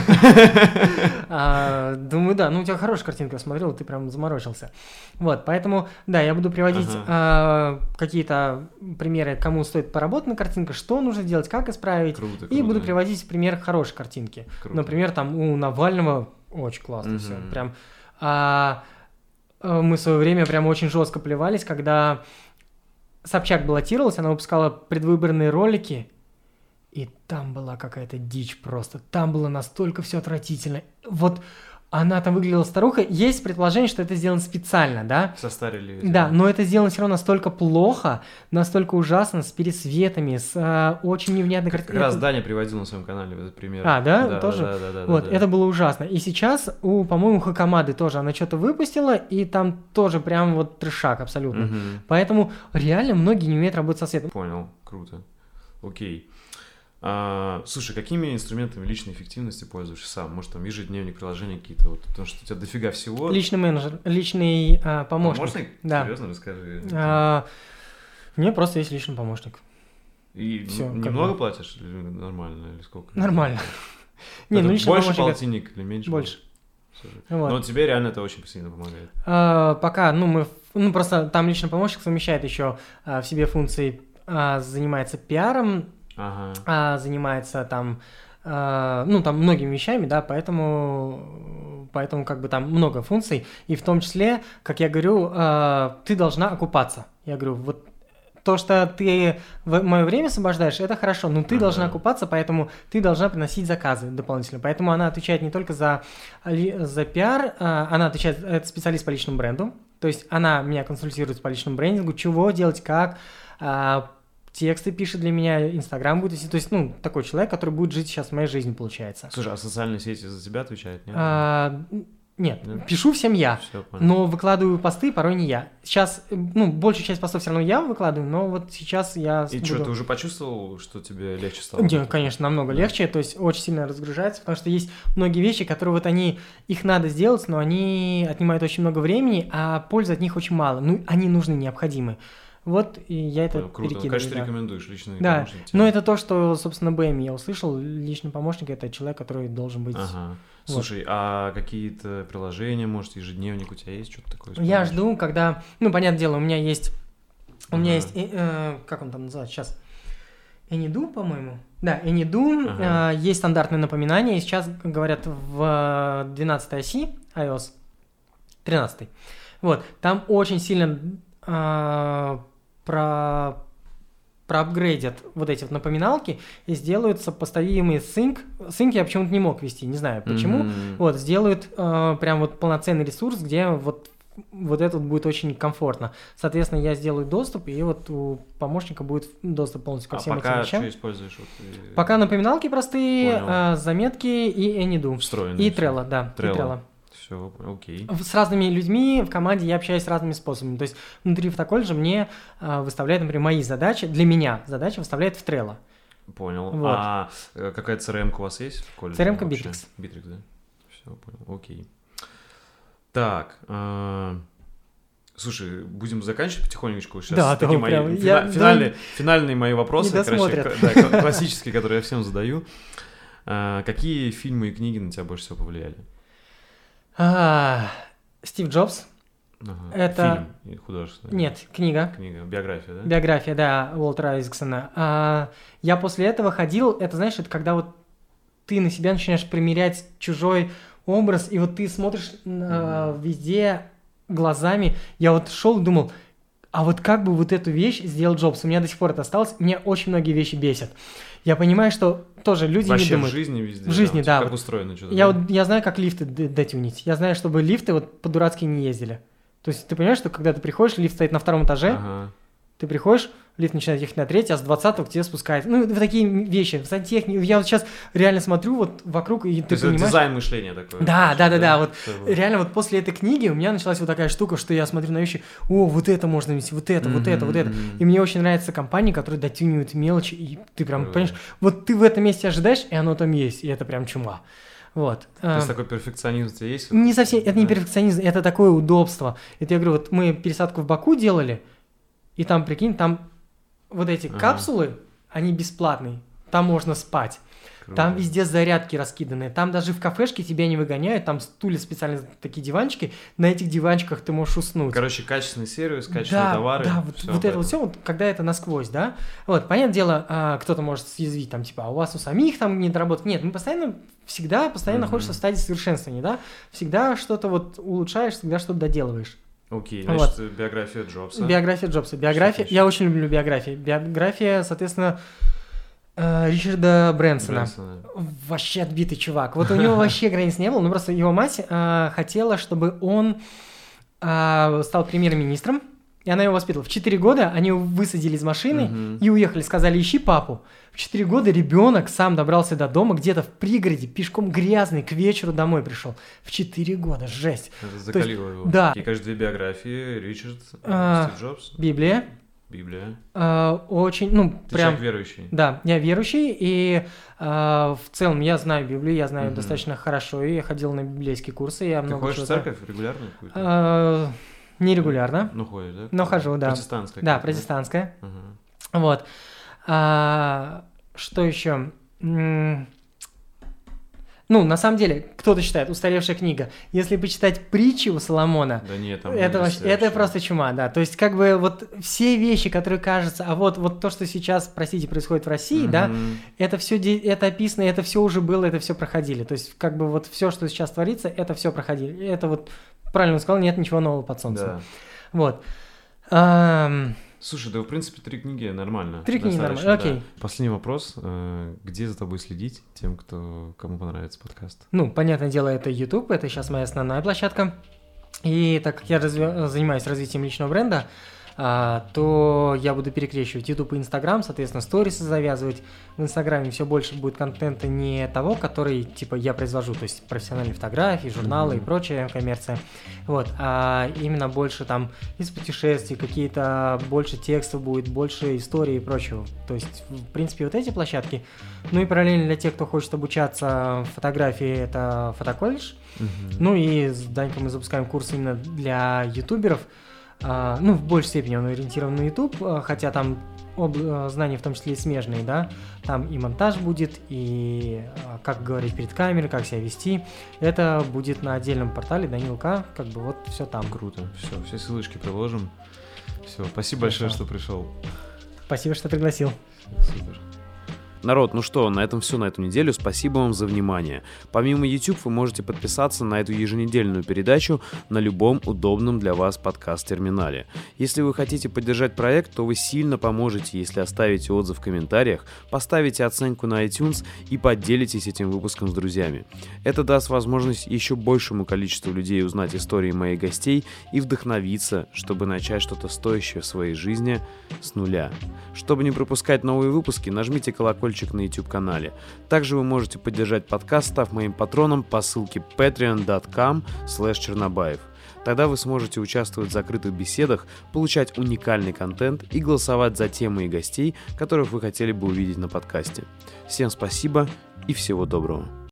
B: А, думаю, да. Ну, у тебя хорошая картинка, я смотрел, ты прям заморочился. Вот, поэтому, да, я буду приводить
A: ага.
B: а, какие-то примеры, кому стоит поработать на картинках, что нужно делать, как исправить.
A: Круто,
B: и
A: круто.
B: буду приводить пример хорошей картинки.
A: Круто.
B: Например, там у Навального очень классно
A: угу.
B: все. Прям а, мы в свое время прям очень жестко плевались, когда Собчак баллотировалась, она выпускала предвыборные ролики. И там была какая-то дичь просто. Там было настолько все отвратительно. Вот она там выглядела старухой. Есть предположение, что это сделано специально, да?
A: Состарили.
B: Да, но это сделано все равно настолько плохо, настолько ужасно, с пересветами, с а, очень невнятной
A: картинкой. Как раз Даня приводил на своем канале этот пример.
B: А, да?
A: да
B: тоже?
A: Да, да, да,
B: вот,
A: да, да.
B: это было ужасно. И сейчас у, по-моему, Хакамады тоже она что-то выпустила, и там тоже прям вот трешак абсолютно.
A: Угу.
B: Поэтому реально многие не умеют работать со светом.
A: Понял, круто. Окей. А, слушай, какими инструментами личной эффективности пользуешься сам? Может, там ежедневник, приложения какие-то, вот, потому что у тебя дофига всего.
B: Личный менеджер, личный а, помощник.
A: Помощник?
B: Да.
A: Серьезно, расскажи.
B: А, у меня просто есть личный помощник.
A: И Всё, немного платишь? Или нормально? Или сколько?
B: Нормально. Не, ну личный
A: больше
B: помощник...
A: полтинник или меньше?
B: Больше.
A: Вот. Но тебе реально это очень сильно помогает.
B: А, пока, ну, мы... Ну, просто там личный помощник совмещает еще а, в себе функции, а, занимается пиаром,
A: Ага.
B: а, занимается там, а, ну, там многими вещами, да, поэтому, поэтому как бы там много функций, и в том числе, как я говорю, а, ты должна окупаться. Я говорю, вот то, что ты в мое время освобождаешь, это хорошо, но ты ага. должна окупаться, поэтому ты должна приносить заказы дополнительно. Поэтому она отвечает не только за, за пиар, а, она отвечает, это специалист по личному бренду, то есть она меня консультирует по личному брендингу, чего делать, как, а, тексты пишет для меня, Инстаграм будет вести. То есть, ну, такой человек, который будет жить сейчас в моей жизни, получается.
A: Слушай, а социальные сети за тебя отвечают, нет?
B: А, нет, нет, пишу всем я,
A: Всё, понял.
B: но выкладываю посты порой не я. Сейчас, ну, большую часть постов все равно я выкладываю, но вот сейчас я...
A: И
B: буду...
A: что, ты уже почувствовал, что тебе легче стало?
B: Нет, конечно, намного да. легче, то есть очень сильно разгружается, потому что есть многие вещи, которые вот они, их надо сделать, но они отнимают очень много времени, а пользы от них очень мало. Ну, они нужны, необходимы. Вот, и я это
A: Понял, круто.
B: перекидываю.
A: Конечно,
B: да.
A: ты рекомендуешь личный
B: да.
A: помощник.
B: Да, но это то, что, собственно, бэ эм я услышал. Личный помощник – это человек, который должен быть…
A: Ага.
B: Вот.
A: Слушай, а какие-то приложения, может, ежедневник у тебя есть, что-то такое?
B: Я жду, когда… Ну, понятное дело, у меня есть… У
A: ага.
B: меня есть… Э, э, как он там называется сейчас? Anydo, по-моему? Да, Anydo. Ага. Э, есть стандартные напоминания. Сейчас, говорят, в двенадцатой оси iOS, тринадцатой. Вот, там очень сильно… Э, про, проапгрейдят вот эти вот напоминалки и сделают сопоставимый синк. Синк я почему-то не мог вести, не знаю почему. Mm-hmm. Вот, сделают э, прям вот полноценный ресурс, где вот, вот это вот будет очень комфортно. Соответственно, я сделаю доступ, и вот у помощника будет доступ полностью ко всем
A: а
B: этим вещам.
A: А пока что используешь? Вот, и...
B: Пока напоминалки простые, э, заметки и Anydo.
A: Встроенные.
B: И Trello, да.
A: Trello.
B: И Trello.
A: Все, окей.
B: С разными людьми в команде я общаюсь разными способами. То есть внутри фотоколледжа мне э, выставляют, например, мои задачи, для меня задачи выставляют в Trello.
A: Понял.
B: Вот.
A: А какая-то си эр эм-ка у вас есть в колледже?
B: си эр эм-ка Bittrex.
A: Bittrex, да? Все, понял, окей. Так, э, слушай, будем заканчивать потихонечку. Сейчас
B: да,
A: такие мои
B: прям,
A: фина-
B: я,
A: финальные,
B: да,
A: финальные мои вопросы,
B: не
A: короче, да, классические, которые я всем задаю. А, какие фильмы и книги на тебя больше всего повлияли?
B: А, Стив Джобс.
A: Ага.
B: Это...
A: Фильм художественный?
B: Нет, книга.
A: Книга, биография, да?
B: Биография, да, Уолтера Айзексона. А, я после этого ходил, это, знаешь, это когда вот ты на себя начинаешь примерять чужой образ, и вот ты смотришь а, везде глазами. Я вот шел и думал, а вот как бы вот эту вещь сделал Джобс? У меня до сих пор это осталось, меня очень многие вещи бесят. Я понимаю, что тоже люди
A: вообще
B: не думают.
A: в жизни везде?
B: В жизни, да.
A: Как
B: вот
A: устроено что-то?
B: Я,
A: да?
B: вот, я знаю, как лифты дотюнить. Я знаю, чтобы лифты вот по-дурацки не ездили. То есть ты понимаешь, что когда ты приходишь, лифт стоит на втором этаже,
A: ага.
B: Ты приходишь, лифт начинает ехать на третий, а с двадцатого к тебе спускается. Ну, вот такие вещи, в сантехнике. Я вот сейчас реально смотрю вот вокруг, и ты
A: То
B: понимаешь...
A: Это дизайн мышления такое.
B: Да, да, да, да, вот
A: Чтобы...
B: реально вот после этой книги у меня началась вот такая штука, что я смотрю на вещи, о, вот это можно вести, вот это, mm-hmm. вот это, вот это. И мне очень нравятся компании, которые дотюнивают мелочи, и ты прям, mm-hmm. понимаешь, вот ты в этом месте ожидаешь, и оно там есть, и это прям чума. Вот.
A: То есть такой перфекционизм у тебя есть?
B: Не совсем, это не перфекционизм, это такое удобство. Это я говорю, вот мы пересадку в Баку делали, и там, прикинь, там вот эти ага. капсулы, они бесплатные, там можно спать. Круто. Там везде зарядки раскиданы, там даже в кафешке тебя не выгоняют, там стулья специально такие диванчики, на этих диванчиках ты можешь уснуть.
A: Короче, качественный сервис, качественные
B: да,
A: товары.
B: Да, вот, вот это вот все, вот, когда это насквозь, да. Вот, понятное дело, а, кто-то может съязвить, там, типа, а у вас у самих там недоработки. Нет, мы постоянно, всегда, постоянно mm-hmm. находишься в стадии совершенствования, да. Всегда что-то вот улучшаешь, всегда что-то доделываешь.
A: Окей, okay, значит, вот. биография Джобса.
B: Биография Джобса. Биография, я очень люблю биографии. Биография, соответственно, Ричарда Брэнсона. Брэнсона. Вообще отбитый чувак. Вот у него вообще границ не было, но просто его мать а, хотела, чтобы он а, стал премьер-министром, и она его воспитывала. В четыре года они его высадили из машины uh-huh. и уехали, сказали, ищи папу. В четыре года ребенок сам добрался до дома, где-то в пригороде, пешком грязный, к вечеру домой пришел. В четыре года, жесть.
A: Это закалило есть, его.
B: Да.
A: И, кажется, две биографии, Ричард,
B: а,
A: Стив Джобс.
B: Библия.
A: Библия.
B: А, очень, ну,
A: Ты
B: прям...
A: человек верующий.
B: Да, я верующий, и а, в целом я знаю Библию, я знаю mm-hmm. достаточно хорошо, и я ходил на библейские курсы. Я
A: Ты
B: много
A: ходишь в
B: чего...
A: церковь регулярно какую-то?
B: А, нерегулярно.
A: Ну, ходишь, да?
B: Но хожу, да.
A: Протестантская.
B: Да, протестантская.
A: Uh-huh.
B: Вот. А, что еще? Ну, на самом деле, кто-то считает, устаревшая книга. Если почитать притчи у Соломона,
A: да нет, там
B: это, вообще, это просто чума, да. То есть, как бы, вот все вещи, которые кажутся, а вот, вот то, что сейчас, простите, происходит в России, mm-hmm. да, это все, это описано, это все уже было, это все проходили. То есть, как бы, вот все, что сейчас творится, это все проходили. Это вот, правильно сказал, нет ничего нового под солнцем. Да. Вот. Um...
A: Слушай, да, в принципе, три книги нормально.
B: Три книги нормально, окей.
A: Да. Последний вопрос. Где за тобой следить тем, кто, кому понравится подкаст?
B: Ну, понятное дело, это YouTube, это сейчас моя основная площадка. И так как я разви... занимаюсь развитием личного бренда, а, то я буду перекрещивать YouTube и Instagram, соответственно, сторисы завязывать. В Инстаграме все больше будет контента не того, который, типа, я произвожу, то есть профессиональные фотографии, журналы mm-hmm. и прочая коммерция, вот, а именно больше там из путешествий, какие-то больше текстов будет, больше истории и прочего. То есть, в принципе, вот эти площадки. Ну и параллельно для тех, кто хочет обучаться фотографии, это фотоколледж. Mm-hmm. Ну и с Данькой мы запускаем курс именно для ютуберов. Uh, ну, в большей степени он ориентирован на YouTube, uh, хотя там об, uh, знания в том числе и смежные, да, там и монтаж будет, и uh, как говорить перед камерой, как себя вести, это будет на отдельном портале Данил К, как бы вот все там.
A: Круто, все, все ссылочки приложим, все, спасибо большое, что пришел.
B: Спасибо, что пригласил.
A: Супер. Народ, ну что, на этом все на эту неделю. Спасибо вам за внимание. Помимо YouTube вы можете подписаться на эту еженедельную передачу на любом удобном для вас подкаст-терминале. Если вы хотите поддержать проект, то вы сильно поможете, если оставите отзыв в комментариях, поставите оценку на iTunes и поделитесь этим выпуском с друзьями. Это даст возможность еще большему количеству людей узнать истории моих гостей и вдохновиться, чтобы начать что-то стоящее в своей жизни с нуля. Чтобы не пропускать новые выпуски, нажмите колокольчик на YouTube-канале. Также вы можете поддержать подкаст, став моим патроном по ссылке patreon dot com slash чернобаев. Тогда вы сможете участвовать в закрытых беседах, получать уникальный контент и голосовать за темы и гостей, которых вы хотели бы увидеть на подкасте. Всем спасибо и всего доброго.